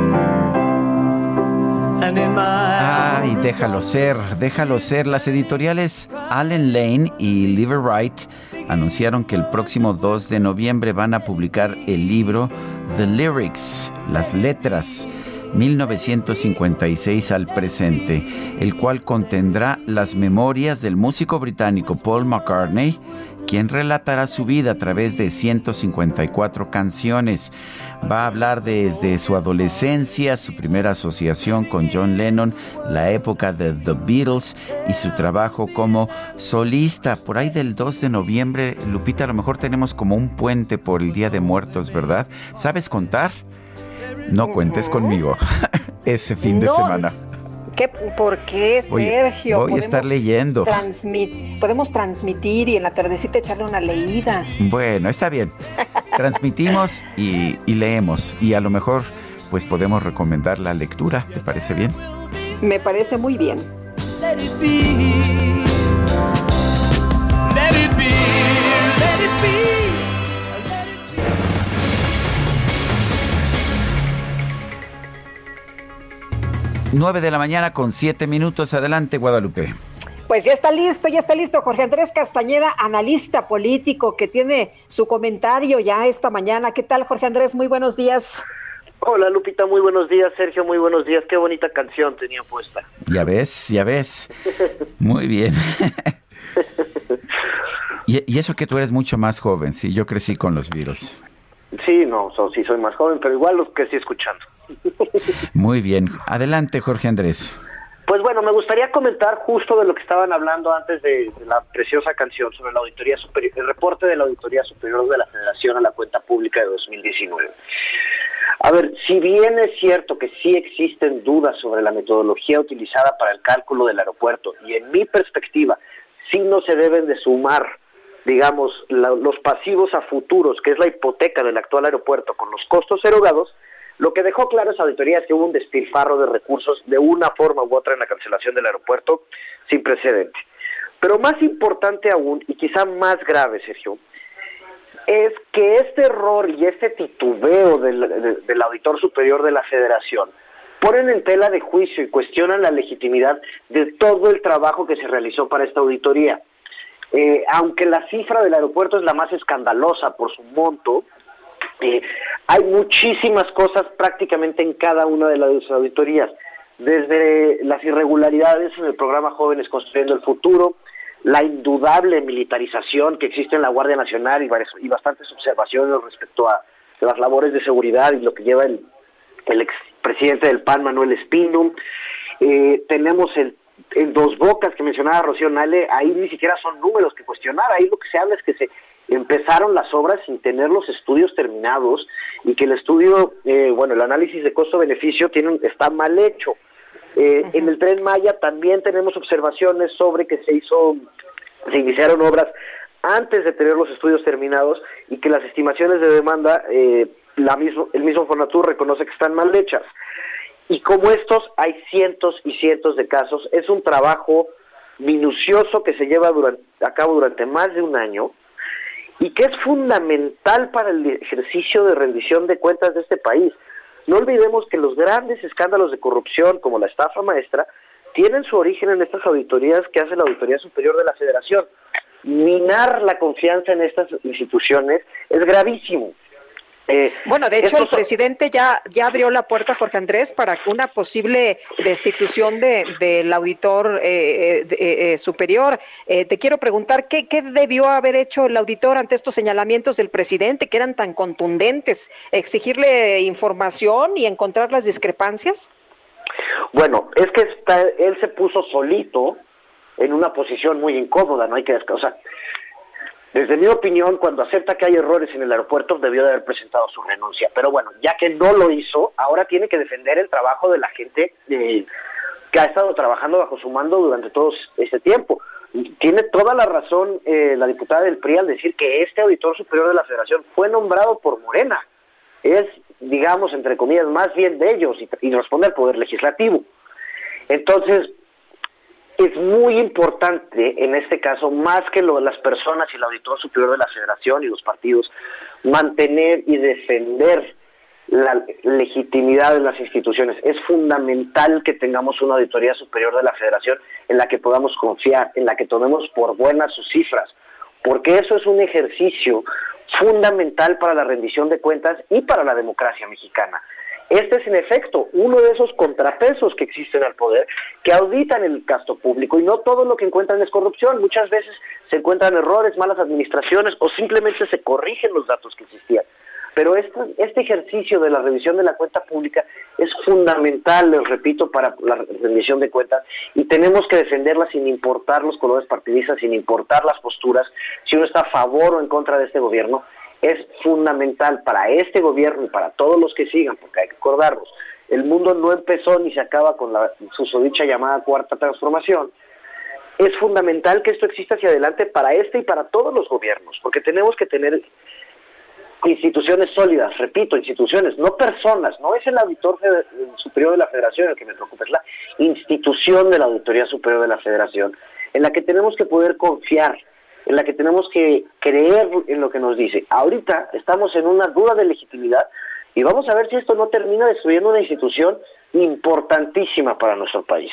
And in my Ay, déjalo ser, déjalo ser. Las editoriales Allen Lane y Lever Wright anunciaron que el próximo dos de noviembre van a publicar el libro The Lyrics, las letras, mil novecientos cincuenta y seis al presente, el cual contendrá las memorias del músico británico Paul McCartney, quien relatará su vida a través de ciento cincuenta y cuatro canciones. Va a hablar desde su adolescencia, su primera asociación con John Lennon, la época de The Beatles y su trabajo como solista. Por ahí del dos de noviembre, Lupita, a lo mejor tenemos como un puente por el Día de Muertos, ¿verdad? ¿Sabes contar? No cuentes conmigo ese fin de No. semana. ¿Qué? ¿Por qué, Sergio? Voy, voy a estar leyendo. Transmit, podemos transmitir y en la tardecita echarle una leída. Bueno, está bien. Transmitimos y, y leemos. Y a lo mejor pues podemos recomendar la lectura. ¿Te parece bien? Me parece muy bien. let it be. Let it be. Let it be. nueve de la mañana con siete minutos. Adelante, Guadalupe. Pues ya está listo, ya está listo Jorge Andrés Castañeda, analista político, que tiene su comentario ya esta mañana. ¿Qué tal, Jorge Andrés? Muy buenos días. Hola, Lupita, muy buenos días. Sergio, muy buenos días. Qué bonita canción tenía puesta. Ya ves, ya ves. Muy bien. y, y eso que tú eres mucho más joven, sí, yo crecí con los Beatles. Sí, no, so, sí soy más joven, pero igual los crecí escuchando. Muy bien. Adelante, Jorge Andrés. Pues bueno, me gustaría comentar justo de lo que estaban hablando antes de, de la preciosa canción sobre la Auditoría Superior, el reporte de la Auditoría Superior de la Federación a la cuenta pública de dos mil diecinueve. A ver, si bien es cierto que sí existen dudas sobre la metodología utilizada para el cálculo del aeropuerto, y en mi perspectiva, sí no se deben de sumar digamos, la, los pasivos a futuros, que es la hipoteca del actual aeropuerto, con los costos erogados, lo que dejó claro esa auditoría es que hubo un despilfarro de recursos de una forma u otra en la cancelación del aeropuerto sin precedente. Pero más importante aún, y quizá más grave, Sergio, es que este error y este titubeo del, de, del auditor superior de la Federación ponen en tela de juicio y cuestionan la legitimidad de todo el trabajo que se realizó para esta auditoría. Eh, aunque la cifra del aeropuerto es la más escandalosa por su monto, eh, hay muchísimas cosas prácticamente en cada una de las auditorías, desde las irregularidades en el programa Jóvenes Construyendo el Futuro, la indudable militarización que existe en la Guardia Nacional y, y bastantes observaciones respecto a las labores de seguridad y lo que lleva el, el expresidente del P A N, Manuel Espino. Eh, tenemos el, el Dos Bocas que mencionaba Rocío Nale, ahí ni siquiera son números que cuestionar, ahí lo que se habla es que se empezaron las obras sin tener los estudios terminados y que el estudio, eh, bueno, el análisis de costo-beneficio tiene, está mal hecho. Eh, uh-huh. En el Tren Maya también tenemos observaciones sobre que se hizo, se iniciaron obras antes de tener los estudios terminados y que las estimaciones de demanda, eh, la mismo, el mismo Fonatur reconoce que están mal hechas. Y como estos, hay cientos y cientos de casos. Es un trabajo minucioso que se lleva durante, a cabo durante más de un año y que es fundamental para el ejercicio de rendición de cuentas de este país. No olvidemos que los grandes escándalos de corrupción, como la estafa maestra, tienen su origen en estas auditorías que hace la Auditoría Superior de la Federación. Minar la confianza en estas instituciones es gravísimo. Eh, bueno, de hecho, el presidente ya ya abrió la puerta, Jorge Andrés, para una posible destitución de del auditor eh, de, eh, superior. Eh, te quiero preguntar, ¿qué, ¿qué debió haber hecho el auditor ante estos señalamientos del presidente que eran tan contundentes? ¿Exigirle información y encontrar las discrepancias? Bueno, es que está, él se puso solito en una posición muy incómoda, no hay que... O sea, desde mi opinión, cuando acepta que hay errores en el aeropuerto, debió de haber presentado su renuncia. Pero bueno, ya que no lo hizo, ahora tiene que defender el trabajo de la gente eh, que ha estado trabajando bajo su mando durante todo este tiempo. Tiene toda la razón eh, la diputada del P R I al decir que este auditor superior de la Federación fue nombrado por Morena. Es, digamos, entre comillas, más bien de ellos y, y responde al Poder Legislativo. Entonces, es muy importante en este caso, más que lo de las personas y el auditor superior de la Federación y los partidos, mantener y defender la legitimidad de las instituciones. Es fundamental que tengamos una auditoría superior de la Federación en la que podamos confiar, en la que tomemos por buenas sus cifras, porque eso es un ejercicio fundamental para la rendición de cuentas y para la democracia mexicana. Este es en efecto uno de esos contrapesos que existen al poder, que auditan el gasto público, y no todo lo que encuentran es corrupción. Muchas veces se encuentran errores, malas administraciones, o simplemente se corrigen los datos que existían. Pero este, este ejercicio de la revisión de la cuenta pública es fundamental, les repito, para la rendición de cuentas, y tenemos que defenderla sin importar los colores partidistas, sin importar las posturas, si uno está a favor o en contra de este gobierno. Es fundamental para este gobierno y para todos los que sigan, porque hay que acordarnos, el mundo no empezó ni se acaba con la susodicha llamada Cuarta Transformación. Es fundamental que esto exista hacia adelante para este y para todos los gobiernos, porque tenemos que tener instituciones sólidas, repito, instituciones, no personas. No es el auditor superior de la Federación el que me preocupa, es la institución de la Auditoría Superior de la Federación, en la que tenemos que poder confiar, en la que tenemos que creer en lo que nos dice. Ahorita estamos en una duda de legitimidad y vamos a ver si esto no termina destruyendo una institución importantísima para nuestro país.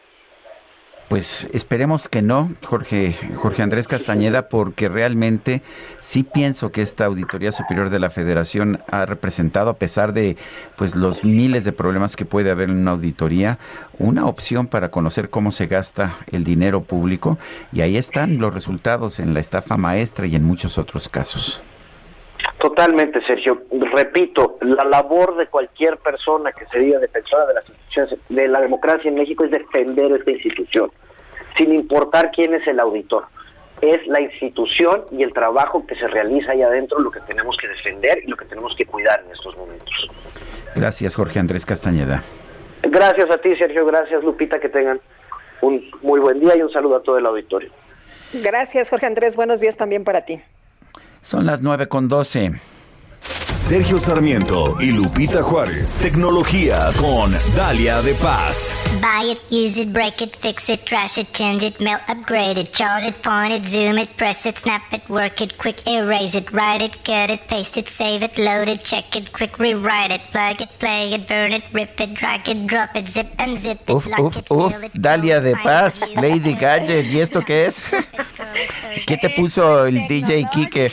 Pues esperemos que no, Jorge Jorge Andrés Castañeda, porque realmente sí pienso que esta Auditoría Superior de la Federación ha representado, a pesar de pues los miles de problemas que puede haber en una auditoría, una opción para conocer cómo se gasta el dinero público, y ahí están los resultados en la estafa maestra y en muchos otros casos. Totalmente, Sergio. Repito, la labor de cualquier persona que se diga defensora de las instituciones de la democracia en México es defender esta institución, sin importar quién es el auditor. Es la institución y el trabajo que se realiza ahí adentro lo que tenemos que defender y lo que tenemos que cuidar en estos momentos. Gracias, Jorge Andrés Castañeda. Gracias a ti, Sergio. Gracias, Lupita. Que tengan un muy buen día y un saludo a todo el auditorio. Gracias, Jorge Andrés. Buenos días también para ti. Son las nueve con doce. Sergio Sarmiento y Lupita Juárez. Tecnología con Dalia de Paz. Buy it, use it, break it, fix it, trash it, change it, melt, upgrade it, charge it, point it, zoom it, press it, snap it, work it, quick erase it, write it, cut it, paste it, save it, load it, check it, quick rewrite it, plug it, play it, burn it, rip it, drag it, drop it, zip and zip it, Uf, lock uf, it, uf, fill it, Dalia de Paz, Lady Gadget, ¿y esto qué es? ¿Qué te puso el D J Kike?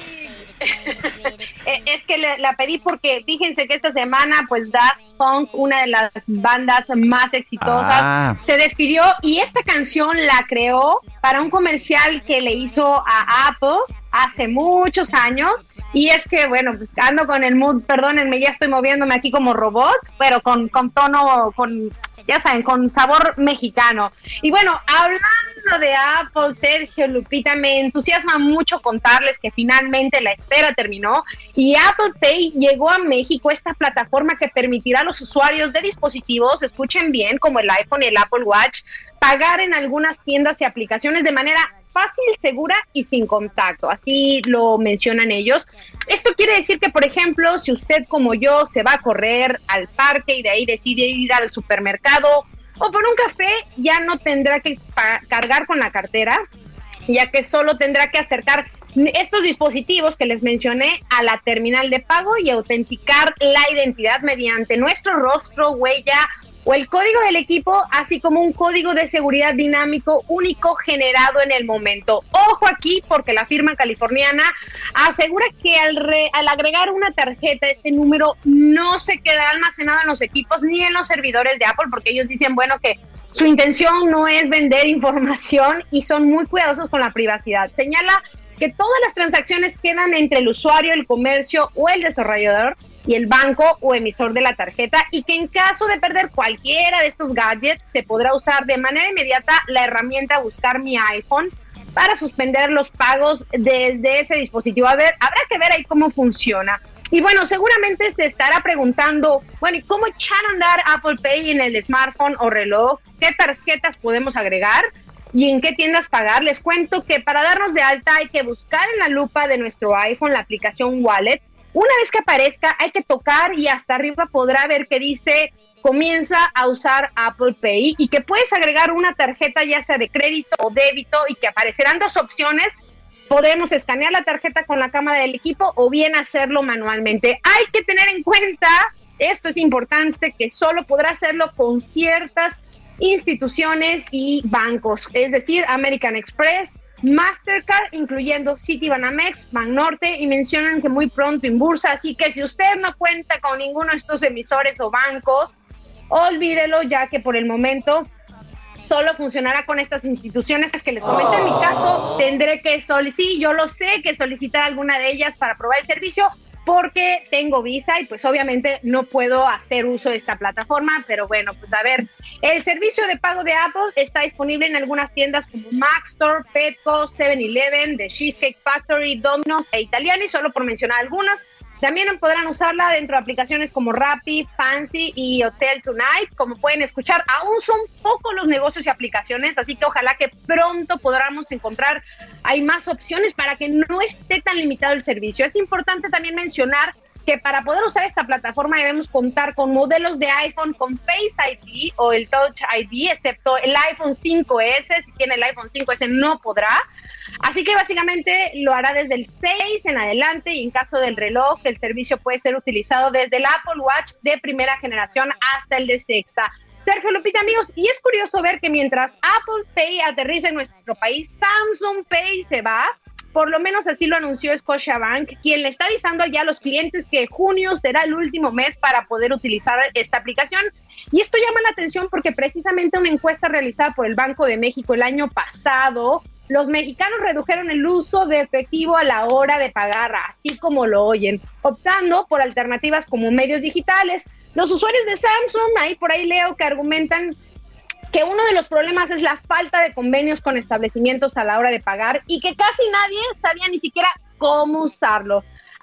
Es que le, la pedí porque fíjense que esta semana pues Daft Punk, una de las bandas más exitosas, ah. se despidió y esta canción la creó para un comercial que le hizo a Apple hace muchos años. Y es que, bueno, pues ando con el mood, perdónenme, ya estoy moviéndome aquí como robot, pero con, con tono, con, ya saben, con sabor mexicano. Y bueno, hablando de Apple, Sergio, Lupita, me entusiasma mucho contarles que finalmente la espera terminó y Apple Pay llegó a México, esta plataforma que permitirá a los usuarios de dispositivos, escuchen bien, como el iPhone y el Apple Watch, pagar en algunas tiendas y aplicaciones de manera fácil, segura y sin contacto, así lo mencionan ellos. Esto quiere decir que, por ejemplo, si usted como yo se va a correr al parque y de ahí decide ir al supermercado o por un café, ya no tendrá que pa- cargar con la cartera, ya que solo tendrá que acercar estos dispositivos que les mencioné a la terminal de pago y autenticar la identidad mediante nuestro rostro, huella o el código del equipo, así como un código de seguridad dinámico único generado en el momento. Ojo aquí, porque la firma californiana asegura que al, re, al agregar una tarjeta, este número no se quedará almacenado en los equipos ni en los servidores de Apple, porque ellos dicen, bueno, que su intención no es vender información y son muy cuidadosos con la privacidad. Señala que todas las transacciones quedan entre el usuario, el comercio o el desarrollador y el banco o emisor de la tarjeta, y que en caso de perder cualquiera de estos gadgets se podrá usar de manera inmediata la herramienta Buscar mi iPhone para suspender los pagos desde ese dispositivo. A ver, habrá que ver ahí cómo funciona. Y bueno, seguramente se estará preguntando, bueno, ¿y cómo echar a andar Apple Pay en el smartphone o reloj? ¿Qué tarjetas podemos agregar? ¿Y en qué tiendas pagar? Les cuento que para darnos de alta hay que buscar en la lupa de nuestro iPhone la aplicación Wallet. Una vez que aparezca, hay que tocar y hasta arriba podrá ver que dice comienza a usar Apple Pay y que puedes agregar una tarjeta ya sea de crédito o débito y que aparecerán dos opciones. Podemos escanear la tarjeta con la cámara del equipo o bien hacerlo manualmente. Hay que tener en cuenta, esto es importante, que solo podrá hacerlo con ciertas instituciones y bancos, es decir, American Express, Mastercard, incluyendo Citibanamex, Banorte, y mencionan que muy pronto Inbursa, así que si usted no cuenta con ninguno de estos emisores o bancos, olvídelo, ya que por el momento solo funcionará con estas instituciones que les comento. En mi caso, tendré que solicitar, sí, yo lo sé, que solicitar alguna de ellas para probar el servicio, porque tengo Visa y pues obviamente no puedo hacer uso de esta plataforma, pero bueno, pues a ver, el servicio de pago de Apple está disponible en algunas tiendas como Mac Store, Petco, seven eleven, The Cheesecake Factory, Domino's e Italiani, solo por mencionar algunas. También podrán usarla dentro de aplicaciones como Rappi, Fancy y Hotel Tonight. Como pueden escuchar, aún son pocos los negocios y aplicaciones, así que ojalá que pronto podamos encontrar hay más opciones para que no esté tan limitado el servicio. Es importante también mencionar que para poder usar esta plataforma debemos contar con modelos de iPhone con Face I D o el Touch I D, excepto el iPhone cinco ese. Si tiene el iPhone cinco ese no podrá. Así que básicamente lo hará desde el seis en adelante, y en caso del reloj, el servicio puede ser utilizado desde el Apple Watch de primera generación hasta el de sexta. Sergio, Lupita, amigos, y es curioso ver que mientras Apple Pay aterriza en nuestro país, Samsung Pay se va. Por lo menos así lo anunció Scotiabank, quien le está avisando ya a los clientes que junio será el último mes para poder utilizar esta aplicación. Y esto llama la atención porque precisamente una encuesta realizada por el Banco de México el año pasado, los mexicanos redujeron el uso de efectivo a la hora de pagar, así como lo oyen, optando por alternativas como medios digitales. Los usuarios de Samsung, ahí por ahí leo que argumentan que uno de los problemas es la falta de convenios con establecimientos a la hora de pagar y que casi nadie sabía ni siquiera cómo usarlo.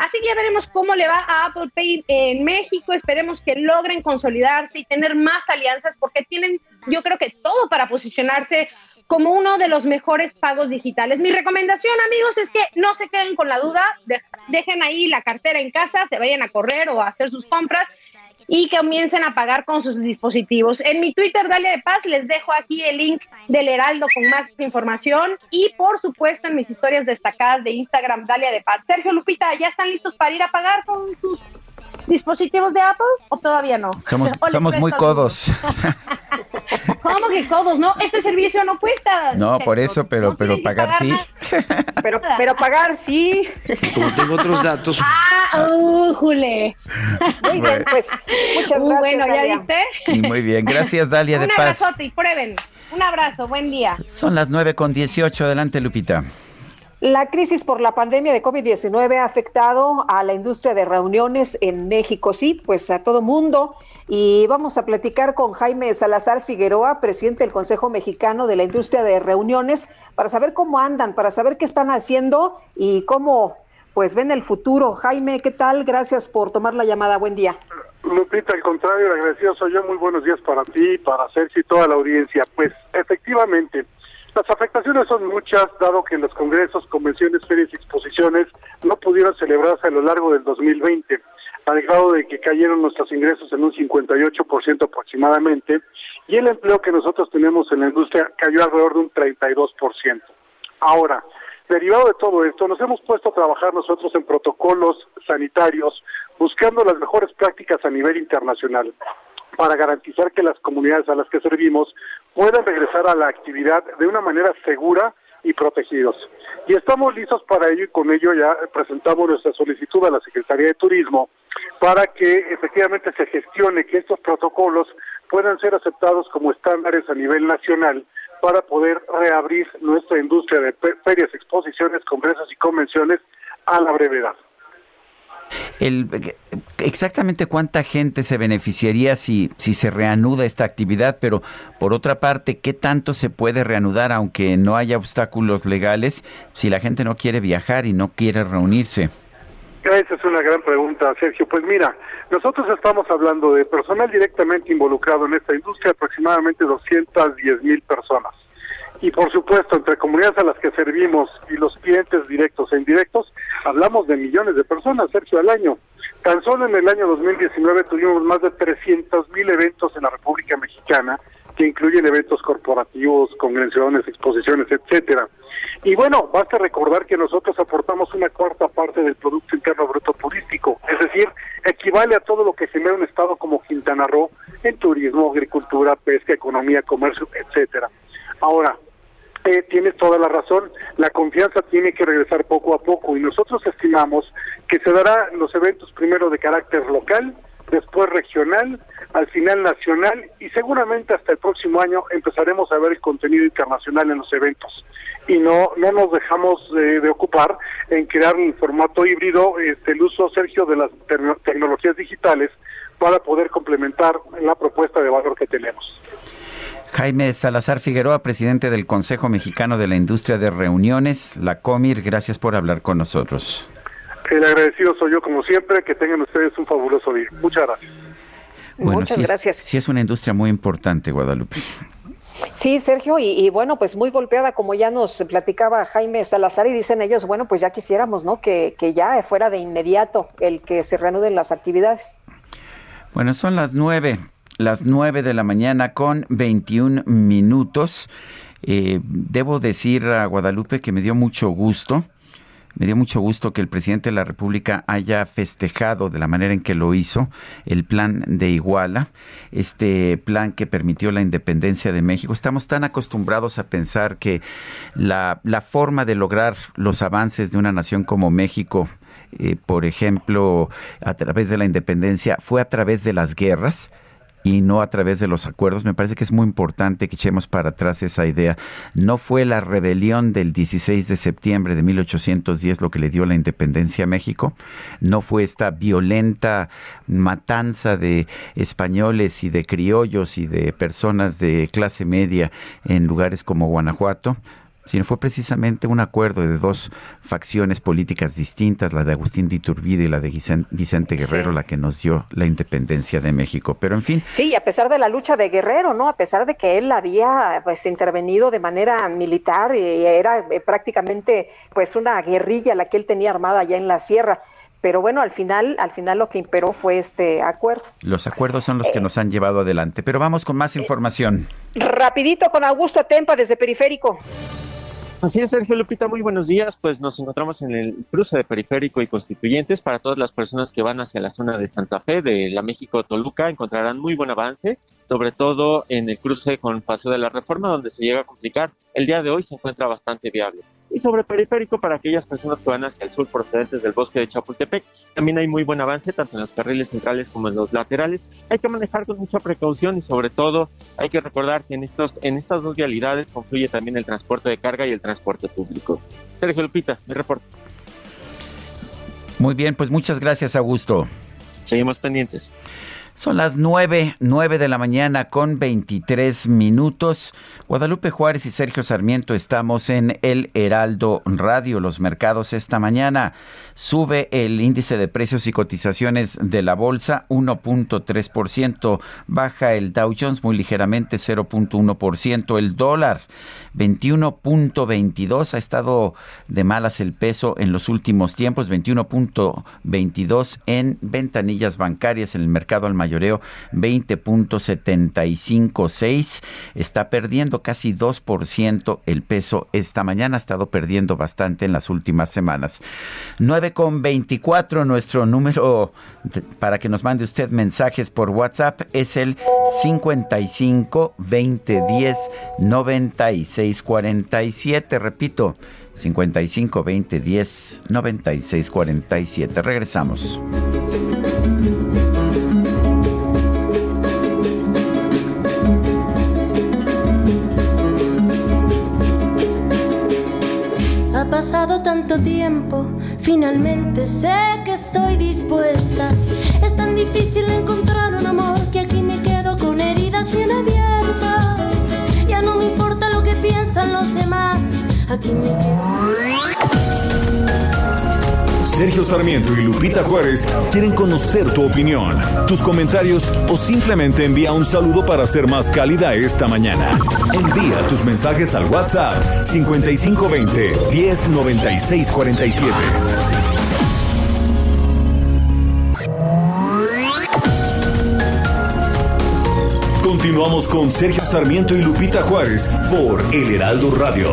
Así que ya veremos cómo le va a Apple Pay en México. Esperemos que logren consolidarse y tener más alianzas, porque tienen, yo creo que todo para posicionarse como uno de los mejores pagos digitales. Mi recomendación, amigos, es que no se queden con la duda, de, dejen ahí la cartera en casa, se vayan a correr o a hacer sus compras y que comiencen a pagar con sus dispositivos. En mi Twitter, Dalia de Paz, les dejo aquí el link del Heraldo con más información y, por supuesto, en mis historias destacadas de Instagram, Dalia de Paz. Sergio, Lupita, ¿ya están listos para ir a pagar con sus dispositivos de Apple o todavía no? Somos, somos muy codos. ¿Cómo que codos? No, este servicio no cuesta. No, por eso, pero, no pero pagar, pagar sí. Pero, pero pagar sí. Como tengo otros datos. Ah, uh, Jule. Muy bien, pues muchas uh, gracias. Bueno, ¿ya Dalia. viste? Sí, muy bien, gracias, Dalia de Un Paz. abrazote y prueben. Un abrazo, buen día. Son las nueve con dieciocho, adelante, Lupita. La crisis por la pandemia de COVID diecinueve ha afectado a la industria de reuniones en México, sí, pues a todo mundo. Y vamos a platicar con Jaime Salazar Figueroa, presidente del Consejo Mexicano de la Industria de Reuniones, para saber cómo andan, para saber qué están haciendo y cómo pues ven el futuro. Jaime, ¿qué tal? Gracias por tomar la llamada. Buen día. Lupita, al contrario, el agradecido soy yo. Muy buenos días para ti, para Sergio y toda la audiencia. Pues efectivamente, las afectaciones son muchas, dado que los congresos, convenciones, ferias y exposiciones no pudieron celebrarse a lo largo del dos mil veinte, al grado de que cayeron nuestros ingresos en un cincuenta y ocho por ciento aproximadamente, y el empleo que nosotros tenemos en la industria cayó alrededor de un treinta y dos por ciento. Ahora, derivado de todo esto, nos hemos puesto a trabajar nosotros en protocolos sanitarios, buscando las mejores prácticas a nivel internacional, para garantizar que las comunidades a las que servimos puedan regresar a la actividad de una manera segura y protegidos. Y estamos listos para ello, y con ello ya presentamos nuestra solicitud a la Secretaría de Turismo para que efectivamente se gestione que estos protocolos puedan ser aceptados como estándares a nivel nacional para poder reabrir nuestra industria de ferias, exposiciones, congresos y convenciones a la brevedad. El, exactamente cuánta gente se beneficiaría si, si se reanuda esta actividad, pero por otra parte, ¿qué tanto se puede reanudar aunque no haya obstáculos legales si la gente no quiere viajar y no quiere reunirse? Esa es una gran pregunta, Sergio. Pues mira, nosotros estamos hablando de personal directamente involucrado en esta industria, aproximadamente doscientas diez mil personas. Y por supuesto, entre comunidades a las que servimos y los clientes directos e indirectos, hablamos de millones de personas, Sergio, al año. Tan solo en el año dos mil diecinueve tuvimos más de trescientos mil eventos en la República Mexicana, que incluyen eventos corporativos, congresiones, exposiciones, etcétera. Y bueno, basta recordar que nosotros aportamos una cuarta parte del Producto Interno Bruto turístico, es decir, equivale a todo lo que genera un estado como Quintana Roo en turismo, agricultura, pesca, economía, comercio, etcétera. Ahora, Eh, tienes toda la razón, la confianza tiene que regresar poco a poco, y nosotros estimamos que se dará los eventos primero de carácter local, después regional, al final nacional, y seguramente hasta el próximo año empezaremos a ver el contenido internacional en los eventos. Y no no nos dejamos eh, de ocupar en crear un formato híbrido, este, el uso, Sergio, de las te- tecnologías digitales para poder complementar la propuesta de valor que tenemos. Jaime Salazar Figueroa, presidente del Consejo Mexicano de la Industria de Reuniones, la COMIR, gracias por hablar con nosotros. El agradecido soy yo, como siempre. Que tengan ustedes un fabuloso día. Muchas gracias. Bueno, Muchas sí gracias. Es, sí es una industria muy importante, Guadalupe. Sí, Sergio, y, y bueno, pues muy golpeada, como ya nos platicaba Jaime Salazar, y dicen ellos, bueno, pues ya quisiéramos, ¿no? Que, que ya fuera de inmediato el que se reanuden las actividades. Bueno, son las nueve. Las nueve de la mañana con veintiún minutos. Eh, debo decir a Guadalupe que me dio mucho gusto, me dio mucho gusto que el presidente de la República haya festejado de la manera en que lo hizo el plan de Iguala, este plan que permitió la independencia de México. Estamos tan acostumbrados a pensar que la, la forma de lograr los avances de una nación como México, eh, por ejemplo, a través de la independencia, fue a través de las guerras y no a través de los acuerdos. Me parece que es muy importante que echemos para atrás esa idea. No fue la rebelión del dieciséis de septiembre de mil ochocientos diez lo que le dio la independencia a México. No fue esta violenta matanza de españoles y de criollos y de personas de clase media en lugares como Guanajuato. sino fue precisamente un acuerdo de dos facciones políticas distintas, la de Agustín de Iturbide y la de Vicente Guerrero, sí, la que nos dio la independencia de México. Pero en fin. Sí, a pesar de la lucha de Guerrero, ¿no? A pesar de que él había pues intervenido de manera militar y era eh, prácticamente pues una guerrilla la que él tenía armada allá en la sierra. Pero bueno, al final, al final lo que imperó fue este acuerdo. Los acuerdos son los que nos han llevado adelante. Pero vamos con más información. Rapidito con Augusto Tempa desde Periférico. Así es, Sergio, Lupita, muy buenos días. Pues nos encontramos en el cruce de Periférico y Constituyentes. Para todas las personas que van hacia la zona de Santa Fe, de la México-Toluca, encontrarán muy buen avance, sobre todo en el cruce con Paseo de la Reforma, donde se llega a complicar. El día de hoy se encuentra bastante viable. Y sobre Periférico, para aquellas personas que van hacia el sur procedentes del bosque de Chapultepec, también hay muy buen avance, tanto en los carriles centrales como en los laterales. Hay que manejar con mucha precaución y sobre todo hay que recordar que en estos en estas dos vialidades confluye también el transporte de carga y el transporte público. Sergio, Lupita, mi reporte. Muy bien, pues muchas gracias, Augusto. Seguimos pendientes. Son las nueve, nueve de la mañana con veintitrés minutos. Guadalupe Juárez y Sergio Sarmiento estamos en el Heraldo Radio. Los mercados esta mañana. Sube el índice de precios y cotizaciones de la bolsa uno punto tres por ciento. Baja el Dow Jones muy ligeramente cero punto uno por ciento. El dólar veintiuno punto veintidós. Ha estado de malas el peso en los últimos tiempos. veintiuno punto veintidós en ventanillas bancarias en el mercado al mayoreo. veinte punto setenta y cinco seis. Está perdiendo casi dos por ciento el peso esta mañana. Ha estado perdiendo bastante en las últimas semanas. nueve con veinticuatro, nuestro número de, para que nos mande usted mensajes por WhatsApp es el cincuenta y cinco veinte diez noventa y seis cuarenta y siete. Repito, cincuenta y cinco veinte diez noventa y seis cuarenta y siete. Regresamos. Ha pasado tanto tiempo, finalmente sé que estoy dispuesta. Es tan difícil encontrar un amor que aquí me quedo con heridas bien abiertas. Ya no me importa lo que piensan los demás, aquí me quedo. Sergio Sarmiento y Lupita Juárez quieren conocer tu opinión, tus comentarios o simplemente envía un saludo para ser más cálida esta mañana. Envía tus mensajes al WhatsApp cincuenta y cinco veinte diez noventa y seis cuarenta y siete. Continuamos con Sergio Sarmiento y Lupita Juárez por El Heraldo Radio.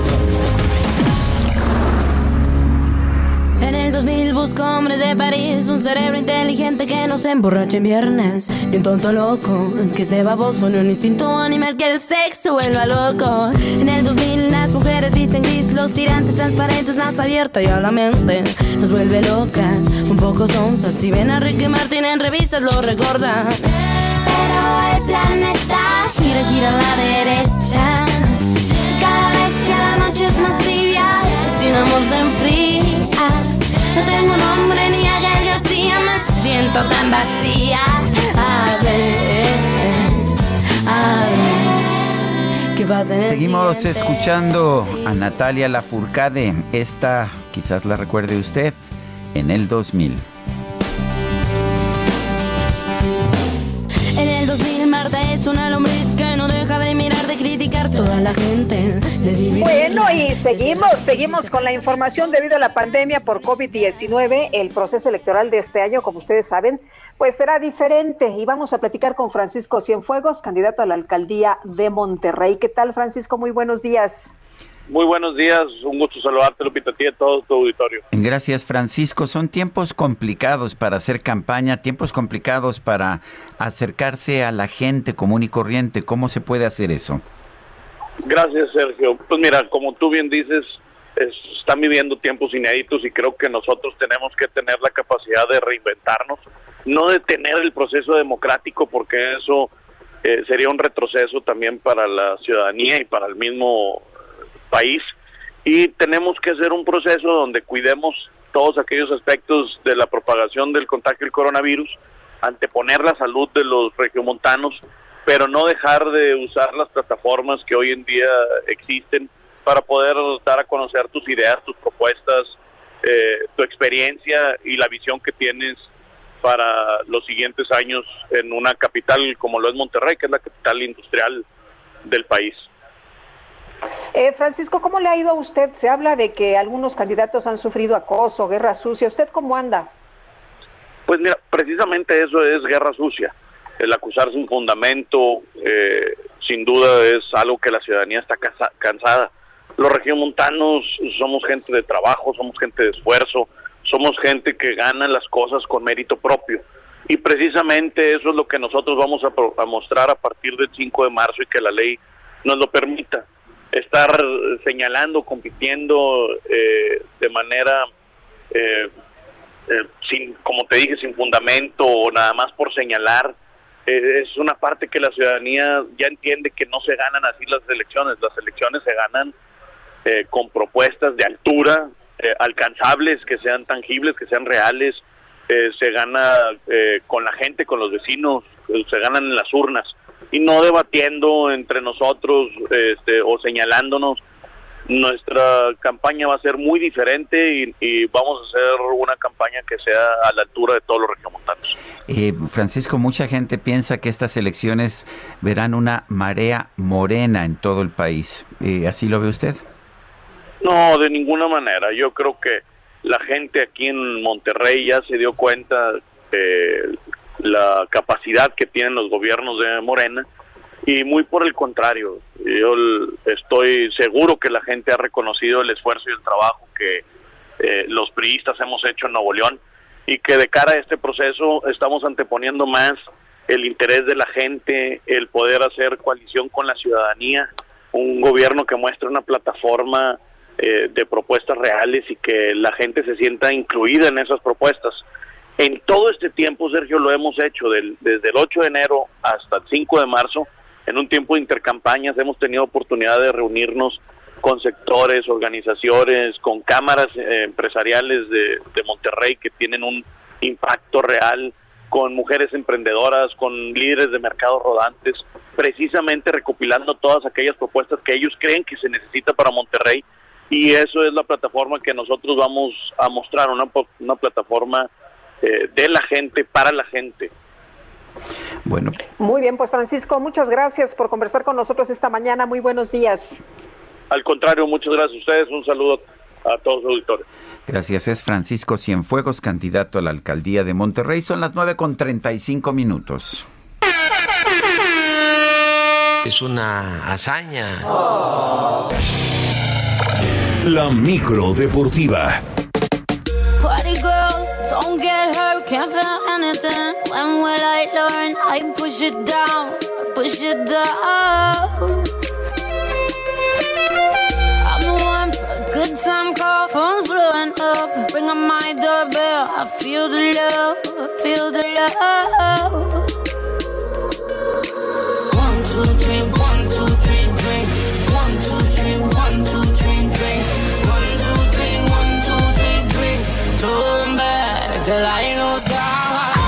En el dos mil busco hombres de París, un cerebro inteligente que no se emborrache en viernes, ni un tonto loco que esté baboso, ni un instinto animal que el sexo vuelva loco. En el dos mil las mujeres visten gris, los tirantes transparentes, más abierta y a la mente nos vuelve locas, un poco sonzas. Si ven a Ricky Martin en revistas lo recordan, pero el planeta gira, gira a la derecha. Cada vez ya la noche es más tibia, sin amor se enfría. No tengo nombre ni a Gael García, me siento tan vacía. A ver, a ver, ¿qué pasa en el Seguimos siguiente? escuchando a Natalia Lafourcade. Esta quizás la recuerde usted en el dos mil. En el dos mil Marta es una lombriz que no deja de mirar, de criticar toda la gente. Bueno, y seguimos, seguimos con la información. Debido a la pandemia por COVID diecinueve, el proceso electoral de este año, como ustedes saben, pues será diferente. Y vamos a platicar con Francisco Cienfuegos, candidato a la alcaldía de Monterrey. ¿Qué tal, Francisco? Muy buenos días. Muy buenos días, un gusto saludarte, Lupita, a ti y a todo tu auditorio. Gracias, Francisco. Son tiempos complicados para hacer campaña, tiempos complicados para acercarse a la gente común y corriente. ¿Cómo se puede hacer eso? Gracias, Sergio. Pues mira, como tú bien dices, es, están viviendo tiempos inéditos y creo que nosotros tenemos que tener la capacidad de reinventarnos, no detener el proceso democrático, porque eso eh, sería un retroceso también para la ciudadanía y para el mismo país, y tenemos que hacer un proceso donde cuidemos todos aquellos aspectos de la propagación del contagio del coronavirus, anteponer la salud de los regiomontanos, pero no dejar de usar las plataformas que hoy en día existen para poder dar a conocer tus ideas, tus propuestas, eh, tu experiencia y la visión que tienes para los siguientes años en una capital como lo es Monterrey, que es la capital industrial del país. Eh, Francisco, ¿cómo le ha ido a usted? Se habla de que algunos candidatos han sufrido acoso, guerra sucia. ¿Usted cómo anda? Pues mira, precisamente eso es guerra sucia. El acusar sin fundamento, eh, sin duda es algo que la ciudadanía está casa- cansada. Los regiomontanos somos gente de trabajo, somos gente de esfuerzo, somos gente que gana las cosas con mérito propio. Y precisamente eso es lo que nosotros vamos a, pro- a mostrar a partir del cinco de marzo y que la ley nos lo permita. Estar señalando, compitiendo eh, de manera, eh, eh, sin, como te dije, sin fundamento o nada más por señalar, eh, es una parte que la ciudadanía ya entiende que no se ganan así las elecciones. Las elecciones se ganan eh, con propuestas de altura, eh, alcanzables, que sean tangibles, que sean reales. Eh, se gana eh, con la gente, con los vecinos, eh, se ganan en las urnas. Y no debatiendo entre nosotros este, o señalándonos. Nuestra campaña va a ser muy diferente y, y vamos a hacer una campaña que sea a la altura de todos los regiomontanos. Eh, Francisco, mucha gente piensa que estas elecciones verán una marea morena en todo el país. Eh, ¿Así lo ve usted? No, de ninguna manera. Yo creo que la gente aquí en Monterrey ya se dio cuenta de la capacidad que tienen los gobiernos de Morena y muy por el contrario, yo estoy seguro que la gente ha reconocido el esfuerzo y el trabajo que eh, los priistas hemos hecho en Nuevo León y que de cara a este proceso estamos anteponiendo más el interés de la gente, el poder hacer coalición con la ciudadanía, un gobierno que muestre una plataforma eh, de propuestas reales y que la gente se sienta incluida en esas propuestas. En todo este tiempo, Sergio, lo hemos hecho del, desde el ocho de enero hasta el cinco de marzo, en un tiempo de intercampañas hemos tenido oportunidad de reunirnos con sectores, organizaciones, con cámaras eh, empresariales de, de Monterrey que tienen un impacto real, con mujeres emprendedoras, con líderes de mercados rodantes, precisamente recopilando todas aquellas propuestas que ellos creen que se necesita para Monterrey, y eso es la plataforma que nosotros vamos a mostrar, una, una plataforma eh, de la gente, para la gente. Bueno. Muy bien, pues Francisco, muchas gracias por conversar con nosotros esta mañana. Muy buenos días. Al contrario, muchas gracias a ustedes. Un saludo a todos los auditores. Gracias. Es Francisco Cienfuegos, candidato a la alcaldía de Monterrey. Son las nueve con treinta y cinco minutos. Es una hazaña. Oh. La micro deportiva. Party girls, don't get hurt, can't feel anything. When will I learn? I push it down, push it down. I'm the one for a good time call, phone's blowing up. Ring on my doorbell, I feel the love, I feel the love. One, two, three, one, two, three, drink. One, two, three, one, two, three, drink. One, two, three, one, two, three, drink. Turn back till I lose God.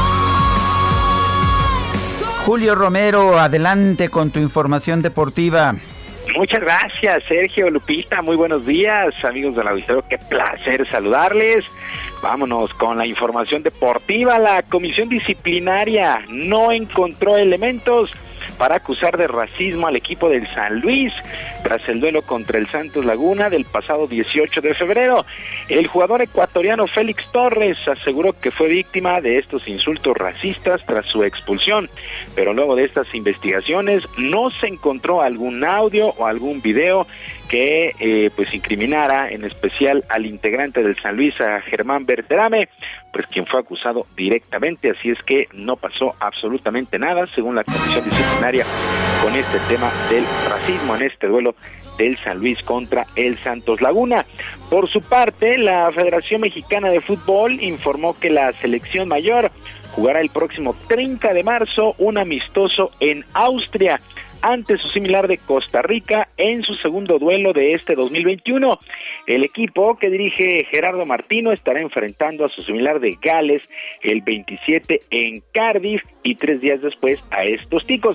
Julio Romero, adelante con tu información deportiva. Muchas gracias, Sergio, Lupita, muy buenos días, amigos del auditorio, qué placer saludarles. Vámonos con la información deportiva. La comisión disciplinaria no encontró elementos para acusar de racismo al equipo del San Luis tras el duelo contra el Santos Laguna del pasado dieciocho de febrero. El jugador ecuatoriano Félix Torres aseguró que fue víctima de estos insultos racistas tras su expulsión, pero luego de estas investigaciones no se encontró algún audio o algún video que eh, pues incriminara en especial al integrante del San Luis, a Germán Berterame, pues quien fue acusado directamente, así es que no pasó absolutamente nada, según la comisión disciplinaria, con este tema del racismo en este duelo del San Luis contra el Santos Laguna. Por su parte, la Federación Mexicana de Fútbol informó que la selección mayor jugará el próximo treinta de marzo un amistoso en Austria ante su similar de Costa Rica en su segundo duelo de este dos mil veintiuno. El equipo que dirige Gerardo Martino estará enfrentando a su similar de Gales el veintisiete en Cardiff y tres días después a estos ticos.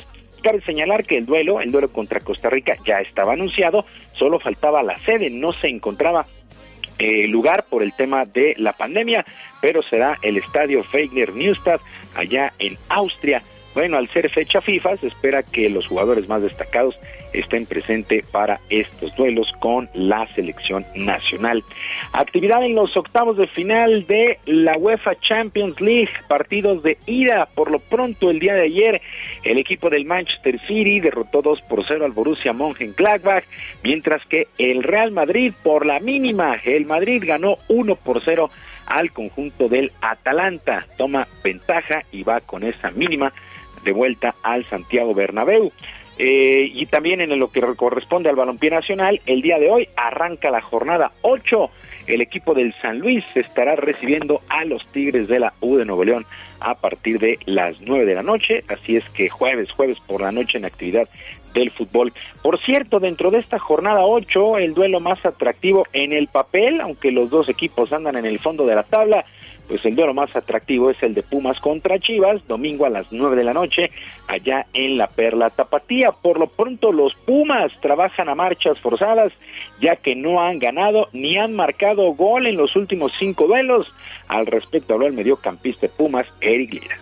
Cabe señalar que el duelo, el duelo contra Costa Rica ya estaba anunciado, solo faltaba la sede, no se encontraba eh, lugar por el tema de la pandemia, pero será el estadio Wegener Neustadt allá en Austria. Bueno, al ser fecha FIFA, se espera que los jugadores más destacados estén presentes para estos duelos con la selección nacional. Actividad en los octavos de final de la UEFA Champions League, partidos de ida. Por lo pronto, el día de ayer, el equipo del Manchester City derrotó dos por cero al Borussia Mönchengladbach, mientras que el Real Madrid, por la mínima, el Madrid ganó uno por cero al conjunto del Atalanta. Toma ventaja y va con esa mínima de vuelta al Santiago Bernabéu. Eh, y también en lo que corresponde al balompié nacional, el día de hoy arranca la jornada ocho. El equipo del San Luis estará recibiendo a los Tigres de la U de Nuevo León a partir de las nueve de la noche, así es que jueves, jueves por la noche en actividad del fútbol. Por cierto, dentro de esta jornada ocho, el duelo más atractivo en el papel, aunque los dos equipos andan en el fondo de la tabla, pues el duelo más atractivo es el de Pumas contra Chivas, domingo a las nueve de la noche, allá en la Perla Tapatía. Por lo pronto, los Pumas trabajan a marchas forzadas, ya que no han ganado ni han marcado gol en los últimos cinco duelos. Al respecto habló el mediocampista de Pumas, Eric Lira.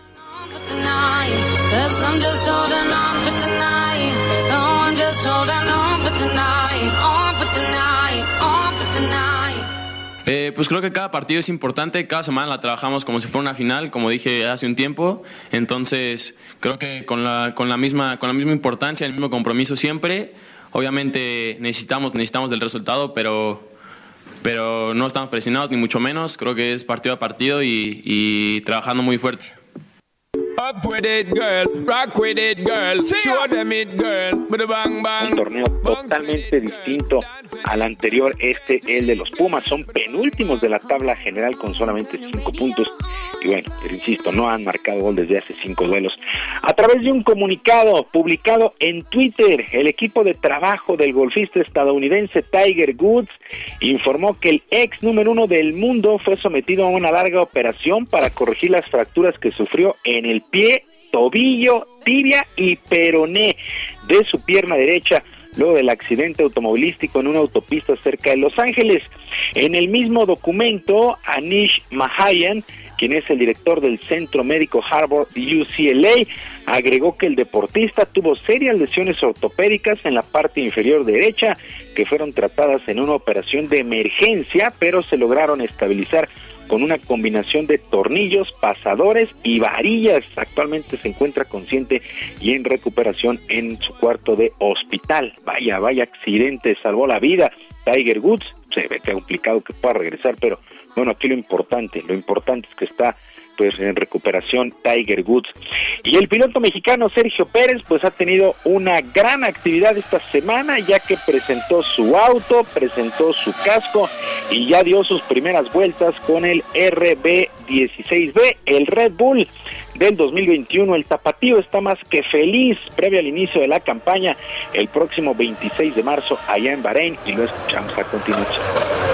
Eh, pues creo que cada partido es importante, cada semana la trabajamos como si fuera una final, como dije hace un tiempo, entonces creo que con la, con la misma, con la misma importancia, el mismo compromiso siempre. Obviamente necesitamos, necesitamos del resultado, pero, pero no estamos presionados ni mucho menos, creo que es partido a partido y, y trabajando muy fuerte. Up with it, girl. Rock with it, girl. Show them it, girl. Bang, bang. Un torneo totalmente distinto al anterior, este, el de los Pumas. Son penúltimos de la tabla general con solamente cinco puntos. Y bueno, insisto, no han marcado gol desde hace cinco duelos. A través de un comunicado publicado en Twitter, el equipo de trabajo del golfista estadounidense Tiger Woods informó que el ex número uno del mundo fue sometido a una larga operación para corregir las fracturas que sufrió en el pie, tobillo, tibia y peroné de su pierna derecha luego del accidente automovilístico en una autopista cerca de Los Ángeles. En el mismo documento, Anish Mahayan, quien es el director del Centro Médico Harvard U C L A, agregó que el deportista tuvo serias lesiones ortopédicas en la parte inferior derecha que fueron tratadas en una operación de emergencia, pero se lograron estabilizar con una combinación de tornillos, pasadores y varillas. Actualmente se encuentra consciente y en recuperación en su cuarto de hospital. Vaya, vaya accidente, salvó la vida. Tiger Woods, se ve que es complicado que pueda regresar, pero bueno, aquí lo importante, lo importante es que está pues en recuperación Tiger Woods. Y el piloto mexicano Sergio Pérez pues ha tenido una gran actividad esta semana, ya que presentó su auto, presentó su casco y ya dio sus primeras vueltas con el R B dieciséis B, el Red Bull del dos mil veintiuno. El tapatío está más que feliz previo al inicio de la campaña el próximo veintiséis de marzo allá en Bahrein, y lo escuchamos a continuación.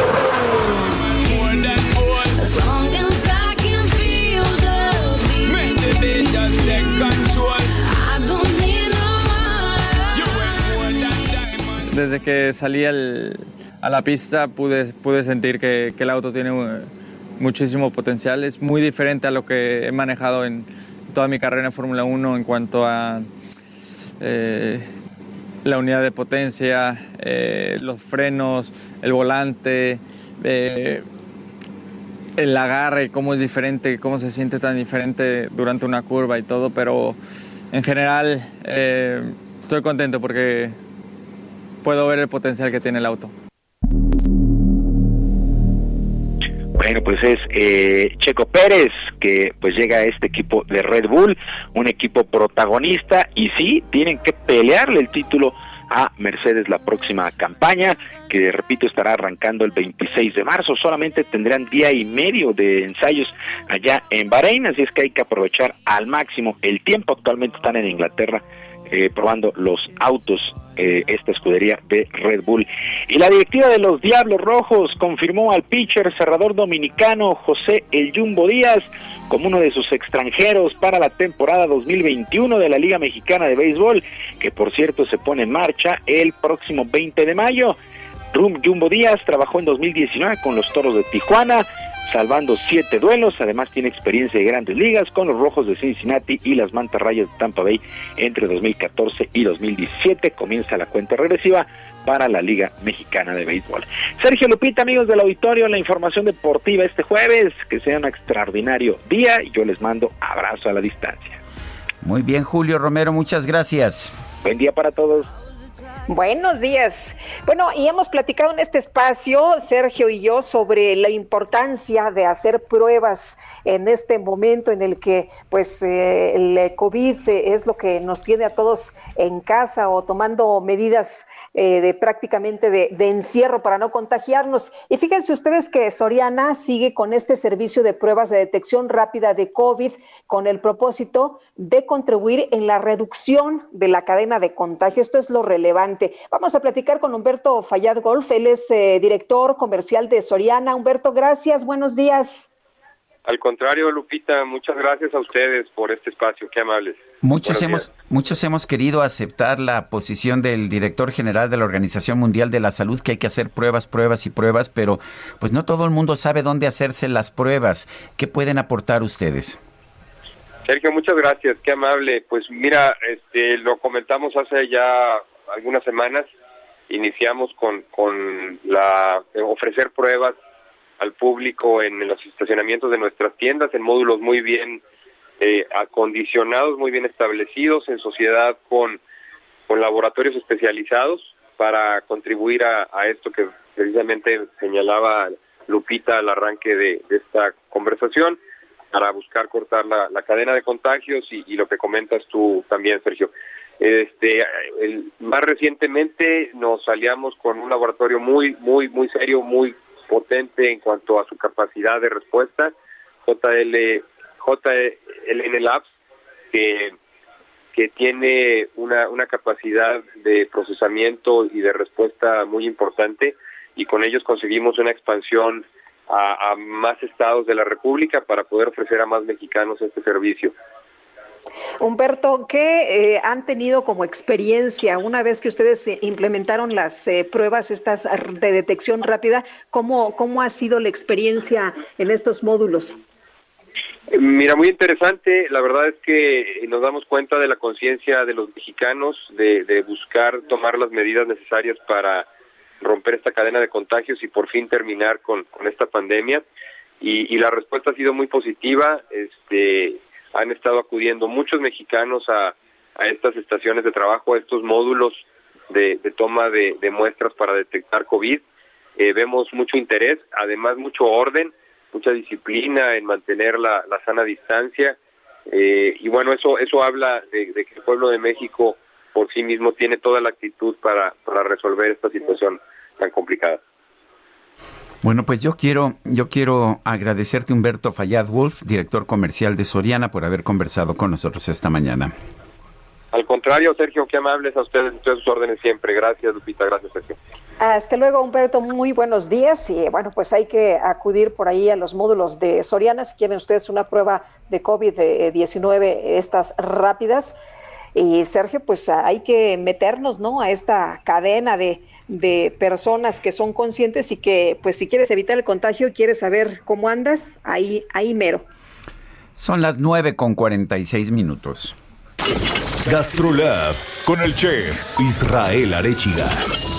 Desde que salí al, a la pista pude, pude sentir que, que el auto tiene muchísimo potencial. Es muy diferente a lo que he manejado en toda mi carrera en Fórmula uno en cuanto a eh, la unidad de potencia, eh, los frenos, el volante, eh, el agarre, cómo es diferente, cómo se siente tan diferente durante una curva y todo, pero en general eh, estoy contento porque puedo ver el potencial que tiene el auto. Bueno, pues es eh, Checo Pérez que pues llega a este equipo de Red Bull, un equipo protagonista, y sí, tienen que pelearle el título a Mercedes la próxima campaña, que repito estará arrancando el veintiséis de marzo. Solamente tendrán día y medio de ensayos allá en Bahrein, así es que hay que aprovechar al máximo el tiempo. Actualmente están en Inglaterra eh, probando los autos, eh, esta escudería de Red Bull. Y la directiva de los Diablos Rojos confirmó al pitcher cerrador dominicano José El Jumbo Díaz como uno de sus extranjeros para la temporada dos mil veintiuno de la Liga Mexicana de Béisbol, que por cierto se pone en marcha el próximo veinte de mayo. Rum Jumbo Díaz trabajó en dos mil diecinueve con los Toros de Tijuana, salvando siete duelos. Además tiene experiencia de Grandes Ligas con los Rojos de Cincinnati y las Mantarrayas de Tampa Bay entre dos mil catorce y dos mil diecisiete. Comienza la cuenta regresiva para la Liga Mexicana de Béisbol. Sergio, Lupita, amigos del auditorio, la información deportiva este jueves. Que sea un extraordinario día y yo les mando abrazo a la distancia. Muy bien, Julio Romero, muchas gracias. Buen día para todos. Buenos días. Bueno, y hemos platicado en este espacio, Sergio y yo, sobre la importancia de hacer pruebas en este momento en el que, pues, eh, el COVID es lo que nos tiene a todos en casa o tomando medidas eh, de prácticamente de, de encierro para no contagiarnos. Y fíjense ustedes que Soriana sigue con este servicio de pruebas de detección rápida de COVID con el propósito de contribuir en la reducción de la cadena de contagio. Esto es lo relevante. Vamos a platicar con Humberto Fayad Wolf, él es eh, director comercial de Soriana. Humberto, gracias, buenos días. Al contrario, Lupita, muchas gracias a ustedes por este espacio, qué amables. Muchos hemos, muchos hemos querido aceptar la posición del director general de la Organización Mundial de la Salud, que hay que hacer pruebas, pruebas y pruebas, pero pues no todo el mundo sabe dónde hacerse las pruebas. ¿Qué pueden aportar ustedes? Sergio, muchas gracias, qué amable. Pues mira, este, lo comentamos hace ya algunas semanas, iniciamos con, con la ofrecer pruebas al público en, en los estacionamientos de nuestras tiendas, en módulos muy bien eh, acondicionados, muy bien establecidos, en sociedad con, con laboratorios especializados para contribuir a, a esto que precisamente señalaba Lupita al arranque de, de esta conversación, para buscar cortar la, la cadena de contagios y, y lo que comentas tú también, Sergio. Este, el, más recientemente nos aliamos con un laboratorio muy, muy, muy serio, muy potente en cuanto a su capacidad de respuesta, J L, J L N Labs, que, que tiene una, una capacidad de procesamiento y de respuesta muy importante, y con ellos conseguimos una expansión a, a más estados de la República para poder ofrecer a más mexicanos este servicio. Humberto, ¿qué eh, han tenido como experiencia una vez que ustedes eh, implementaron las eh, pruebas estas de detección rápida? ¿Cómo, cómo ha sido la experiencia en estos módulos? Mira, muy interesante. La verdad es que nos damos cuenta de la conciencia de los mexicanos de, de buscar tomar las medidas necesarias para romper esta cadena de contagios y por fin terminar con, con esta pandemia. Y, y la respuesta ha sido muy positiva. Este... Han estado acudiendo muchos mexicanos a, a estas estaciones de trabajo, a estos módulos de, de toma de, de muestras para detectar COVID. Eh, vemos mucho interés, además mucho orden, mucha disciplina en mantener la, la sana distancia. Eh, y bueno, eso eso habla de, de que el pueblo de México por sí mismo tiene toda la actitud para, para resolver esta situación tan complicada. Bueno, pues yo quiero yo quiero agradecerte, Humberto Fayad Wolf, director comercial de Soriana, por haber conversado con nosotros esta mañana. Al contrario, Sergio, qué amables a ustedes, ustedes sus órdenes siempre. Gracias, Lupita, gracias, Sergio. Hasta luego, Humberto, muy buenos días. Y bueno, pues hay que acudir por ahí a los módulos de Soriana si quieren ustedes una prueba de COVID diecinueve, estas rápidas. Y Sergio, pues hay que meternos, ¿no?, a esta cadena de de personas que son conscientes y que, pues, si quieres evitar el contagio, quieres saber cómo andas, ahí, ahí mero. Son las nueve con cuarenta y seis minutos. GastroLab con el chef Israel Arechiga.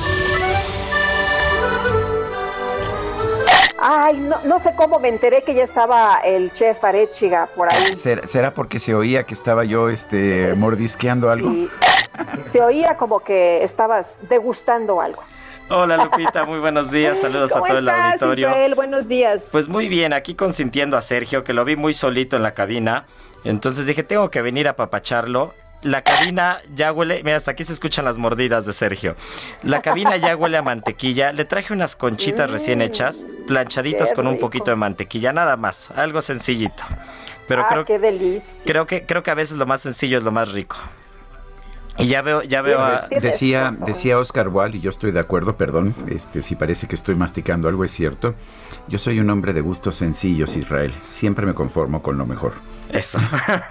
Ay, no, no sé cómo me enteré que ya estaba el chef Arechiga por ahí. ¿Será, será porque se oía que estaba yo este mordisqueando algo? Sí. Te oía como que estabas degustando algo. Hola, Lupita, muy buenos días, saludos a todo el auditorio. ¿Cómo estás, Israel? Buenos días. Pues muy bien, aquí consintiendo a Sergio, que lo vi muy solito en la cabina, entonces dije, tengo que venir a apapacharlo. La cabina ya huele, mira, hasta aquí se escuchan las mordidas de Sergio. La cabina ya huele a mantequilla. Le traje unas conchitas mm, recién hechas, planchaditas con un poquito de mantequilla, nada más, algo sencillito. Pero ah, creo, qué delicia. Creo que, creo que a veces lo más sencillo es lo más rico. Y ya veo, ya veo a... Decía, decía Oscar Wilde, y yo estoy de acuerdo, perdón, este, si parece que estoy masticando algo, es cierto. Yo soy un hombre de gustos sencillos, Israel. Siempre me conformo con lo mejor. Eso.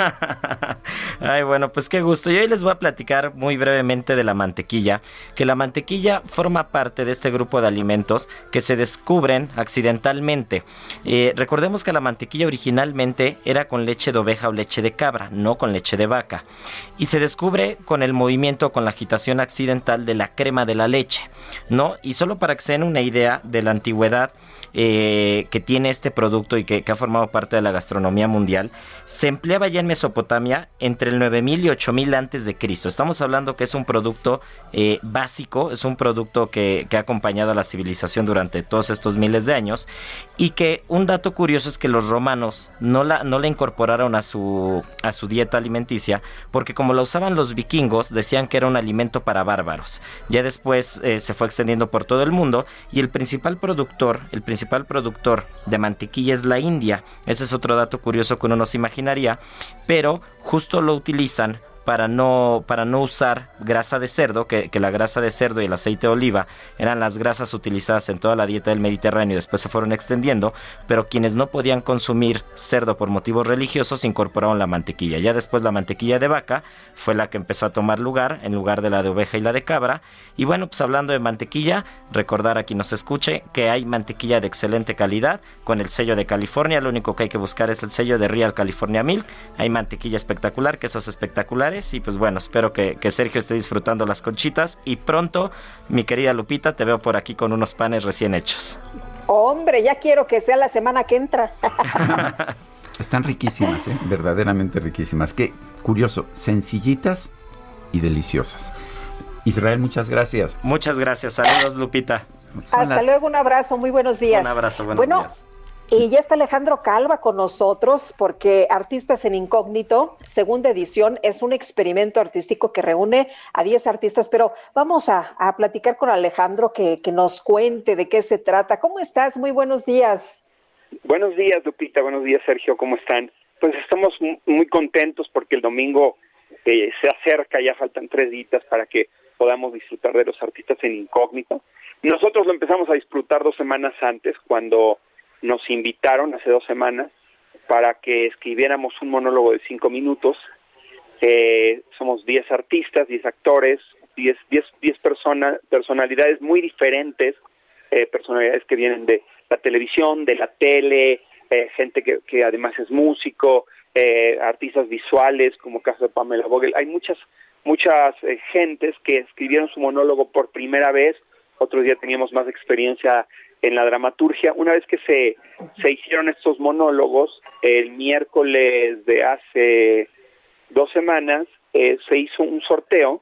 Ay, bueno, pues qué gusto. Y hoy les voy a platicar muy brevemente de la mantequilla, que la mantequilla forma parte de este grupo de alimentos que se descubren accidentalmente. Eh, recordemos que la mantequilla originalmente era con leche de oveja o leche de cabra, no con leche de vaca. Y se descubre con el movimiento, con la agitación accidental de la crema de la leche, ¿no? Y solo para que se den una idea de la antigüedad Eh, que tiene este producto y que, que ha formado parte de la gastronomía mundial, se empleaba ya en Mesopotamia entre el nueve mil y ocho mil antes de Cristo. Estamos hablando que es un producto eh, básico, es un producto que, que ha acompañado a la civilización durante todos estos miles de años, y que un dato curioso es que los romanos no la, no la incorporaron a su, a su dieta alimenticia, porque como la usaban los vikingos, decían que era un alimento para bárbaros. Ya después eh, se fue extendiendo por todo el mundo, y el principal productor, el principal principal productor de mantequilla es la India. Ese es otro dato curioso que uno no se imaginaría, pero justo lo utilizan para no, para no usar grasa de cerdo, que, que la grasa de cerdo y el aceite de oliva eran las grasas utilizadas en toda la dieta del Mediterráneo y después se fueron extendiendo, pero quienes no podían consumir cerdo por motivos religiosos incorporaron la mantequilla. Ya después la mantequilla de vaca fue la que empezó a tomar lugar, en lugar de la de oveja y la de cabra. Y bueno, pues hablando de mantequilla, recordar a quien nos escuche que hay mantequilla de excelente calidad con el sello de California. Lo único que hay que buscar es el sello de Real California Milk. Hay mantequilla espectacular, quesos espectaculares. Y pues bueno, espero que, que Sergio esté disfrutando las conchitas, y pronto, mi querida Lupita, te veo por aquí con unos panes recién hechos. Hombre, ya quiero que sea la semana que entra. Están riquísimas, ¿eh? Verdaderamente riquísimas. Qué curioso, sencillitas y deliciosas. Israel, muchas gracias. Muchas gracias, saludos, Lupita. Hasta las... luego, un abrazo, muy buenos días. Un abrazo, buenos bueno, días. Y ya está Alejandro Calva con nosotros, porque Artistas en Incógnito, segunda edición, es un experimento artístico que reúne a diez artistas, pero vamos a, a platicar con Alejandro, que, que nos cuente de qué se trata. ¿Cómo estás? Muy buenos días. Buenos días, Lupita, buenos días, Sergio, ¿cómo están? Pues estamos muy contentos porque el domingo eh, se acerca, ya faltan tres días para que podamos disfrutar de los Artistas en Incógnito. Nosotros lo empezamos a disfrutar dos semanas antes, cuando nos invitaron hace dos semanas para que escribiéramos un monólogo de cinco minutos. Eh, somos diez artistas, diez actores, diez, diez, diez personas, personalidades muy diferentes, eh, personalidades que vienen de la televisión, de la tele, eh, gente que, que además es músico, eh, artistas visuales, como caso de Pamela Vogel. Hay muchas, muchas eh, gentes que escribieron su monólogo por primera vez. Otros días teníamos más experiencia en la dramaturgia. Una vez que se, se hicieron estos monólogos, el miércoles de hace dos semanas eh, se hizo un sorteo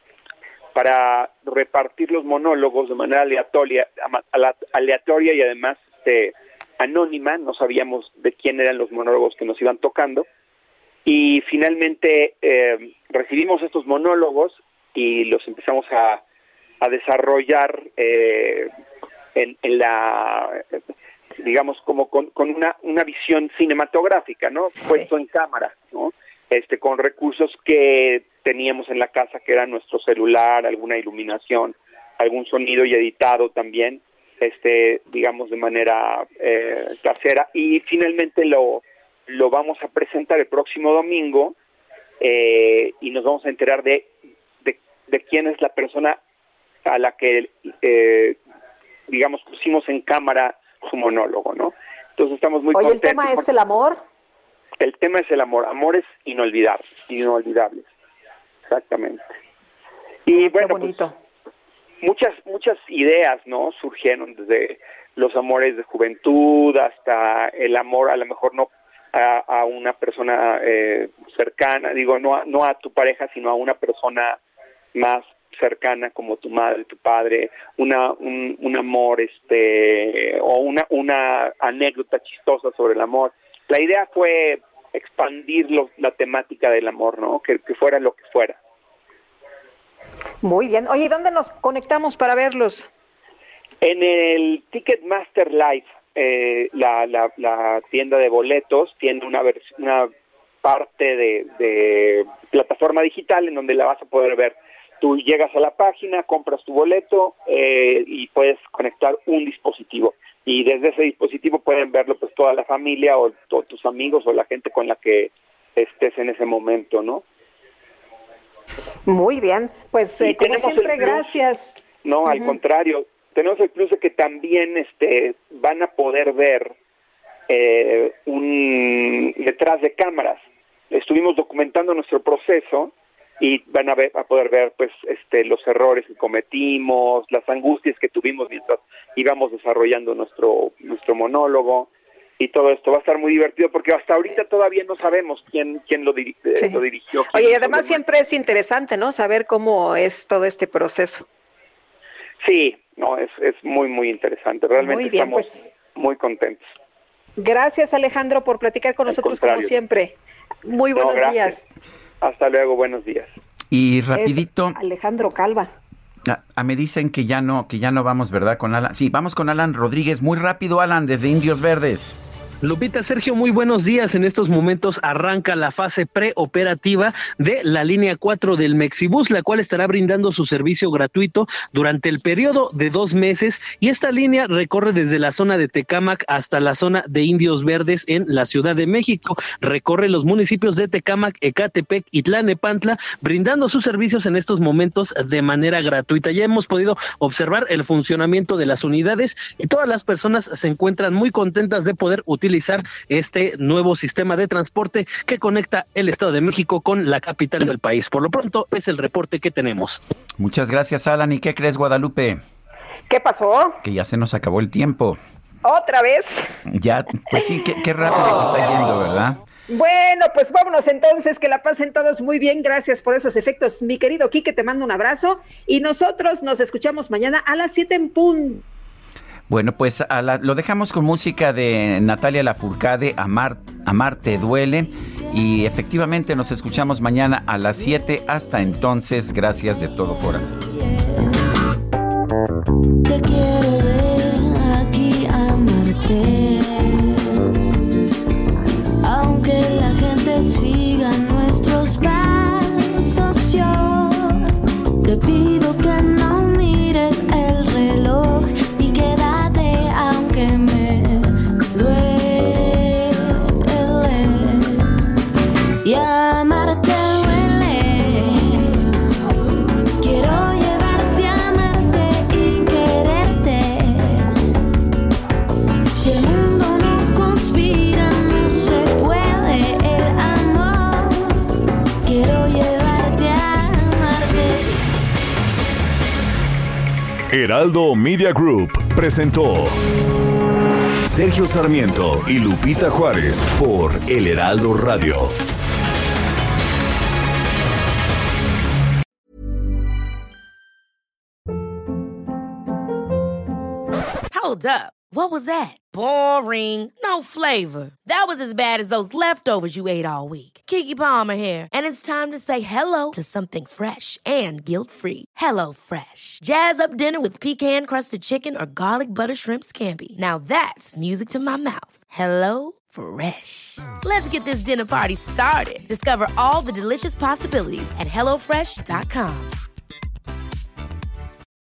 para repartir los monólogos de manera aleatoria, aleatoria y además este, anónima. No sabíamos de quién eran los monólogos que nos iban tocando. Y finalmente eh, recibimos estos monólogos y los empezamos a, a desarrollar eh, En, en la, digamos, como con, con una, una visión cinematográfica, ¿no? Sí. Puesto en cámara, ¿no? Este, con recursos que teníamos en la casa, que era nuestro celular, alguna iluminación, algún sonido, y editado también, este, digamos, de manera eh, casera. Y finalmente lo, lo vamos a presentar el próximo domingo eh, y nos vamos a enterar de, de, de quién es la persona a la que eh, digamos, pusimos en cámara su monólogo, ¿no? Entonces estamos muy Oye, contentos. ¿el tema es el amor? El tema es el amor. Amores inolvidables, inolvidables. Exactamente. Y Qué bueno, bonito. Pues, muchas, muchas ideas, ¿no? Surgieron desde los amores de juventud hasta el amor, a lo mejor no a, a una persona eh, cercana, digo, no a, no a tu pareja, sino a una persona más cercana como tu madre, tu padre, una un, un amor este o una una anécdota chistosa sobre el amor. La idea fue expandir lo, la temática del amor, ¿no? Que, que fuera lo que fuera. Muy bien. Oye, ¿dónde nos conectamos para verlos? En el Ticketmaster Live, eh, la, la la tienda de boletos tiene una vers- una parte de, de plataforma digital en donde la vas a poder ver. Tú llegas a la página, compras tu boleto eh, y puedes conectar un dispositivo. Y desde ese dispositivo pueden verlo pues toda la familia o, o tus amigos o la gente con la que estés en ese momento, ¿no? Muy bien, pues eh, como siempre, plus, gracias. No, uh-huh. Al contrario, tenemos el plus de que también este van a poder ver eh, un detrás de cámaras. Estuvimos documentando nuestro proceso y van a ver, a poder ver pues este los errores que cometimos, las angustias que tuvimos mientras íbamos desarrollando nuestro nuestro monólogo. Y todo esto va a estar muy divertido porque hasta ahorita todavía no sabemos quién quién lo, diri sí. lo dirigió. Oye, y además siempre es interesante, ¿no? Saber cómo es todo este proceso. Sí, no, es, es muy, muy interesante. Realmente muy bien, estamos pues, muy contentos. Gracias, Alejandro, por platicar con Al nosotros contrario. Como siempre. Muy buenos no, días. Hasta luego, buenos días. Y rapidito. Es Alejandro Calva. Ah, me dicen que ya no, que ya no vamos, ¿verdad? Con Alan. Sí, vamos con Alan Rodríguez. Muy rápido, Alan, desde Indios Verdes. Lupita, Sergio, muy buenos días. En estos momentos arranca la fase preoperativa de la línea cuatro del Mexibus, la cual estará brindando su servicio gratuito durante el periodo de dos meses. Y esta línea recorre desde la zona de Tecámac hasta la zona de Indios Verdes en la Ciudad de México. Recorre los municipios de Tecámac, Ecatepec y Tlanepantla, brindando sus servicios en estos momentos de manera gratuita. Ya hemos podido observar el funcionamiento de las unidades y todas las personas se encuentran muy contentas de poder utilizar utilizar este nuevo sistema de transporte que conecta el Estado de México con la capital del país. Por lo pronto, es el reporte que tenemos. Muchas gracias, Alan. ¿Y qué crees, Guadalupe? ¿Qué pasó? Que ya se nos acabó el tiempo. ¿Otra vez? Ya, pues sí, qué, qué rápido se está yendo, ¿verdad? Bueno, pues vámonos entonces, que la pasen todos muy bien, gracias por esos efectos. Mi querido Quique, te mando un abrazo y nosotros nos escuchamos mañana a las siete en punto. Bueno, pues a la, lo dejamos con música de Natalia Lafourcade, Amar, Amar te duele, y efectivamente nos escuchamos mañana a las siete. Hasta entonces, gracias de todo corazón. Te quiero de aquí amarte, aunque la gente siga nuestros pasos, yo te pido que no mires el reloj y quédate aunque me duele, y amarte duele. Quiero llevarte a amarte y quererte. Si el mundo no conspira, no se puede el amor. Quiero llevarte a amarte. Heraldo Media Group presentó Sergio Sarmiento y Lupita Juárez por El Heraldo Radio. Hold up. What was that? Boring. No flavor. That was as bad as those leftovers you ate all week. Keke Palmer here, and it's time to say hello to something fresh and guilt-free. Hello Fresh. Jazz up dinner with pecan-crusted chicken or garlic butter shrimp scampi. Now that's music to my mouth. Hello Fresh. Let's get this dinner party started. Discover all the delicious possibilities at hello fresh dot com.